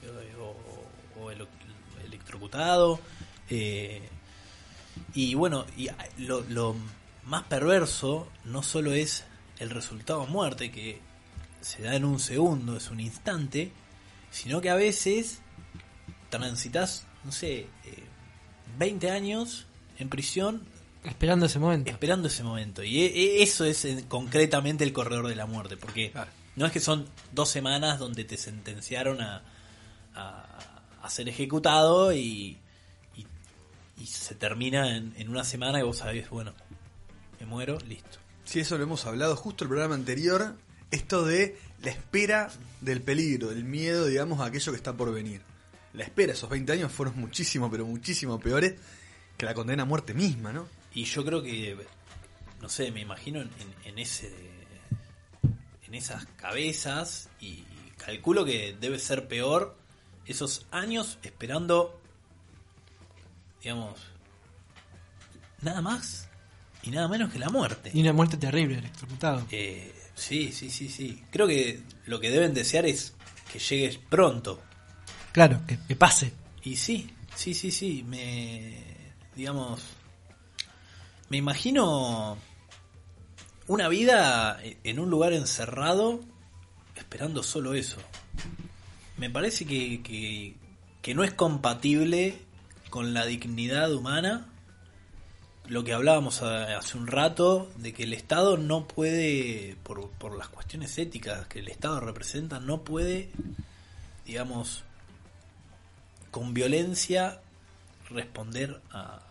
O, o elo- electrocutado. eh, y bueno, y lo, lo más perverso no solo es el resultado muerte, que se da en un segundo, es un instante, sino que a veces transitas, no sé, eh, veinte años en prisión Esperando ese momento. esperando ese momento. Y e- e- eso es eh, concretamente el corredor de la muerte, porque Claro. no es que son dos semanas donde te sentenciaron a, a, a ser ejecutado y, y, y se termina en, en una semana y vos sabés, bueno, me muero, listo. Sí, eso lo hemos hablado justo el programa anterior. Esto de la espera del peligro, del miedo, digamos, a aquello que está por venir. La espera, esos veinte años fueron muchísimo, pero muchísimo peores que la condena a muerte misma, ¿no? Y yo creo que, no sé, me imagino en, en, en ese en esas cabezas y calculo que debe ser peor esos años esperando, digamos, nada más y nada menos que la muerte. Y una muerte terrible, electrocutado. Eh, sí, sí, sí, sí. Creo que lo que deben desear es que llegues pronto. Claro, que, que pase. Y sí, sí, sí, sí. Me, digamos, me imagino una vida en un lugar encerrado esperando solo eso. Me parece que, que, que no es compatible con la dignidad humana. Lo que hablábamos hace un rato, de que el Estado no puede, por, por las cuestiones éticas que el Estado representa, no puede, digamos, con violencia responder a,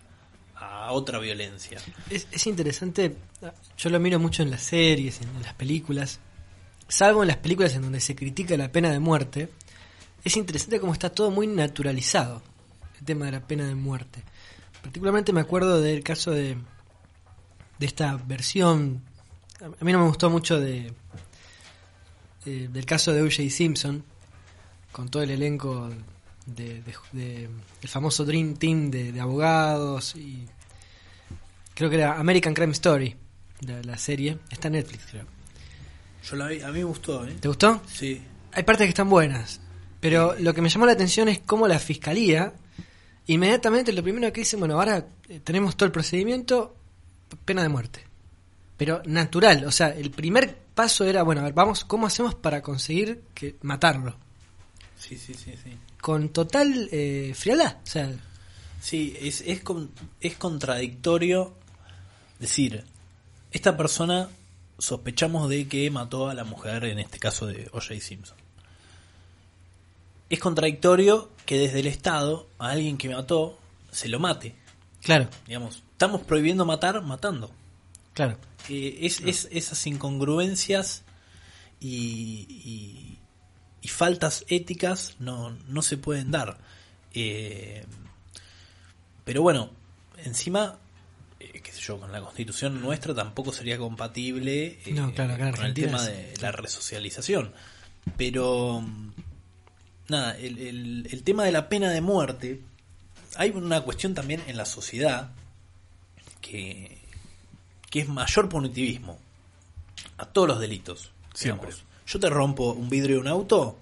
a otra violencia. Es, es interesante, yo lo miro mucho en las series, en, en las películas, salvo en las películas en donde se critica la pena de muerte. Es interesante cómo está todo muy naturalizado, el tema de la pena de muerte. Particularmente me acuerdo del caso de de esta versión, a mí no me gustó mucho de, de del caso de O J Simpson, con todo el elenco de, de, de el famoso Dream Team de, de abogados, y Creo que era American Crime Story, la, la serie. Está en Netflix, creo. Yo la vi, a mí me gustó, ¿eh? ¿Te gustó? Sí. Hay partes que están buenas, pero lo que me llamó la atención es cómo la fiscalía, inmediatamente lo primero que dice, bueno, ahora eh, tenemos todo el procedimiento, pena de muerte. Pero natural, o sea, el primer paso era, bueno, a ver, vamos, ¿cómo hacemos para conseguir que matarlo? Sí, sí, sí, sí. Con total eh, frialdad, o sea... Sí, es, es, con, es contradictorio decir, esta persona sospechamos de que mató a la mujer, en este caso de O J Simpson. Es contradictorio que desde el Estado a alguien que mató se lo mate. Claro. Digamos, estamos prohibiendo matar matando. Claro. Eh, es, es esas incongruencias y, y, y faltas éticas no, no se pueden dar. Eh, pero bueno, encima, eh, qué sé yo, con la Constitución nuestra tampoco sería compatible eh, No, claro, acá en con el Argentina tema es- de la resocialización. Pero nada, el, el, el tema de la pena de muerte, hay una cuestión también en la sociedad que, que es mayor punitivismo a todos los delitos. Siempre. Digamos, yo te rompo un vidrio de un auto,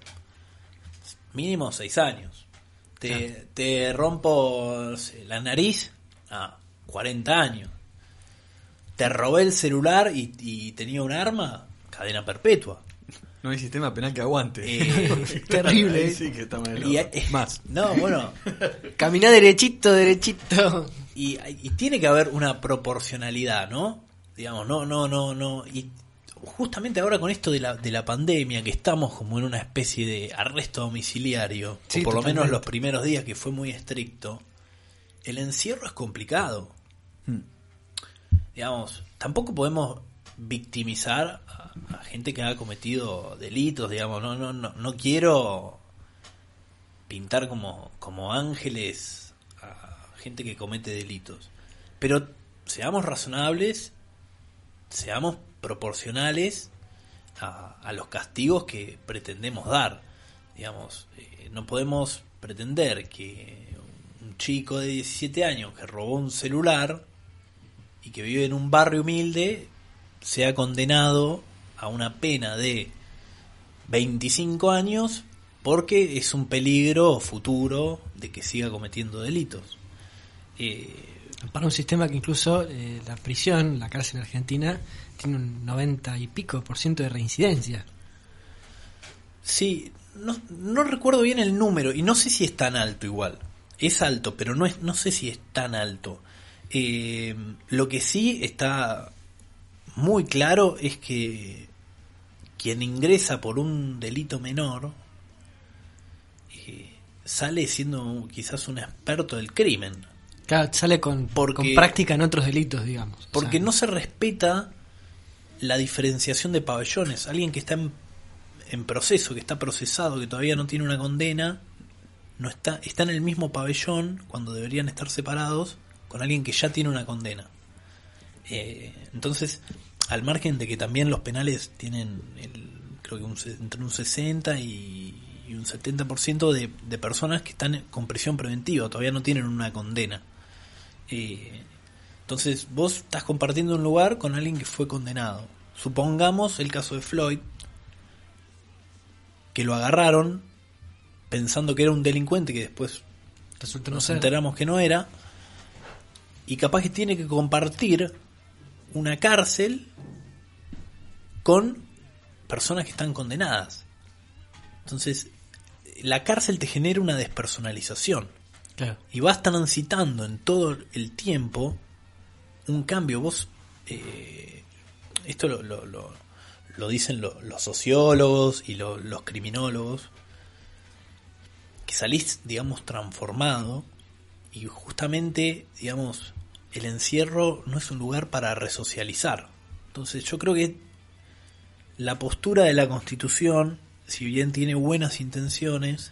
mínimo seis años. Te, Claro. te rompo no sé, la nariz, a cuarenta años. Te robé el celular y, y tenía un arma, cadena perpetua. No hay sistema penal que aguante. Eh, terrible, Ahí eh. sí que está mal. Y, eh, Más. No, bueno. Caminá derechito, derechito. Y, y tiene que haber una proporcionalidad, ¿no? Digamos, no, no, no, no. Y justamente ahora con esto de la, de la pandemia, que estamos como en una especie de arresto domiciliario, Sí, o por lo totalmente. menos los primeros días que fue muy estricto, el encierro es complicado. Hmm. Digamos, tampoco podemos victimizar a, a gente que ha cometido delitos, digamos, no, no, no, no quiero pintar como, como ángeles a gente que comete delitos. Pero seamos razonables, seamos proporcionales a, a los castigos que pretendemos dar. Digamos, eh, no podemos pretender que un chico de diecisiete años que robó un celular y que vive en un barrio humilde sea condenado a una pena de veinticinco años porque es un peligro futuro de que siga cometiendo delitos. Eh, Para un sistema que incluso eh, la prisión, la cárcel argentina, tiene un noventa y pico por ciento de reincidencia. sí, no, no recuerdo bien el número y no sé si es tan alto igual. Es alto, pero no, es, no sé si es tan alto. Eh, lo que sí está muy claro es que quien ingresa por un delito menor eh, sale siendo quizás un experto del crimen. Claro, sale con, Porque- con práctica en otros delitos, digamos. O Porque sea, no se respeta la diferenciación de pabellones. Alguien que está en, en proceso, que está procesado, que todavía no tiene una condena, no está, está en el mismo pabellón cuando deberían estar separados con alguien que ya tiene una condena. Eh, entonces, al margen de que también los penales tienen el, creo que un, se- entre un sesenta y, y un setenta por ciento de, de personas que están con prisión preventiva, todavía no tienen una condena. Eh, entonces vos estás compartiendo un lugar con alguien que fue condenado. Supongamos el caso de Floyd, que lo agarraron pensando que era un delincuente que después resulta no nos ser. enteramos que no era, y capaz que tiene que compartir una cárcel con personas que están condenadas. Entonces la cárcel te genera una despersonalización Claro. y vas transitando en todo el tiempo un cambio. Vos eh, esto lo, lo, lo, lo dicen lo- los sociólogos y lo- los criminólogos, que salís, digamos, transformado, y justamente, digamos, el encierro no es un lugar para resocializar. Entonces yo creo que la postura de la Constitución, si bien tiene buenas intenciones,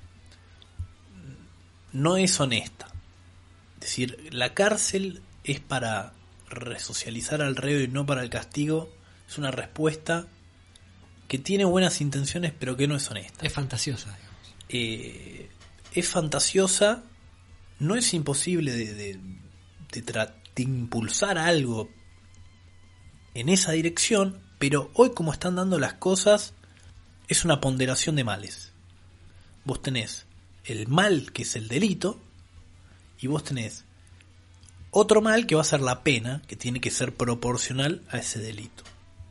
no es honesta. Es decir, la cárcel es para resocializar al reo y no para el castigo. Es una respuesta que tiene buenas intenciones pero que no es honesta. Es fantasiosa, digamos. Eh, es fantasiosa, no es imposible de, de- de tra- te impulsara algo en esa dirección, pero hoy como están dando las cosas es una ponderación de males. Vos tenés el mal que es el delito y vos tenés otro mal que va a ser la pena, que tiene que ser proporcional a ese delito.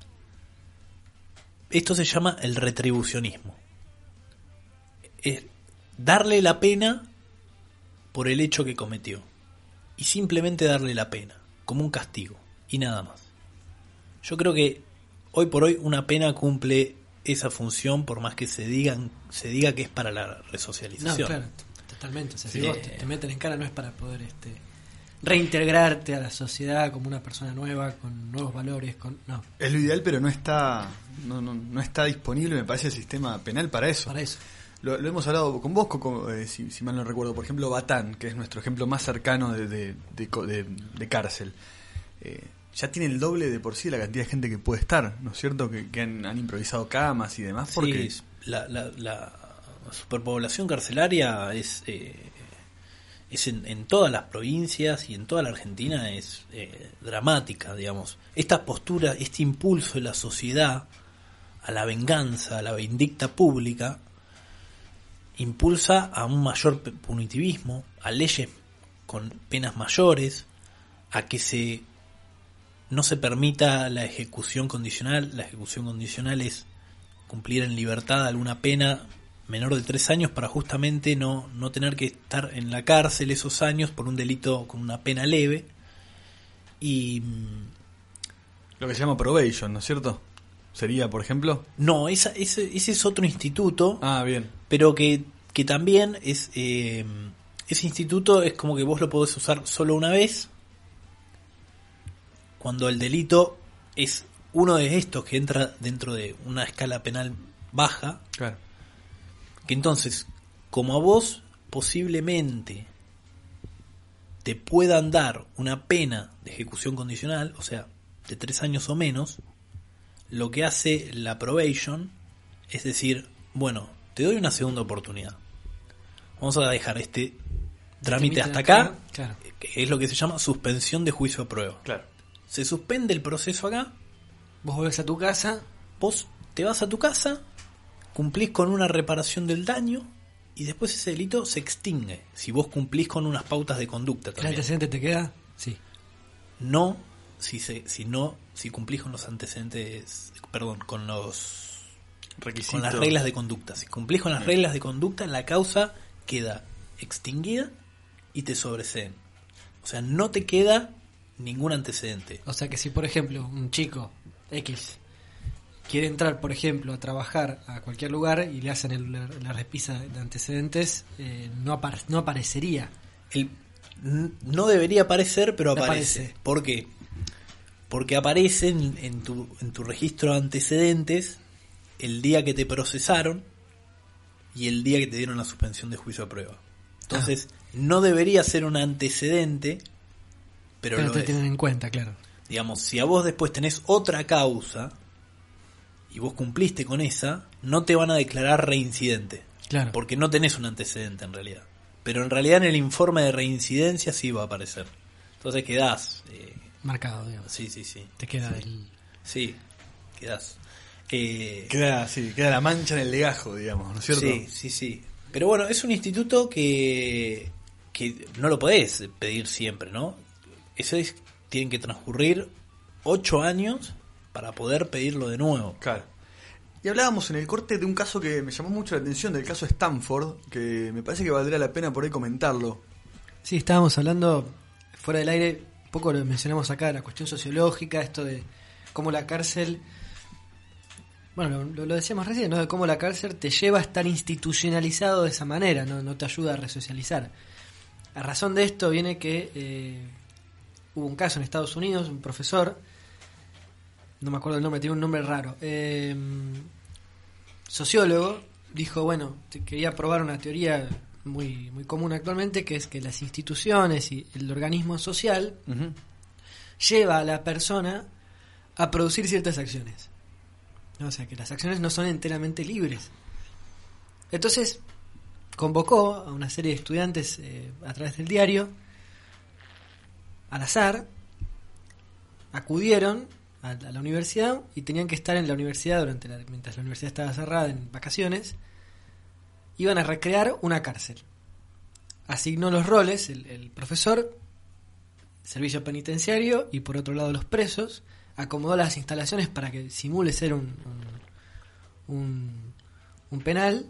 Esto se llama el retribucionismo. Es darle la pena por el hecho que cometió. Y simplemente darle la pena, como un castigo, y nada más. Yo creo que hoy por hoy una pena cumple esa función, por más que se digan se diga que es para la resocialización. No, claro, totalmente. O sea, Sí. si vos te, te meten en cara no es para poder este reintegrarte a la sociedad como una persona nueva, con nuevos valores, con no, Es lo ideal, pero no está no, no, no está disponible, me parece, el sistema penal para eso. para eso. Lo, lo hemos hablado con vos, Coco, eh, si, si mal no recuerdo. Por ejemplo, Batán, que es nuestro ejemplo más cercano de, de, de, co- de- de cárcel. Eh, ya tiene el doble de por sí la cantidad de gente que puede estar, ¿no es cierto? Que, que han, han improvisado camas y demás. Porque Sí, la, la, la superpoblación carcelaria es, eh, es en, en todas las provincias y en toda la Argentina es eh, dramática, digamos. Esta postura, este impulso de la sociedad a la venganza, a la vindicta pública, impulsa a un mayor punitivismo, a leyes con penas mayores, a que se no se permita la ejecución condicional. La ejecución condicional es cumplir en libertad alguna pena menor de tres años para justamente no, no tener que estar en la cárcel esos años por un delito con una pena leve. Y lo que se llama probation, ¿no es cierto? Sería, por ejemplo. no, esa, ese, ese es otro instituto, Ah, bien. pero que, que también es eh, ese instituto es como que vos lo podés usar solo una vez cuando el delito es uno de estos que entra dentro de una escala penal baja, Claro. que entonces, como a vos posiblemente te puedan dar una pena de ejecución condicional, o sea, de tres años o menos, lo que hace la probation es decir, bueno, te doy una segunda oportunidad. Vamos a dejar este trámite Te hasta limitan acá, claro. que es lo que se llama suspensión de juicio a prueba. Claro. Se suspende el proceso acá, Vos volvés a tu casa, vos te vas a tu casa, cumplís con una reparación del daño y después ese delito se extingue si vos cumplís con unas pautas de conducta ¿el también. antecedente te queda? Sí. No si se, si no si cumplís con los antecedentes, perdón, con los Requisitos. con las reglas de conducta. Si cumplís con las reglas de conducta, la causa queda extinguida y te sobreseen. O sea, no te queda ningún antecedente. O sea que si, por ejemplo, un chico X quiere entrar, por ejemplo, a trabajar a cualquier lugar y le hacen el- la, la repisa de antecedentes, eh, no, apar- no aparecería. El, n- no debería aparecer, pero No aparece. aparece. ¿Por qué? Porque aparece en, en tu, en tu registro de antecedentes el día que te procesaron y el día que te dieron la suspensión de juicio a prueba. Entonces, no debería ser un antecedente, pero, Pero lo te es. tienen en cuenta, claro. Digamos, si a vos después tenés otra causa y vos cumpliste con esa, no te van a declarar reincidente. Claro. Porque no tenés un antecedente en realidad. Pero en realidad en el informe de reincidencia sí va a aparecer. Entonces quedás. Eh, Marcado, digamos. sí, sí, sí. Te queda Sí, el... sí, quedás. Eh, Queda, sí, queda la mancha en el legajo, digamos, ¿no es cierto? Sí, sí, sí. Pero bueno, es un instituto que, que no lo podés pedir siempre, ¿no? Eso es, tienen que transcurrir ocho años para poder pedirlo de nuevo. Claro. Y hablábamos en el corte de un caso que me llamó mucho la atención, del caso Stanford, que me parece que valdría la pena por ahí comentarlo. Sí, estábamos hablando fuera del aire, un poco lo mencionamos acá, la cuestión sociológica, esto de cómo la cárcel, bueno, lo, lo decíamos recién, ¿no? De cómo la cárcel te lleva a estar institucionalizado de esa manera, no, no te ayuda a resocializar. A razón de esto viene que eh, hubo un caso en Estados Unidos, un profesor, no me acuerdo el nombre, tiene un nombre raro, eh, sociólogo, dijo, bueno, te- quería probar una teoría muy, muy común actualmente, que es que las instituciones y el organismo social Ujú. lleva a la persona a producir ciertas acciones. ¿No? O sea, que las acciones no son enteramente libres. Entonces, convocó a una serie de estudiantes eh, a través del diario al azar, acudieron a, a la universidad y tenían que estar en la universidad durante la, mientras la universidad estaba cerrada en vacaciones. Iban a recrear una cárcel. Asignó los roles el, el profesor, servicio penitenciario, y por otro lado los presos. Acomodó las instalaciones para que simule ser un, un, un, un penal.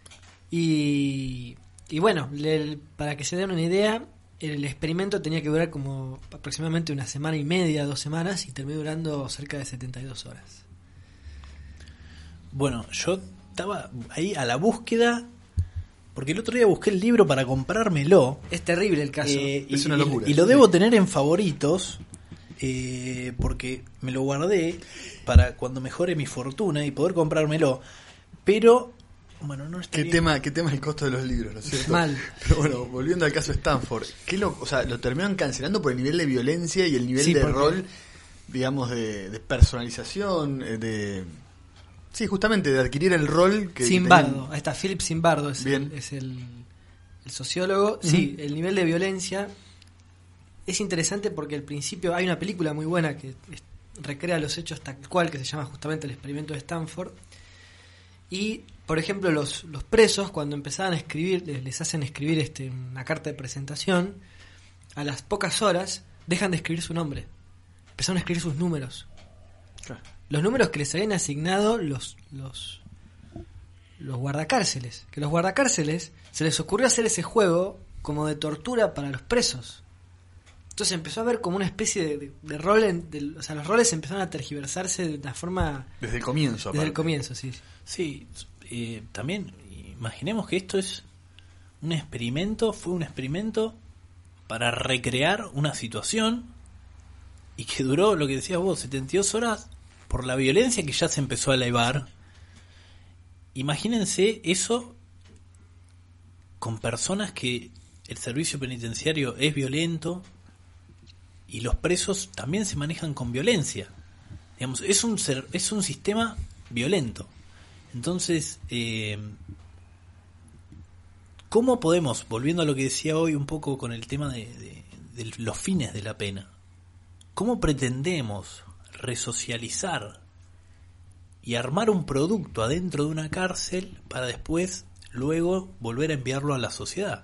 Y, y bueno, le, para que se den una idea, el experimento tenía que durar como aproximadamente una semana y media, dos semanas, y terminó durando cerca de setenta y dos horas. Bueno, yo estaba ahí a la búsqueda, porque el otro día busqué el libro para comprármelo. Es terrible el caso. Eh, Es y, una locura. Y, y lo debo tener en favoritos, eh, porque me lo guardé para cuando mejore mi fortuna y poder comprármelo. Pero, bueno, no está ¿Qué bien. tema, qué tema el costo de los libros, ¿no es cierto? Mal. Pero bueno, volviendo al caso de Stanford, ¿qué lo, o sea, lo terminaron cancelando por el nivel de violencia y el nivel Sí, de porque- rol, digamos, de, de personalización, eh, de... Sí, justamente, de adquirir el rol que... Zimbardo, tenían- ahí está, Philip Zimbardo es, Bien. el, es el, el sociólogo. Sí, el nivel de violencia es interesante porque al principio hay una película muy buena que es- recrea los hechos tal cual, que se llama justamente El experimento de Stanford. Y, por ejemplo, los, los presos, cuando empezaban a escribir, les, les hacen escribir este, una carta de presentación, a las pocas horas dejan de escribir su nombre. Empezaron a escribir sus números. Claro. Los números que les habían asignado los, los, los guardacárceles. Que los guardacárceles se les ocurrió hacer ese juego como de tortura para los presos. Entonces empezó a haber como una especie de, de, de rol, en, de, o sea, los roles empezaron a tergiversarse de una forma Desde el comienzo, desde el aparte. comienzo, sí. Sí, eh, también imaginemos que esto es un experimento, fue un experimento para recrear una situación y que duró, lo que decías vos, setenta y dos horas por la violencia que ya se empezó a elevar. Imagínense eso con personas que el servicio penitenciario es violento y los presos también se manejan con violencia. Digamos, es un ser, es un sistema violento. Entonces, eh, ¿cómo podemos, volviendo a lo que decía hoy un poco con el tema de, de, de los fines de la pena, cómo pretendemos resocializar y armar un producto adentro de una cárcel para después, luego, volver a enviarlo a la sociedad?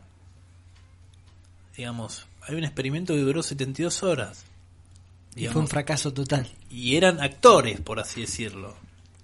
Digamos, hay un experimento que duró setenta y dos horas. Y Digamos, fue un fracaso total. y eran actores, por así decirlo.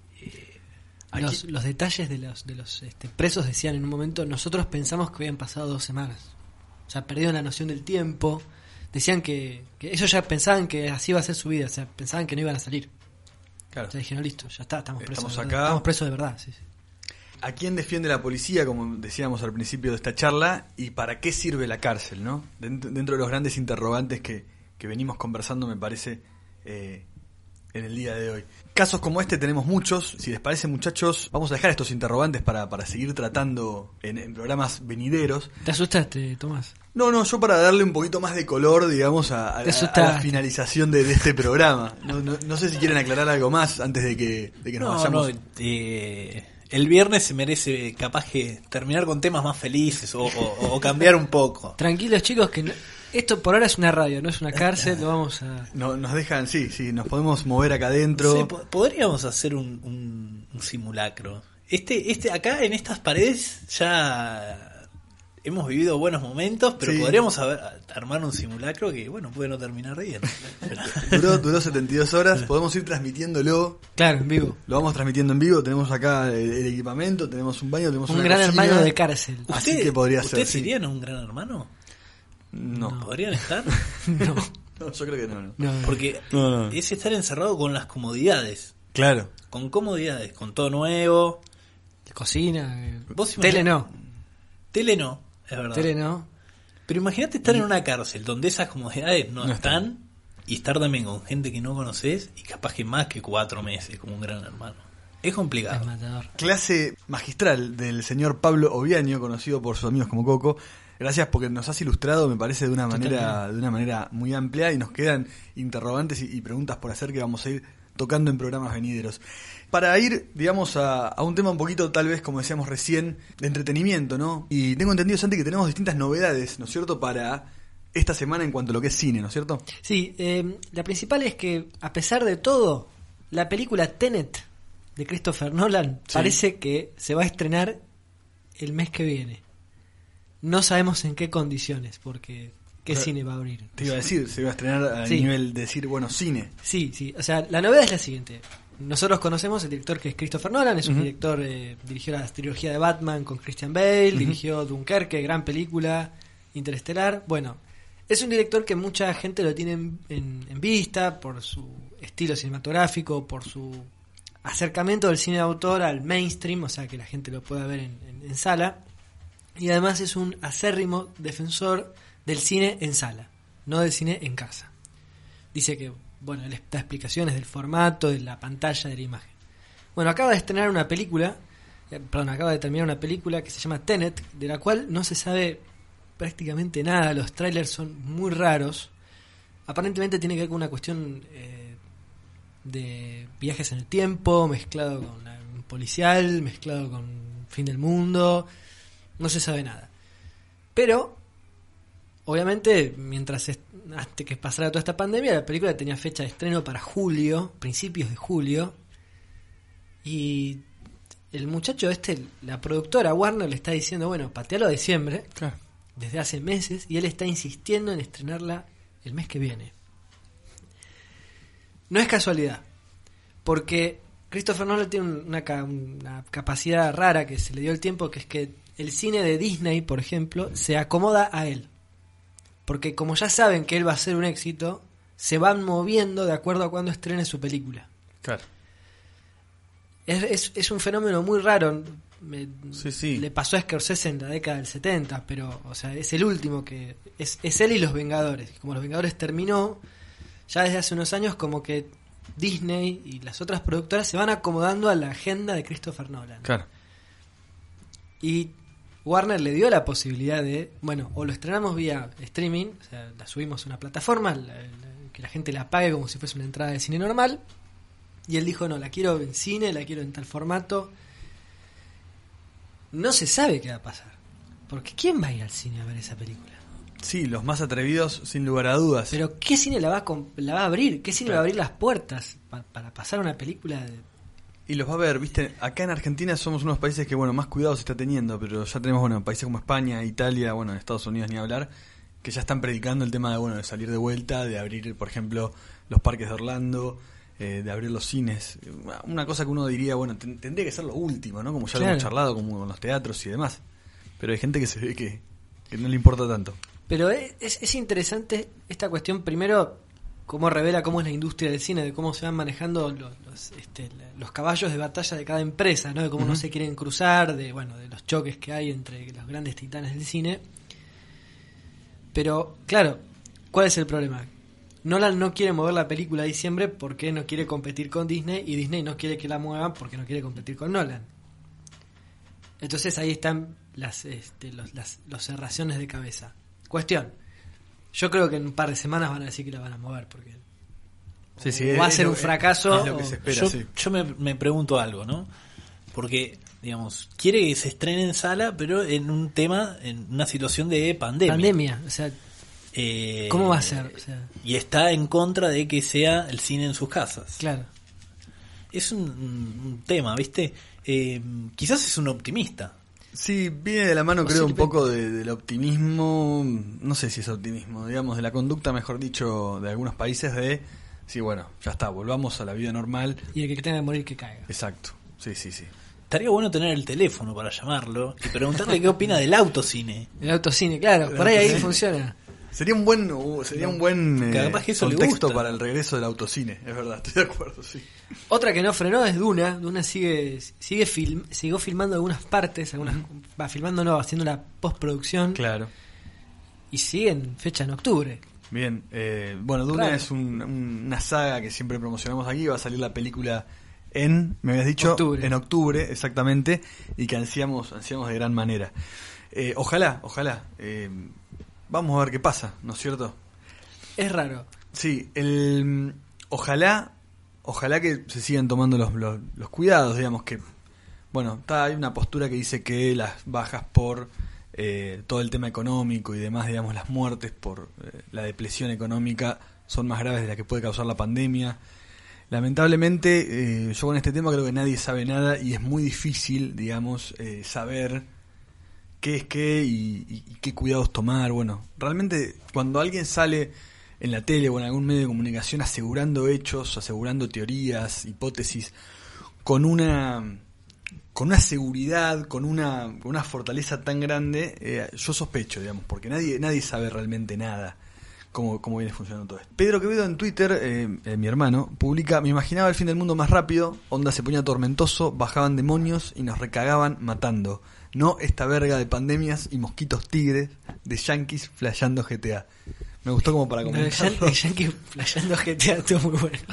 Aquí- Los, los detalles de los, de los este, presos decían en un momento, nosotros pensamos que habían pasado dos semanas. O sea, perdieron la noción del tiempo. Decían que, que ellos ya pensaban que así iba a ser su vida, o sea, pensaban que no iban a salir. Claro. O sea, dijeron, listo, ya está, estamos presos. Estamos de acá. verdad. Estamos presos de verdad, sí, sí. ¿A quién defiende la policía, como decíamos al principio de esta charla, y para qué sirve la cárcel, ¿no? Dentro, dentro de los grandes interrogantes que, que venimos conversando, me parece, eh, en el día de hoy. Casos como este tenemos muchos. Si les parece, muchachos, vamos a dejar estos interrogantes para, para seguir tratando en, en programas venideros. ¿Te asustaste, Tomás? No, no, yo para darle un poquito más de color, digamos, a, a- Te a- a la asustaste. finalización de, de este programa. No, no, no sé si quieren aclarar algo más antes de que, de que nos No, vayamos. no, eh, el viernes se merece capaz que terminar con temas más felices o, o- o cambiar un poco. Tranquilos, chicos, que no- esto por ahora es una radio, no es una cárcel, lo vamos a... No, nos dejan, sí, sí, nos podemos mover acá adentro. Sí, po- podríamos hacer un, un- un simulacro. Este, este, acá en estas paredes ya hemos vivido buenos momentos, pero Sí. podríamos haber- armar un simulacro que, bueno, puede no terminar bien. Pero- Duró, duró setenta y dos horas, podemos ir transmitiéndolo. Claro, en vivo. Lo vamos transmitiendo en vivo, tenemos acá el, el equipamiento, tenemos un baño, tenemos Un una gran cocina. hermano de cárcel. Así ¿Usted- que podría ser, ¿Ustedes sí. irían a un gran hermano? No, ¿Podrían estar? No, no, yo creo que no, no. no. Porque No, no. es estar encerrado con las comodidades. Claro. Con comodidades, con todo nuevo. Cocina, eh, Vos imaginás- tele no, Tele no, es verdad. tele no. Pero imagínate estar en una cárcel donde esas comodidades no, No están y estar también con gente que no conoces y capaz que más que cuatro meses como un gran hermano. Es Es complicado. matador. Clase magistral del señor Pablo Oviaño, conocido por sus amigos como Coco. Gracias porque nos has ilustrado, me parece, de una manera, Totalmente. de una manera muy amplia, y nos quedan interrogantes y, y preguntas por hacer que vamos a ir tocando en programas venideros. Para ir, digamos, a, a un tema un poquito, tal vez, como decíamos recién, de entretenimiento, ¿no? Y tengo entendido, Santi, que tenemos distintas novedades, ¿no es cierto?, para esta semana en cuanto a lo que es cine, ¿no es cierto? Sí, eh, la principal es que, a pesar de todo, la película Tenet de Christopher Nolan Sí. parece que se va a estrenar el mes que viene. No sabemos en qué condiciones, porque ¿qué Pero, cine va a abrir? Te iba a decir, se iba a estrenar a Sí. nivel de decir, bueno, cine. Sí, sí. O sea, la novedad es la siguiente. Nosotros conocemos el director que es Christopher Nolan, es un Ujú. director, eh, dirigió la trilogía de Batman con Christian Bale, Ujú. dirigió Dunkerque, gran película, Interestelar. Bueno, es un director que mucha gente lo tiene en, en- en vista por su estilo cinematográfico, por su acercamiento del cine de autor al mainstream, o sea, que la gente lo pueda ver en, en- en sala. Y además es un acérrimo defensor del cine en sala, no del cine en casa. Dice que, bueno, él da explicaciones del formato, de la pantalla, de la imagen. Bueno, acaba de estrenar una película, eh, perdón, acaba de terminar una película que se llama Tenet, de la cual no se sabe prácticamente nada, los trailers son muy raros. Aparentemente tiene que ver con una cuestión eh, de viajes en el tiempo, mezclado con la- un policial, mezclado con fin del mundo, no se sabe nada. Pero, obviamente, mientras est- antes que pasara toda esta pandemia, la película tenía fecha de estreno para julio, principios de julio, y el muchacho este, la productora Warner le está diciendo, bueno, patealo a diciembre, Claro. desde hace meses, y él está insistiendo en estrenarla el mes que viene. No es casualidad, porque Christopher Nolan tiene una, ca- una capacidad rara que se le dio el tiempo, que es que el cine de Disney, por ejemplo, se acomoda a él. Porque como ya saben que él va a ser un éxito, se van moviendo de acuerdo a cuando estrene su película. Claro. Es, es, es un fenómeno muy raro. Me- Sí, sí. Le pasó a Scorsese en la década del setenta, pero o sea, es el último que... Es, es él y Los Vengadores. Como Los Vengadores terminó, ya desde hace unos años como que Disney y las otras productoras se van acomodando a la agenda de Christopher Nolan. Claro. Y Warner le dio la posibilidad de, bueno, o lo estrenamos vía streaming, o sea, la subimos a una plataforma, la- la- que la gente la pague como si fuese una entrada de cine normal. Y él dijo, no, la quiero en cine, la quiero en tal formato. No se sabe qué va a pasar. Porque ¿quién va a ir al cine a ver esa película? Sí, los más atrevidos, sin lugar a dudas. Pero ¿qué cine la va a, comp- la va a abrir? ¿Qué cine Claro. va a abrir las puertas pa- para pasar una película de... Y los va a ver, viste, acá en Argentina somos unos países que, bueno, más cuidado se está teniendo, pero ya tenemos, bueno, países como España, Italia, bueno, Estados Unidos ni hablar, que ya están predicando el tema de, bueno, de salir de vuelta, de abrir, por ejemplo, los parques de Orlando, eh, de abrir los cines. Una cosa que uno diría, bueno, ten- tendría que ser lo último, ¿no? Como ya lo Claro. hemos charlado, como con los teatros y demás. Pero hay gente que se ve que, que no le importa tanto. Pero es, es interesante esta cuestión, primero, cómo revela cómo es la industria del cine, de cómo se van manejando los, los, este, la- los caballos de batalla de cada empresa, ¿no? De cómo Ujú. no se quieren cruzar, de bueno, de los choques que hay entre los grandes titanes del cine. Pero, claro, ¿cuál es el problema? Nolan no quiere mover la película a diciembre porque no quiere competir con Disney, y Disney no quiere que la muevan porque no quiere competir con Nolan. Entonces ahí están las, este, los, las los cerraciones de cabeza. Cuestión. Yo creo que en un par de semanas van a decir que la van a mover porque Sí, sí, o va a es ser lo- un fracaso. es lo que o- se espera, yo sí. yo me, me pregunto algo, ¿no? Porque, digamos, quiere que se estrene en sala, pero en un tema, en una situación de pandemia. Pandemia. O sea, Eh, ¿cómo va a ser? O sea, Y está en contra de que sea el cine en sus casas. claro. Es un, un tema, ¿viste? Eh, quizás es un optimista. Sí, viene de la mano, creo, un Posiblemente. poco de- del optimismo, no sé si es optimismo, digamos, de la conducta, mejor dicho, de algunos países de, sí, bueno, ya está, volvamos a la vida normal. Y el que tenga que morir que caiga. Exacto, sí, sí, sí. Estaría bueno tener el teléfono para llamarlo y preguntarle qué opina del autocine. El autocine, claro. El Por ahí ahí autocine. funciona. Sería un buen uh, sería un buen eh, Capaz que eso le contexto gusta. para el regreso del autocine, es verdad, estoy de acuerdo, sí. Otra que no frenó es Duna. Duna sigue sigue film, siguió filmando algunas partes, algunas va filmando no, haciendo la postproducción Claro. y sigue en fecha en octubre. Bien, eh, bueno, Duna Claro. es un- un- una saga que siempre promocionamos aquí, va a salir la película en, me habías dicho, Octubre. en octubre, exactamente, y que ansiamos, ansiamos de gran manera. Eh, ojalá, ojalá, eh, vamos a ver qué pasa, ¿no es cierto? Es raro. Sí, el, ojalá, ojalá que se sigan tomando los, los, los cuidados, digamos que, bueno, está, hay una postura que dice que las bajas por eh, todo el tema económico y demás, digamos, las muertes por eh, la depresión económica son más graves de las que puede causar la pandemia. Lamentablemente, eh, yo con este tema creo que nadie sabe nada y es muy difícil, digamos, eh, saber qué es qué y, y, y qué cuidados tomar. Bueno, realmente cuando alguien sale en la tele o en algún medio de comunicación asegurando hechos, asegurando teorías, hipótesis, con una con una seguridad, con una, con una fortaleza tan grande, eh, yo sospecho, digamos, porque nadie nadie sabe realmente nada cómo, cómo viene funcionando todo esto. Pedro Quevedo en Twitter, eh, eh, mi hermano, publica: me imaginaba el fin del mundo más rápido, onda se ponía tormentoso, bajaban demonios y nos recagaban matando. No esta verga de pandemias y mosquitos tigres de yankees flasheando G T A. Me gustó como para comentarlo. El Yankee flasheando G T A estuvo muy bueno.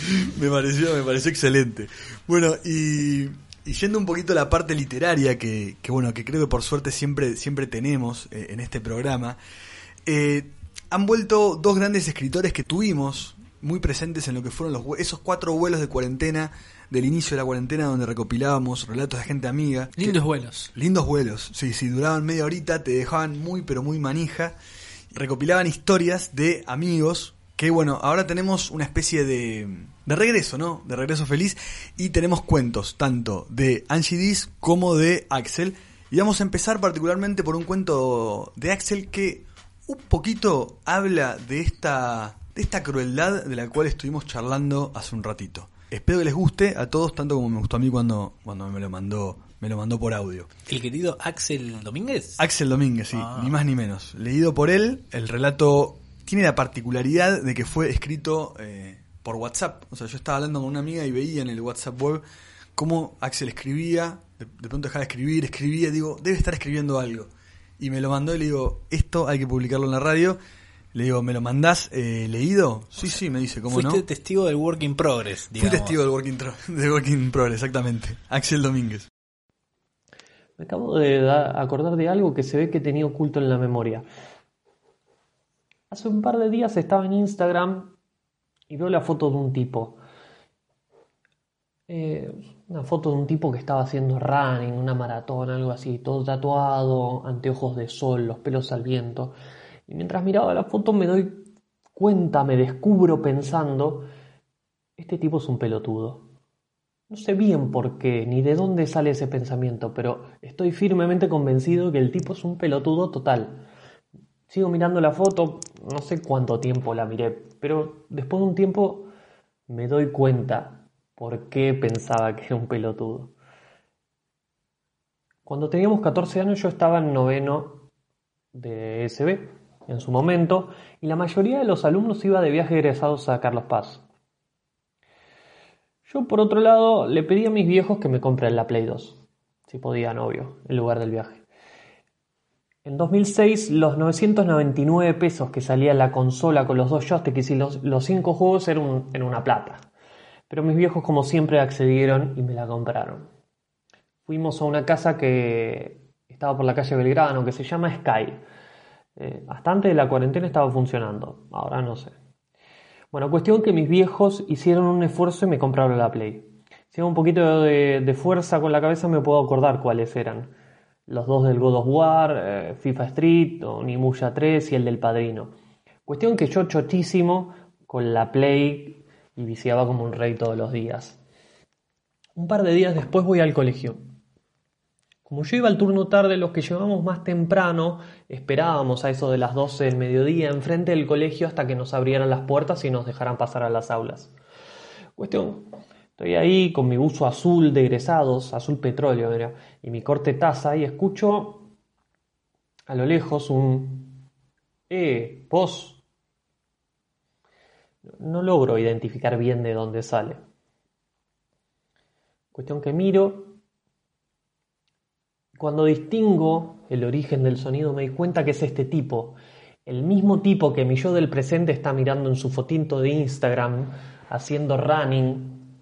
me pareció, me pareció excelente. Bueno, y, y yendo un poquito a la parte literaria que, que bueno, que creo que por suerte siempre, siempre tenemos eh, en este programa, eh, han vuelto dos grandes escritores que tuvimos muy presentes en lo que fueron los esos cuatro vuelos de cuarentena, del inicio de la cuarentena, donde recopilábamos relatos de gente amiga. Lindos que, vuelos. Lindos vuelos, sí, sí, duraban media horita, te dejaban muy, pero muy manija. Recopilaban historias de amigos que, bueno, ahora tenemos una especie de, de regreso, ¿no? De regreso feliz, y tenemos cuentos tanto de Angie Dees como de Axel. Y vamos a empezar particularmente por un cuento de Axel que un poquito habla de esta, de esta crueldad de la cual estuvimos charlando hace un ratito. Espero que les guste a todos tanto como me gustó a mí cuando, cuando me lo mandó me lo mandó por audio. ¿El querido Axel Domínguez? Axel Domínguez, sí, ah. ni más ni menos. Leído por él, el relato tiene la particularidad de que fue escrito eh, por WhatsApp. O sea, yo estaba hablando con una amiga y veía en el WhatsApp web cómo Axel escribía, de, de pronto dejaba de escribir, escribía, digo, debe estar escribiendo algo. Y me lo mandó y le digo, esto hay que publicarlo en la radio. Le digo, ¿me lo mandás eh, leído? Sí, sí, me dice, ¿cómo fuiste no? Fuiste testigo del Work in Progress, digamos. Fui testigo del Work in, del work in Progress, exactamente. Axel Domínguez. Me acabo de da- acordar de algo que se ve que tenía oculto en la memoria. Hace un par de días estaba en Instagram y veo la foto de un tipo. Eh, una foto de un tipo que estaba haciendo running, una maratón, algo así, todo tatuado, anteojos de sol, los pelos al viento. Y mientras miraba la foto me doy cuenta, me descubro pensando, este tipo es un pelotudo. No sé bien por qué, ni de dónde sale ese pensamiento, pero estoy firmemente convencido que el tipo es un pelotudo total. Sigo mirando la foto, no sé cuánto tiempo la miré, pero después de un tiempo me doy cuenta por qué pensaba que era un pelotudo. Cuando teníamos catorce años yo estaba en noveno de E S B en su momento, y la mayoría de los alumnos iba de viaje egresados a Carlos Paz. Yo, por otro lado, le pedí a mis viejos que me compren la Play dos, si podían, obvio, en lugar del viaje. En dos mil seis, los novecientos noventa y nueve pesos que salía la consola con los dos joysticks y los, los cinco juegos eran, un, eran una plata. Pero mis viejos, como siempre, accedieron y me la compraron. Fuimos a una casa que estaba por la calle Belgrano, que se llama Sky. Eh, hasta antes de la cuarentena estaba funcionando, ahora no sé. Bueno, cuestión que mis viejos hicieron un esfuerzo y me compraron la Play. Si hago un poquito de, de fuerza con la cabeza me puedo acordar cuáles eran. Los dos del God of War, eh, FIFA Street, Onimusha tres y el del Padrino. Cuestión que yo chochísimo con la Play y viciaba como un rey todos los días. Un par de días después voy al colegio. Como yo iba al turno tarde, los que llegábamos más temprano esperábamos a eso de las doce del mediodía enfrente del colegio hasta que nos abrieran las puertas y nos dejaran pasar a las aulas. Cuestión, estoy ahí con mi buzo azul de egresados, azul petróleo era, y mi corte taza y escucho a lo lejos un ¡Eh, vos! No logro identificar bien de dónde sale. Cuestión que miro. Cuando distingo el origen del sonido me doy cuenta que es este tipo, el mismo tipo que mi yo del presente está mirando en su fotito de Instagram, haciendo running,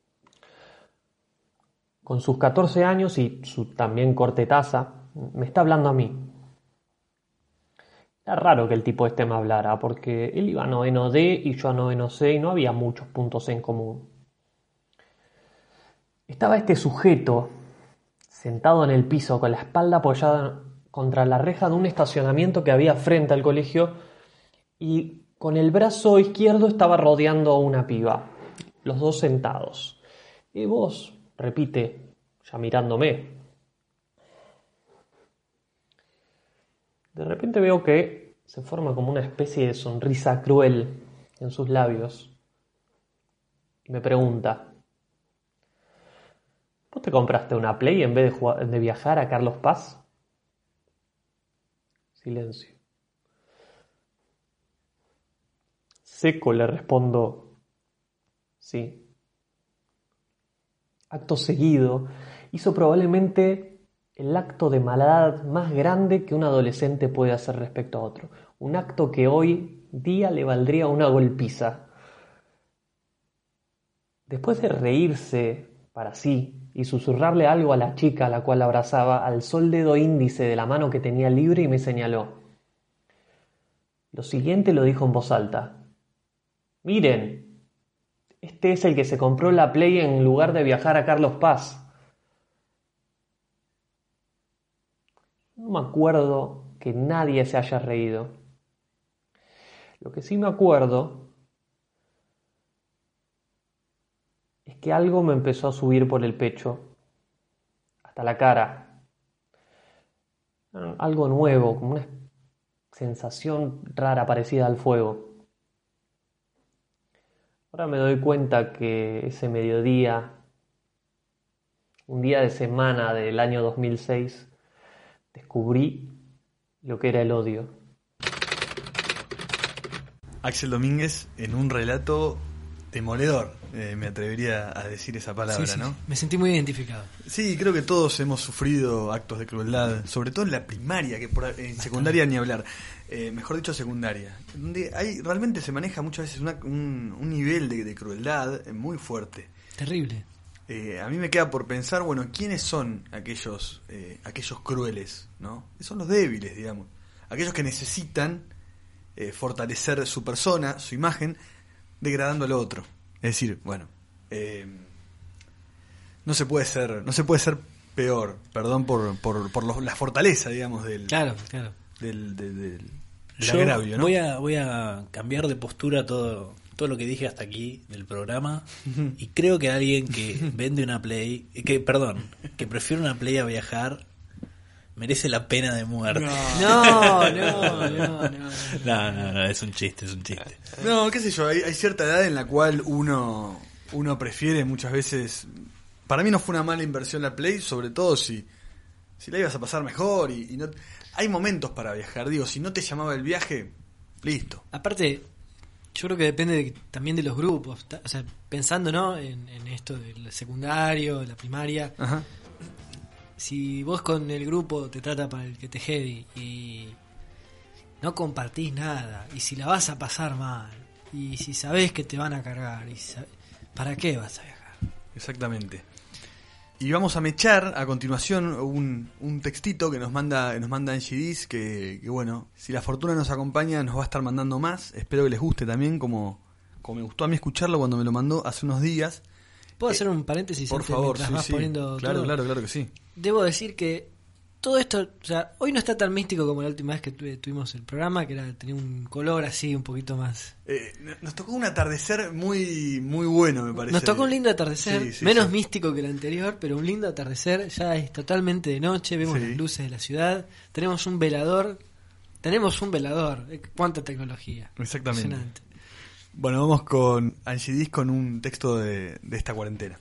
con sus catorce años y su también corte taza, me está hablando a mí. Era raro que el tipo este me hablara, porque él iba a noveno D y yo a noveno C y no había muchos puntos en común. Estaba este sujeto sentado en el piso con la espalda apoyada contra la reja de un estacionamiento que había frente al colegio y con el brazo izquierdo estaba rodeando a una piba, los dos sentados. Y vos, repite, ya mirándome. De repente veo que se forma como una especie de sonrisa cruel en sus labios. Y me pregunta: ¿vos te compraste una Play en vez de, jugar, de viajar a Carlos Paz? Silencio. Seco le respondo: sí. Acto seguido, hizo probablemente el acto de maldad más grande que un adolescente puede hacer respecto a otro. Un acto que hoy día le valdría una golpiza. Después de reírse para sí y susurrarle algo a la chica a la cual abrazaba, alzó el dedo índice de la mano que tenía libre y me señaló. Lo siguiente lo dijo en voz alta: miren, este es el que se compró la Play en lugar de viajar a Carlos Paz. No me acuerdo que nadie se haya reído. Lo que sí me acuerdo es que algo me empezó a subir por el pecho, hasta la cara. Algo nuevo, como una sensación rara parecida al fuego. Ahora me doy cuenta que ese mediodía, un día de semana del año dos mil seis, descubrí lo que era el odio. Axel Domínguez en un relato demoledor, eh, me atrevería a decir esa palabra, Sí, sí, ¿no? me sentí muy identificado. Sí, creo que todos hemos sufrido actos de crueldad, sobre todo en la primaria, que por, en secundaria ni hablar, eh, mejor dicho secundaria, donde hay realmente se maneja muchas veces una, un, un nivel de, de crueldad muy fuerte. Terrible. Eh, a mí me queda por pensar, bueno, ¿quiénes son aquellos eh, aquellos crueles, ¿no? Son los débiles, digamos, aquellos que necesitan eh, fortalecer su persona, su imagen, degradando al otro. Es decir, bueno, eh, no se puede ser, no se puede ser peor, perdón por, por, por los, la fortaleza, digamos, del, Claro, claro. del, del, del, del Yo agravio, ¿no? voy a, voy a cambiar de postura todo, todo lo que dije hasta aquí del programa y creo que alguien que vende una Play, que perdón, que prefiere una Play a viajar, merece la pena de muerte. No, no, no, no. No, No, no, no, es un chiste, es un chiste. No, qué sé yo, hay, hay cierta edad en la cual uno uno prefiere muchas veces. Para mí no fue una mala inversión la Play, sobre todo si si la ibas a pasar mejor y, y no. Hay momentos para viajar, digo, si no te llamaba el viaje, listo. Aparte, yo creo que depende de- también de los grupos. ta- O sea, pensando, ¿no? En, en esto del secundario, de la primaria. Ajá. Si vos con el grupo te trata para el que te jedi y no compartís nada, y si la vas a pasar mal, y si sabés que te van a cargar, y sab- ¿para qué vas a viajar? Exactamente. Y vamos a mechar a continuación un, un textito que nos manda nos manda Angie Diz, que, que bueno, si la fortuna nos acompaña nos va a estar mandando más. Espero que les guste también, como, como me gustó a mí escucharlo cuando me lo mandó hace unos días. ¿Puedo Eh, hacer un paréntesis Por antes favor, mientras sí, vas sí. poniendo Claro, todo? claro, claro que sí. Debo decir que todo esto, o sea, hoy no está tan místico como la última vez que tu- tuvimos el programa, que era tenía un color así un poquito más. Eh, nos tocó un atardecer muy muy bueno, me parece. Nos tocó un lindo atardecer, Sí, sí, menos sí. místico que el anterior, pero un lindo atardecer. Ya es totalmente de noche, vemos Sí. las luces de la ciudad, tenemos un velador, tenemos un velador. Eh, cuánta tecnología. Exactamente. Impresionante. Bueno, vamos con Angie Diz con un texto de, de esta cuarentena.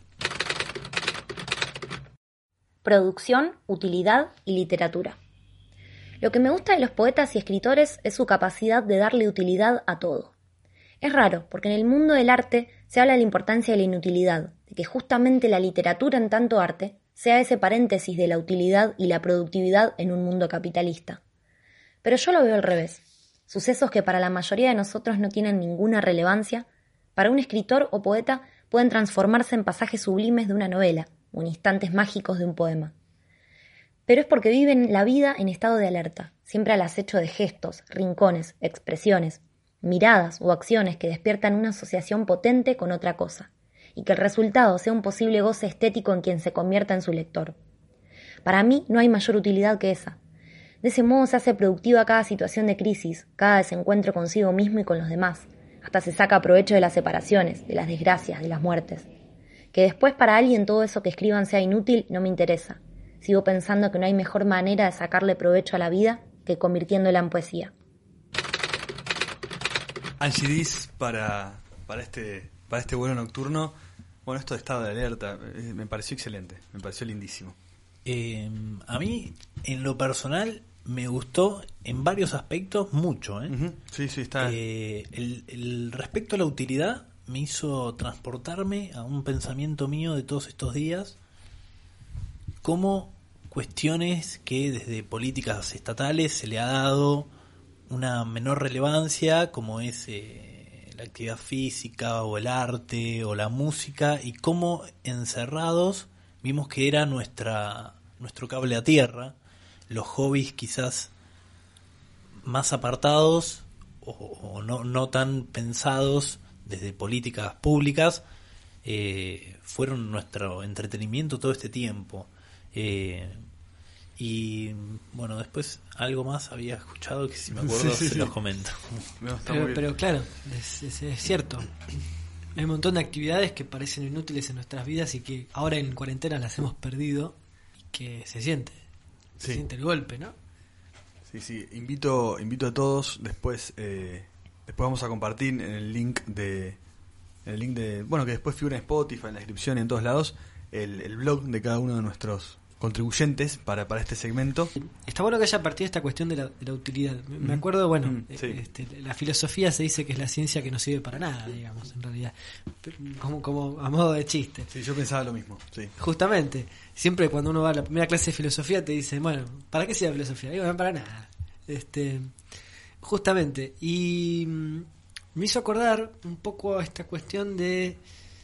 Producción, utilidad y literatura. Lo que me gusta de los poetas y escritores es su capacidad de darle utilidad a todo. Es raro, porque en el mundo del arte se habla de la importancia de la inutilidad, de que justamente la literatura en tanto arte sea ese paréntesis de la utilidad y la productividad en un mundo capitalista. Pero yo lo veo al revés. Sucesos que para la mayoría de nosotros no tienen ninguna relevancia, para un escritor o poeta pueden transformarse en pasajes sublimes de una novela, o en instantes mágicos de un poema. Pero es porque viven la vida en estado de alerta, siempre al acecho de gestos, rincones, expresiones, miradas o acciones que despiertan una asociación potente con otra cosa, y que el resultado sea un posible goce estético en quien se convierta en su lector. Para mí no hay mayor utilidad que esa. De ese modo se hace productiva cada situación de crisis, cada desencuentro consigo mismo y con los demás. Hasta se saca provecho de las separaciones, de las desgracias, de las muertes. Que después para alguien todo eso que escriban sea inútil no me interesa. Sigo pensando que no hay mejor manera de sacarle provecho a la vida que convirtiéndola en poesía. Angie Diz para, para, este, para este vuelo nocturno. Bueno, esto de estado de alerta eh, me pareció excelente, me pareció lindísimo. Eh, a mí, en lo personal, me gustó en varios aspectos mucho. ¿eh? Uh-huh. Sí, sí, está. Eh, el, el respecto a la utilidad me hizo transportarme a un pensamiento mío de todos estos días, como cuestiones que desde políticas estatales se le ha dado una menor relevancia, como es eh, la actividad física o el arte o la música, y cómo encerrados vimos que era nuestra nuestro cable a tierra, los hobbies quizás más apartados o, o no, no tan pensados desde políticas públicas, eh, fueron nuestro entretenimiento todo este tiempo. Eh, y bueno, después algo más había escuchado que si me acuerdo sí, sí, se sí. los comento. No, está Pero, muy bien. pero claro, es, es- es cierto. Hay un montón de actividades que parecen inútiles en nuestras vidas y que ahora en cuarentena las hemos perdido y que se siente. Se Sí. siente el golpe, ¿no? Sí, sí, invito, invito a todos, después eh, después vamos a compartir en el link de en el link de, bueno, que después figura en Spotify, en la descripción y en todos lados, el, el blog de cada uno de nuestros contribuyentes para, para este segmento. Está bueno que haya partido esta cuestión de la, de la utilidad. Me, me Ujú. acuerdo, bueno, Mm, eh, sí. este, la filosofía se dice que es la ciencia que no sirve para nada, digamos, en realidad. Pero Como, como a modo de chiste. Sí, yo pensaba lo mismo, sí. Justamente, siempre cuando uno va a la primera clase de filosofía te dicen, bueno, ¿para qué sirve la filosofía? Digo, no, para nada. Este, justamente, y mm, me hizo acordar un poco a esta cuestión de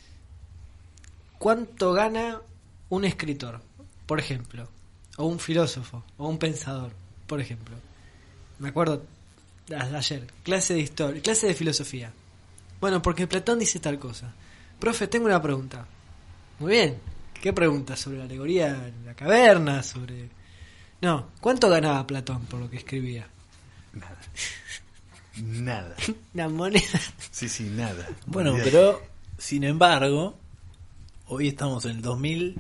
cuánto gana un escritor, por ejemplo, o un filósofo, o un pensador, por ejemplo. Me acuerdo de ayer, clase de historia, clase de filosofía. Bueno, porque Platón dice tal cosa. Profe, tengo una pregunta. Muy bien. ¿Qué pregunta? ¿Sobre la alegoría en la caverna? ¿Sobre...? No. ¿Cuánto ganaba Platón por lo que escribía? Nada. Nada. Una moneda. Sí, sí, nada. Bueno, Olvídate. pero sin embargo, hoy estamos en el dos mil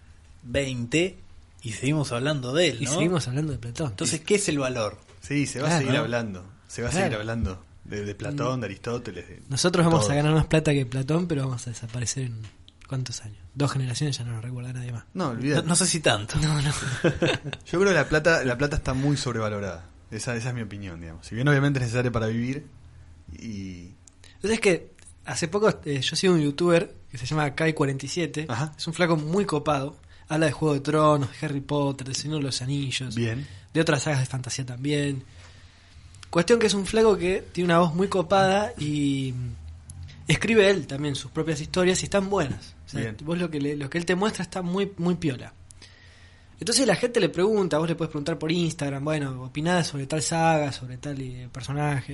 veinte y seguimos hablando de él, Y ¿no? seguimos hablando de Platón. Entonces, ¿qué es el valor? Sí, se va Claro, a seguir ¿no? hablando. Se va a Claro. seguir hablando de, de Platón, de Aristóteles. de Nosotros vamos todo. a ganar más plata que Platón, pero vamos a desaparecer en... ¿Cuántos años? Dos generaciones ya no nos recuerda nadie más. No, No, olvídate. no sé si tanto. No, no. Yo creo que la plata, la plata está muy sobrevalorada. Esa, esa es mi opinión, digamos. Si bien obviamente es necesaria para vivir y... Entonces es que hace poco eh, yo sigo un youtuber que se llama Kai cuarenta y siete. Ajá. Es un flaco muy copado. Habla de Juego de Tronos, de Harry Potter, del Señor de los Anillos. Bien. De otras sagas de fantasía también. Cuestión que es un flaco que tiene una voz muy copada y escribe él también sus propias historias y están buenas. O sea, Bien. vos lo que le- lo que él te muestra está muy muy piola. Entonces la gente le pregunta, vos le puedes preguntar por Instagram, bueno, opinás sobre tal saga, sobre tal eh, personaje.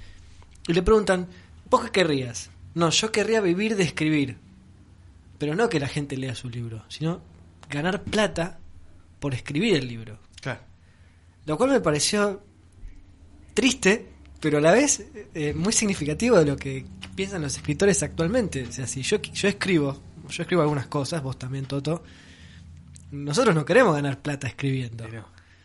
Y le preguntan, ¿vos qué querrías? No, yo querría vivir de escribir. Pero no que la gente lea su libro, sino ganar plata por escribir el libro. Claro. Lo cual me pareció triste, pero a la vez eh, muy significativo de lo que piensan los escritores actualmente. O sea, si yo, yo escribo, yo escribo algunas cosas, vos también, Toto, nosotros no queremos ganar plata escribiendo. Y no.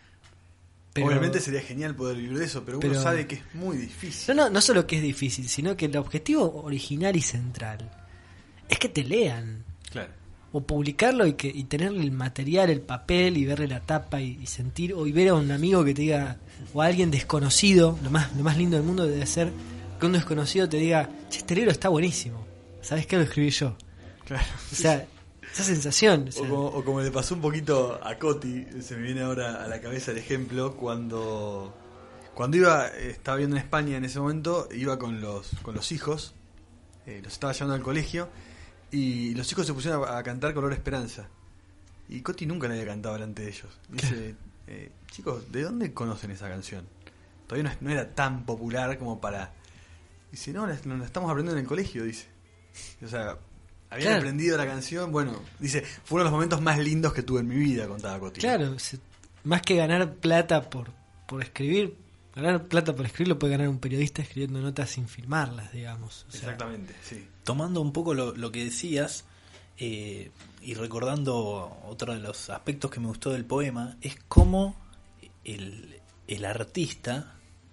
Pero- Obviamente sería genial poder vivir de eso, pero uno pero- sabe que es muy difícil. No, no, no solo que es difícil, sino que el objetivo original y central es que te lean. Claro. O publicarlo y que y tenerle el material, el papel y verle la tapa y, y sentir, o y ver a un amigo que te diga, o a alguien desconocido, lo más, lo más lindo del mundo debe ser que un desconocido te diga, che, este libro está buenísimo, ¿sabes qué? Lo escribí yo. Claro. O sea, esa sensación. O sea, O como, o como le pasó un poquito a Coti, se me viene ahora a la cabeza el ejemplo, cuando cuando iba, eh, estaba viviendo en España en ese momento, iba con los con los hijos, eh, los estaba llevando al colegio, y los hijos se pusieron a, a cantar Color Esperanza. Y Coti nunca le había cantado delante de ellos. Dice, eh, chicos, ¿de dónde conocen esa canción? Todavía no, es- no era tan popular como para... Dice, no, la, la estamos aprendiendo en el colegio, dice. O sea... Habían Claro. aprendido la canción, bueno, dice, fue uno de los momentos más lindos que tuve en mi vida, contaba Coti. claro, se- más que ganar plata por por escribir, ganar plata por escribir lo puede ganar un periodista escribiendo notas sin firmarlas, digamos. O sea, Exactamente, sí. Tomando un poco lo, lo que decías eh, y recordando otro de los aspectos que me gustó del poema, es cómo el, el artista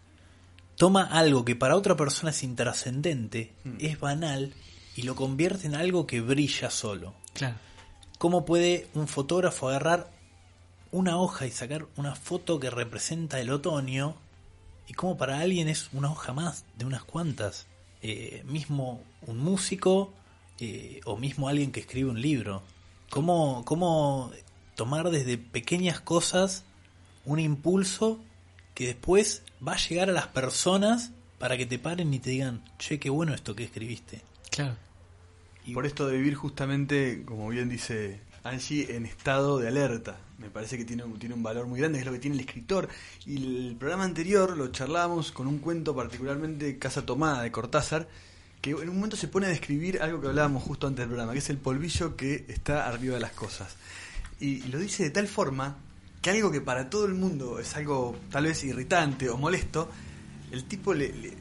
toma algo que para otra persona es intrascendente, mm. es banal, y lo convierte en algo que brilla solo. Claro. ¿Cómo puede un fotógrafo agarrar una hoja y sacar una foto que representa el otoño, y cómo para alguien es una hoja más de unas cuantas? Eh, mismo un músico eh, o mismo alguien que escribe un libro. ¿Cómo, cómo tomar desde pequeñas cosas un impulso que después va a llegar a las personas para que te paren y te digan, che, qué bueno esto que escribiste? Claro. Y por esto de vivir justamente, como bien dice Angie, en estado de alerta. Me parece que tiene, tiene un valor muy grande, es lo que tiene el escritor. Y el programa anterior lo charlábamos con un cuento particularmente Casa Tomada de Cortázar, que en un momento se pone a describir algo que hablábamos justo antes del programa, que es el polvillo que está arriba de las cosas. Y, y lo dice de tal forma que algo que para todo el mundo es algo tal vez irritante o molesto, el tipo le... le,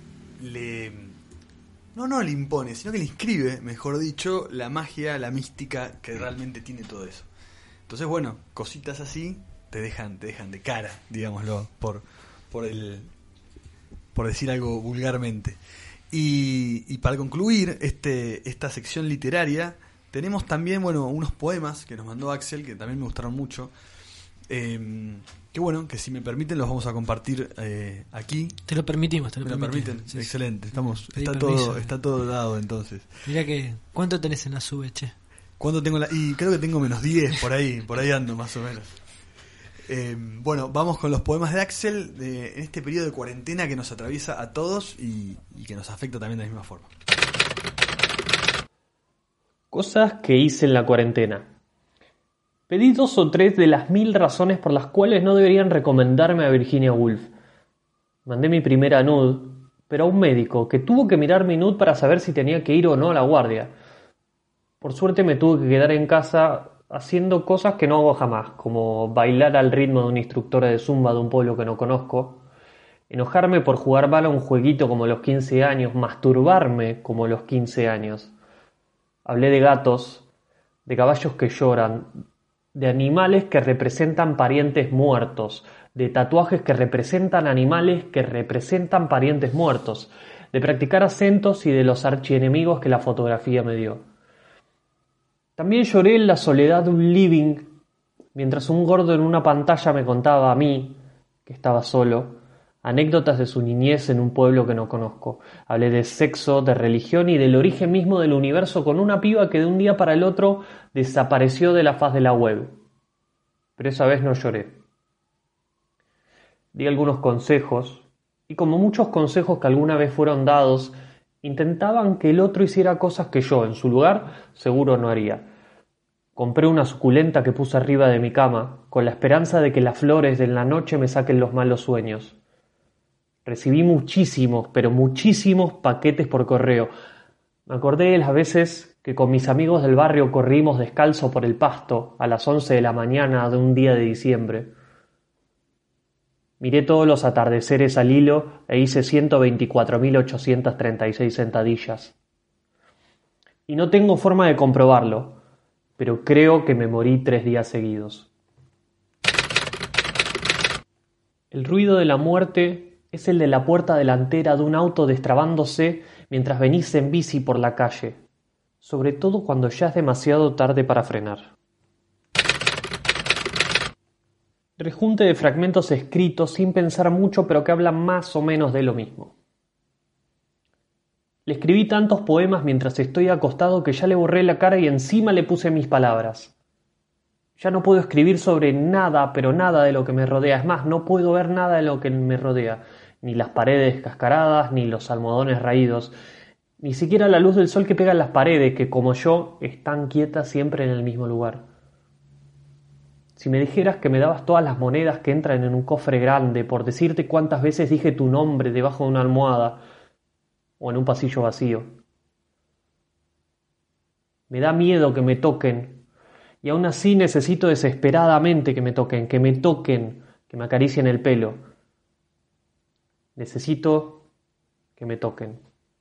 le No, no le impone, sino que le inscribe, mejor dicho, la magia, la mística que realmente tiene todo eso. Entonces, bueno, cositas así te dejan, te dejan de cara, digámoslo, por, por el, por decir algo vulgarmente. Y, y para concluir este, esta sección literaria, tenemos también, bueno, unos poemas que nos mandó Axel, que también me gustaron mucho. Eh, que bueno, que si me permiten los vamos a compartir eh, aquí. Te lo permitimos, te lo, ¿Me lo permiten. permiten? Sí, Excelente, estamos, Pedí está permiso. todo, está todo dado entonces. Mirá que, ¿cuánto tenés en la sube, che? ¿Cuánto tengo la...? Y creo que tengo menos diez, por ahí, por ahí ando más o menos. Eh, bueno, vamos con los poemas de Axel de, en este periodo de cuarentena que nos atraviesa a todos y, y que nos afecta también de la misma forma. Cosas que hice en la cuarentena. Pedí dos o tres de las mil razones por las cuales no deberían recomendarme a Virginia Woolf. Mandé mi primera nude, pero a un médico que tuvo que mirar mi nude para saber si tenía que ir o no a la guardia. Por suerte me tuve que quedar en casa haciendo cosas que no hago jamás, como bailar al ritmo de una instructora de zumba de un pueblo que no conozco, enojarme por jugar mal a un jueguito como los quince años, masturbarme como los quince años. Hablé de gatos, de caballos que lloran, de animales que representan parientes muertos, de tatuajes que representan animales que representan parientes muertos, de practicar acentos y de los archienemigos que la fotografía me dio. También lloré en la soledad de un living, mientras un gordo en una pantalla me contaba a mí, que estaba solo, anécdotas de su niñez en un pueblo que no conozco. Hablé de sexo, de religión y del origen mismo del universo con una piba que de un día para el otro desapareció de la faz de la web. Pero esa vez no lloré. Di algunos consejos, y como muchos consejos que alguna vez fueron dados, intentaban que el otro hiciera cosas que yo, en su lugar, seguro no haría. Compré una suculenta que puse arriba de mi cama, con la esperanza de que las flores de la noche me saquen los malos sueños. Recibí muchísimos, pero muchísimos paquetes por correo. Me acordé de las veces que con mis amigos del barrio corrimos descalzo por el pasto a las once de la mañana de un día de diciembre. Miré todos los atardeceres al hilo e hice ciento veinticuatro mil ochocientas treinta y seis sentadillas. Y no tengo forma de comprobarlo, pero creo que me morí tres días seguidos. El ruido de la muerte es el de la puerta delantera de un auto destrabándose mientras venís en bici por la calle, sobre todo cuando ya es demasiado tarde para frenar. Rejunte de fragmentos escritos sin pensar mucho pero que hablan más o menos de lo mismo. Le escribí tantos poemas mientras estoy acostado que ya le borré la cara y encima le puse mis palabras. Ya no puedo escribir sobre nada, pero nada de lo que me rodea. Es más, no puedo ver nada de lo que me rodea. Ni las paredes cascaradas, ni los almohadones raídos, ni siquiera la luz del sol que pega en las paredes, que como yo, están quietas siempre en el mismo lugar. Si me dijeras que me dabas todas las monedas que entran en un cofre grande por decirte cuántas veces dije tu nombre debajo de una almohada o en un pasillo vacío. Me da miedo que me toquen y aún así necesito desesperadamente que me toquen, que me toquen, que me acaricien el pelo. Necesito que me toquen.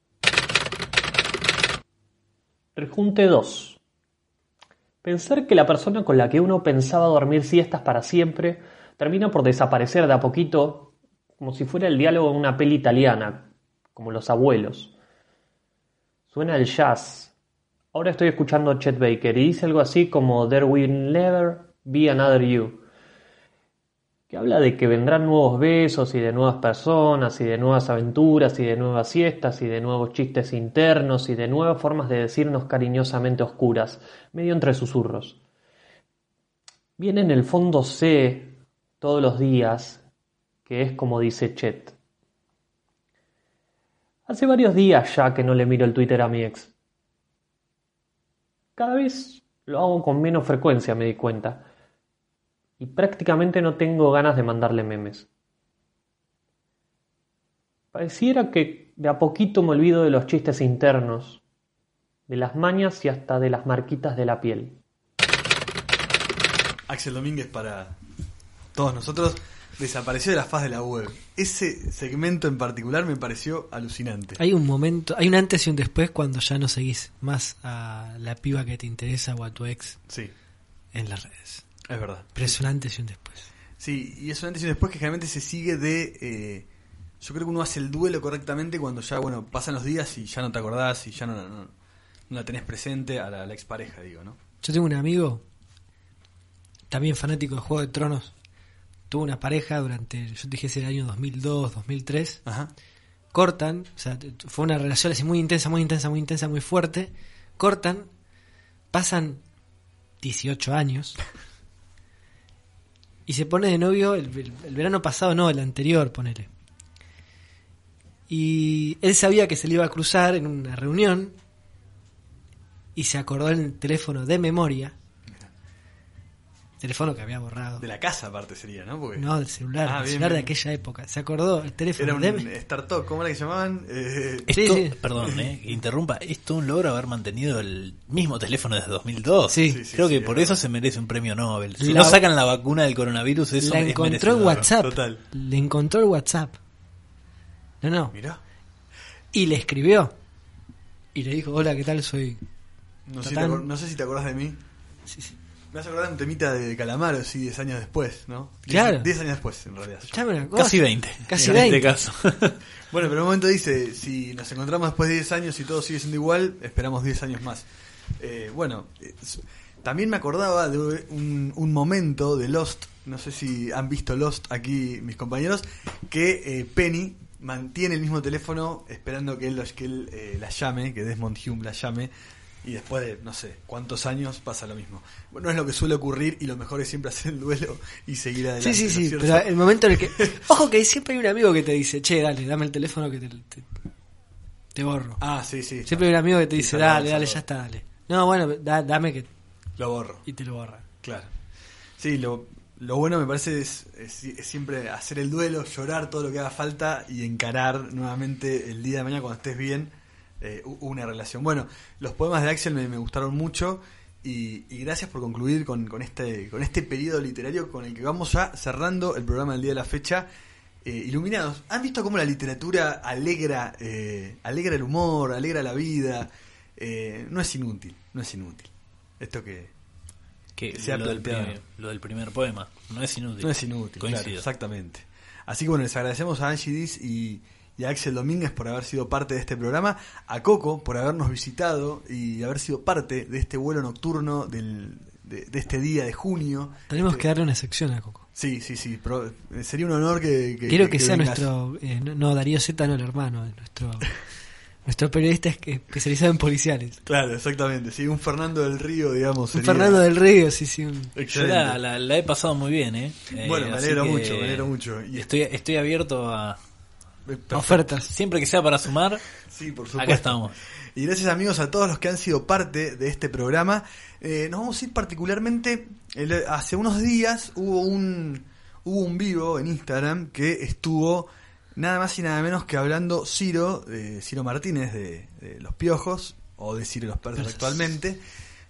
Rejunte dos. Pensar que la persona con la que uno pensaba dormir siestas para siempre termina por desaparecer de a poquito, como si fuera el diálogo de una peli italiana, como Los abuelos. Suena el jazz. Ahora estoy escuchando a Chet Baker y dice algo así como There will never be another you, que habla de que vendrán nuevos besos y de nuevas personas y de nuevas aventuras y de nuevas siestas y de nuevos chistes internos y de nuevas formas de decirnos cariñosamente oscuras, medio entre susurros. Bien en el fondo sé todos los días que es como dice Chet. Hace varios días ya que no le miro el Twitter a mi ex. Cada vez lo hago con menos frecuencia, me di cuenta. Y prácticamente no tengo ganas de mandarle memes. Pareciera que de a poquito me olvido de los chistes internos, de las mañas y hasta de las marquitas de la piel. Axel Domínguez, para todos nosotros, desapareció de la faz de la web. Ese segmento en particular me pareció alucinante. Hay un momento, hay un antes y un después cuando ya no seguís más a la piba que te interesa o a tu ex Sí, en las redes. es verdad. Pero es un antes y un después. Sí, y es un antes y un después que generalmente se sigue de... Eh, yo creo que uno hace el duelo correctamente cuando ya, bueno, pasan los días y ya no te acordás y ya no, no, no la tenés presente a la, a la expareja, digo, ¿no? Yo tengo un amigo, también fanático de Juego de Tronos, tuvo una pareja durante, yo te dije, ese año dos mil dos, dos mil tres, Ajá. cortan, o sea, fue una relación así muy intensa, muy intensa, muy intensa, muy fuerte, cortan, pasan dieciocho años y se pone de novio el, el, el verano pasado, no, el anterior, ponele. Y él sabía que se le iba a cruzar en una reunión y se acordó en el teléfono de memoria, teléfono que había borrado. De la casa aparte sería, ¿no? Porque No, del celular, Ah, el bien, celular bien. de aquella época. Se acordó el teléfono era un de me- startup, ¿cómo era que se llamaban? Eh, Esto, Sí, sí. Perdón, eh, que interrumpa. Es todo un logro haber mantenido el mismo teléfono desde dos mil dos. Sí. Sí, sí, Creo sí, que es por verdad. eso se merece un premio Nobel. Si La- no sacan la vacuna del coronavirus, eso la es encontró en merecedor. WhatsApp. Total. Le encontró el WhatsApp. No, no. Mirá. Y le escribió. Y le dijo, hola, ¿qué tal? Soy... No sé, si te, Tatán. acor- no sé si te acordás de mí. Sí, sí. Me vas a acordar de un temita de Calamaro, sí, diez años después, ¿no? Diez- Claro. diez años después, en realidad. Escuchame una cosa. Casi veinte. Casi en veinte. este caso. Bueno, pero en un momento dice, si nos encontramos después de diez años y todo sigue siendo igual, esperamos diez años más. Eh, bueno, eh, s- también me acordaba de un, un momento de Lost, no sé si han visto Lost aquí mis compañeros, que eh, Penny mantiene el mismo teléfono esperando que él, lo- que él eh, la llame, que Desmond Hume la llame, y después de no sé cuántos años pasa lo mismo. Bueno, no es lo que suele ocurrir y lo mejor es siempre hacer el duelo y seguir adelante. Sí, sí, ¿no es sí, cierto? pero el momento en el que... Ojo que siempre hay un amigo que te dice, che, dale, dame el teléfono que te, te, te borro. Ah, sí, sí. Siempre hay un amigo que te Sí, dice, salado, dale, dale, salado. ya está, dale. No, bueno, da- dame que... Lo borro. Y te lo borra. Claro. Sí, lo, lo bueno me parece es, es- es siempre hacer el duelo, llorar todo lo que haga falta y encarar nuevamente el día de mañana cuando estés bien eh, u- una relación. Bueno, los poemas de Axel me, me gustaron mucho y, y gracias por concluir con, con este con este periodo literario con el que vamos ya cerrando el programa del día de la fecha. Eh, iluminados, ¿han visto cómo la literatura alegra, eh, alegra el humor, alegra la vida? Eh, no es inútil, no es inútil. Esto que... Que Se ha lo, del planteado. primer, lo del primer poema. No es inútil. No es inútil, claro, Coincido. exactamente. Así que bueno, les agradecemos a Angie Diz y, y a Axel Domínguez por haber sido parte de este programa, a Coco por habernos visitado y haber sido parte de este vuelo nocturno del, de, de este día de junio. Tenemos Este- que darle una sección a Coco. Sí, sí, sí, pero sería un honor que... que Quiero que, sea vengas. nuestro... eh, no, no, Darío Zeta, no, el hermano. eh, Nuestro, nuestro periodista es que- especializado en policiales. Claro, exactamente, sí, un Fernando del Río, digamos. Un sería Fernando del Río, sí, sí. un- Yo excelente. la, la- la he pasado muy bien, ¿eh? Eh, Bueno, me así alegro que mucho, me alegro mucho. Y Estoy, estoy abierto a... Perfecto. Ofertas. Siempre que sea para sumar, Sí, por supuesto. acá estamos. Y gracias amigos a todos los que han sido parte de este programa. Eh, nos vamos a ir particularmente, el- hace unos días hubo un, hubo un vivo en Instagram que estuvo nada más y nada menos que hablando Ciro, eh, Ciro Martínez de, de Los Piojos, o de Ciro Los Persas Persas. actualmente,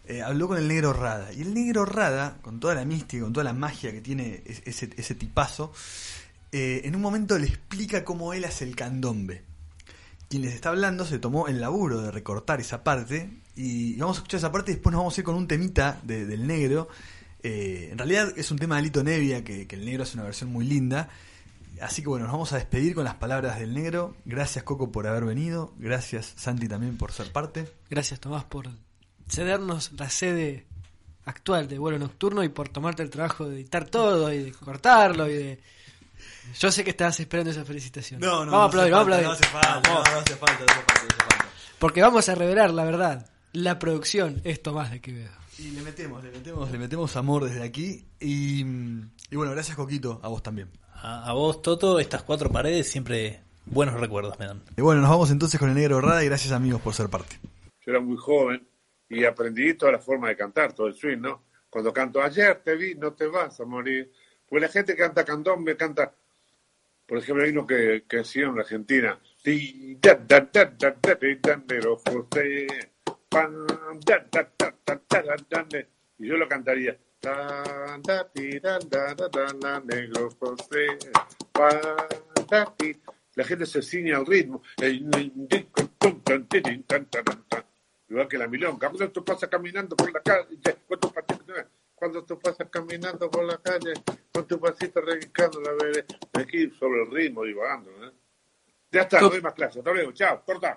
eh, habló con el negro Rada. Y el negro Rada, con toda la mística, con toda la magia que tiene ese, ese tipazo, eh, en un momento le explica cómo él hace el candombe. Quien les está hablando se tomó el laburo de recortar esa parte, y vamos a escuchar esa parte y después nos vamos a ir con un temita de, del negro. Eh, en realidad es un tema de Lito Nevia, que, que el negro hace una versión muy linda. Así que bueno, nos vamos a despedir con las palabras del negro. Gracias, Coco, por haber venido. Gracias, Santi, también por ser parte. Gracias, Tomás, por cedernos la sede actual de Vuelo Nocturno y por tomarte el trabajo de editar todo y de cortarlo y de... Yo sé que estabas esperando esa felicitación. No, no, vamos a aplaudir, vamos a aplaudir. No hace falta, no, no hace falta, no hace falta, no hace falta. Porque vamos a revelar la verdad. La producción es Tomás de Quevedo. Y le metemos, le metemos, le metemos amor desde aquí. Y, y bueno, gracias, Coquito, a vos también. A, a vos, Toto, estas cuatro paredes siempre buenos recuerdos me dan. Y bueno, nos vamos entonces con el negro Rada y gracias, amigos, por ser parte. Yo era muy joven y aprendí toda la forma de cantar, todo el swing, ¿no? Cuando canto ayer te vi, no te vas a morir. Pues la gente que canta candombe, canta, por ejemplo, hay uno que, que hacía en la Argentina. Y yo lo cantaría. La gente se ciña al ritmo. Igual que la milonga. Cuando tú pasas caminando por la calle, cuando tú pasas caminando por la calle, con tu pasito reguicando la vereda, aquí sobre el ritmo, divagando, ¿eh? Ya está, no hay más clases. Hasta luego, chao, corta.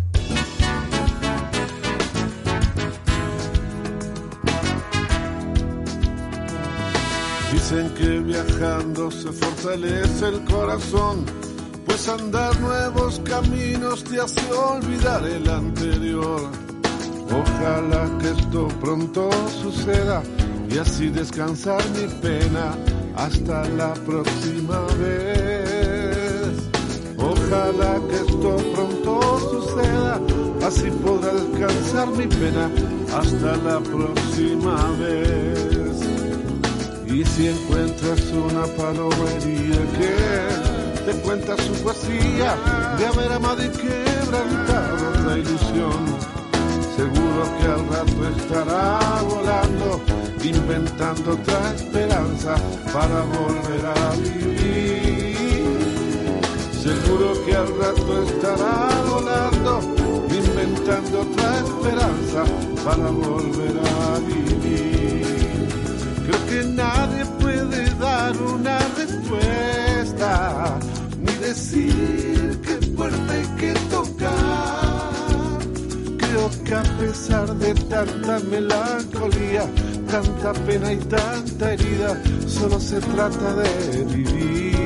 Dicen que viajando se fortalece el corazón, pues andar nuevos caminos te hace olvidar el anterior. Ojalá que esto pronto suceda y así descansar mi pena hasta la próxima vez. Ojalá que esto pronto suceda, así podrá descansar mi pena hasta la próxima vez. Y si encuentras una palomería que te cuenta su poesía de haber amado y quebrantado otra ilusión, seguro que al rato estará volando, inventando otra esperanza para volver a vivir. Seguro que al rato estará volando, inventando otra esperanza para volver a vivir. Creo que nadie puede dar una respuesta, ni decir qué puerta hay que tocar. Creo que a pesar de tanta melancolía, tanta pena y tanta herida, solo se trata de vivir.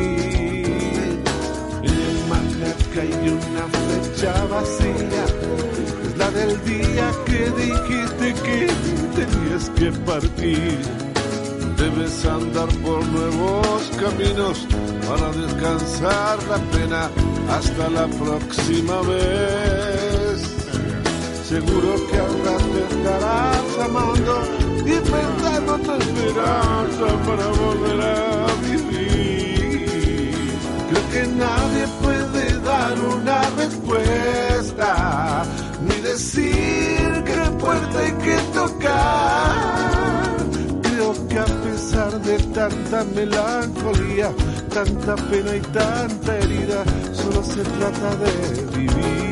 En el manga hay una flecha vacía, es la del día que dijiste que tenías que partir. Debes andar por nuevos caminos para descansar la pena hasta la próxima vez. Seguro que al rato estarás amando, inventando otra esperanza para volver a vivir. Creo que nadie puede dar una respuesta, ni decir qué puerta hay que tocar. Creo que a pesar de tanta melancolía, tanta pena y tanta herida, solo se trata de vivir.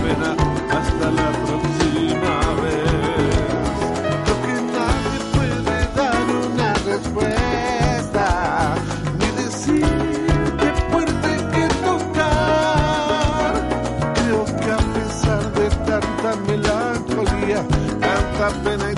pena. Hasta la próxima vez. Lo que nadie puede dar una respuesta, ni decir qué puerta hay que tocar. Creo que a pesar de tanta melancolía, tanta pena y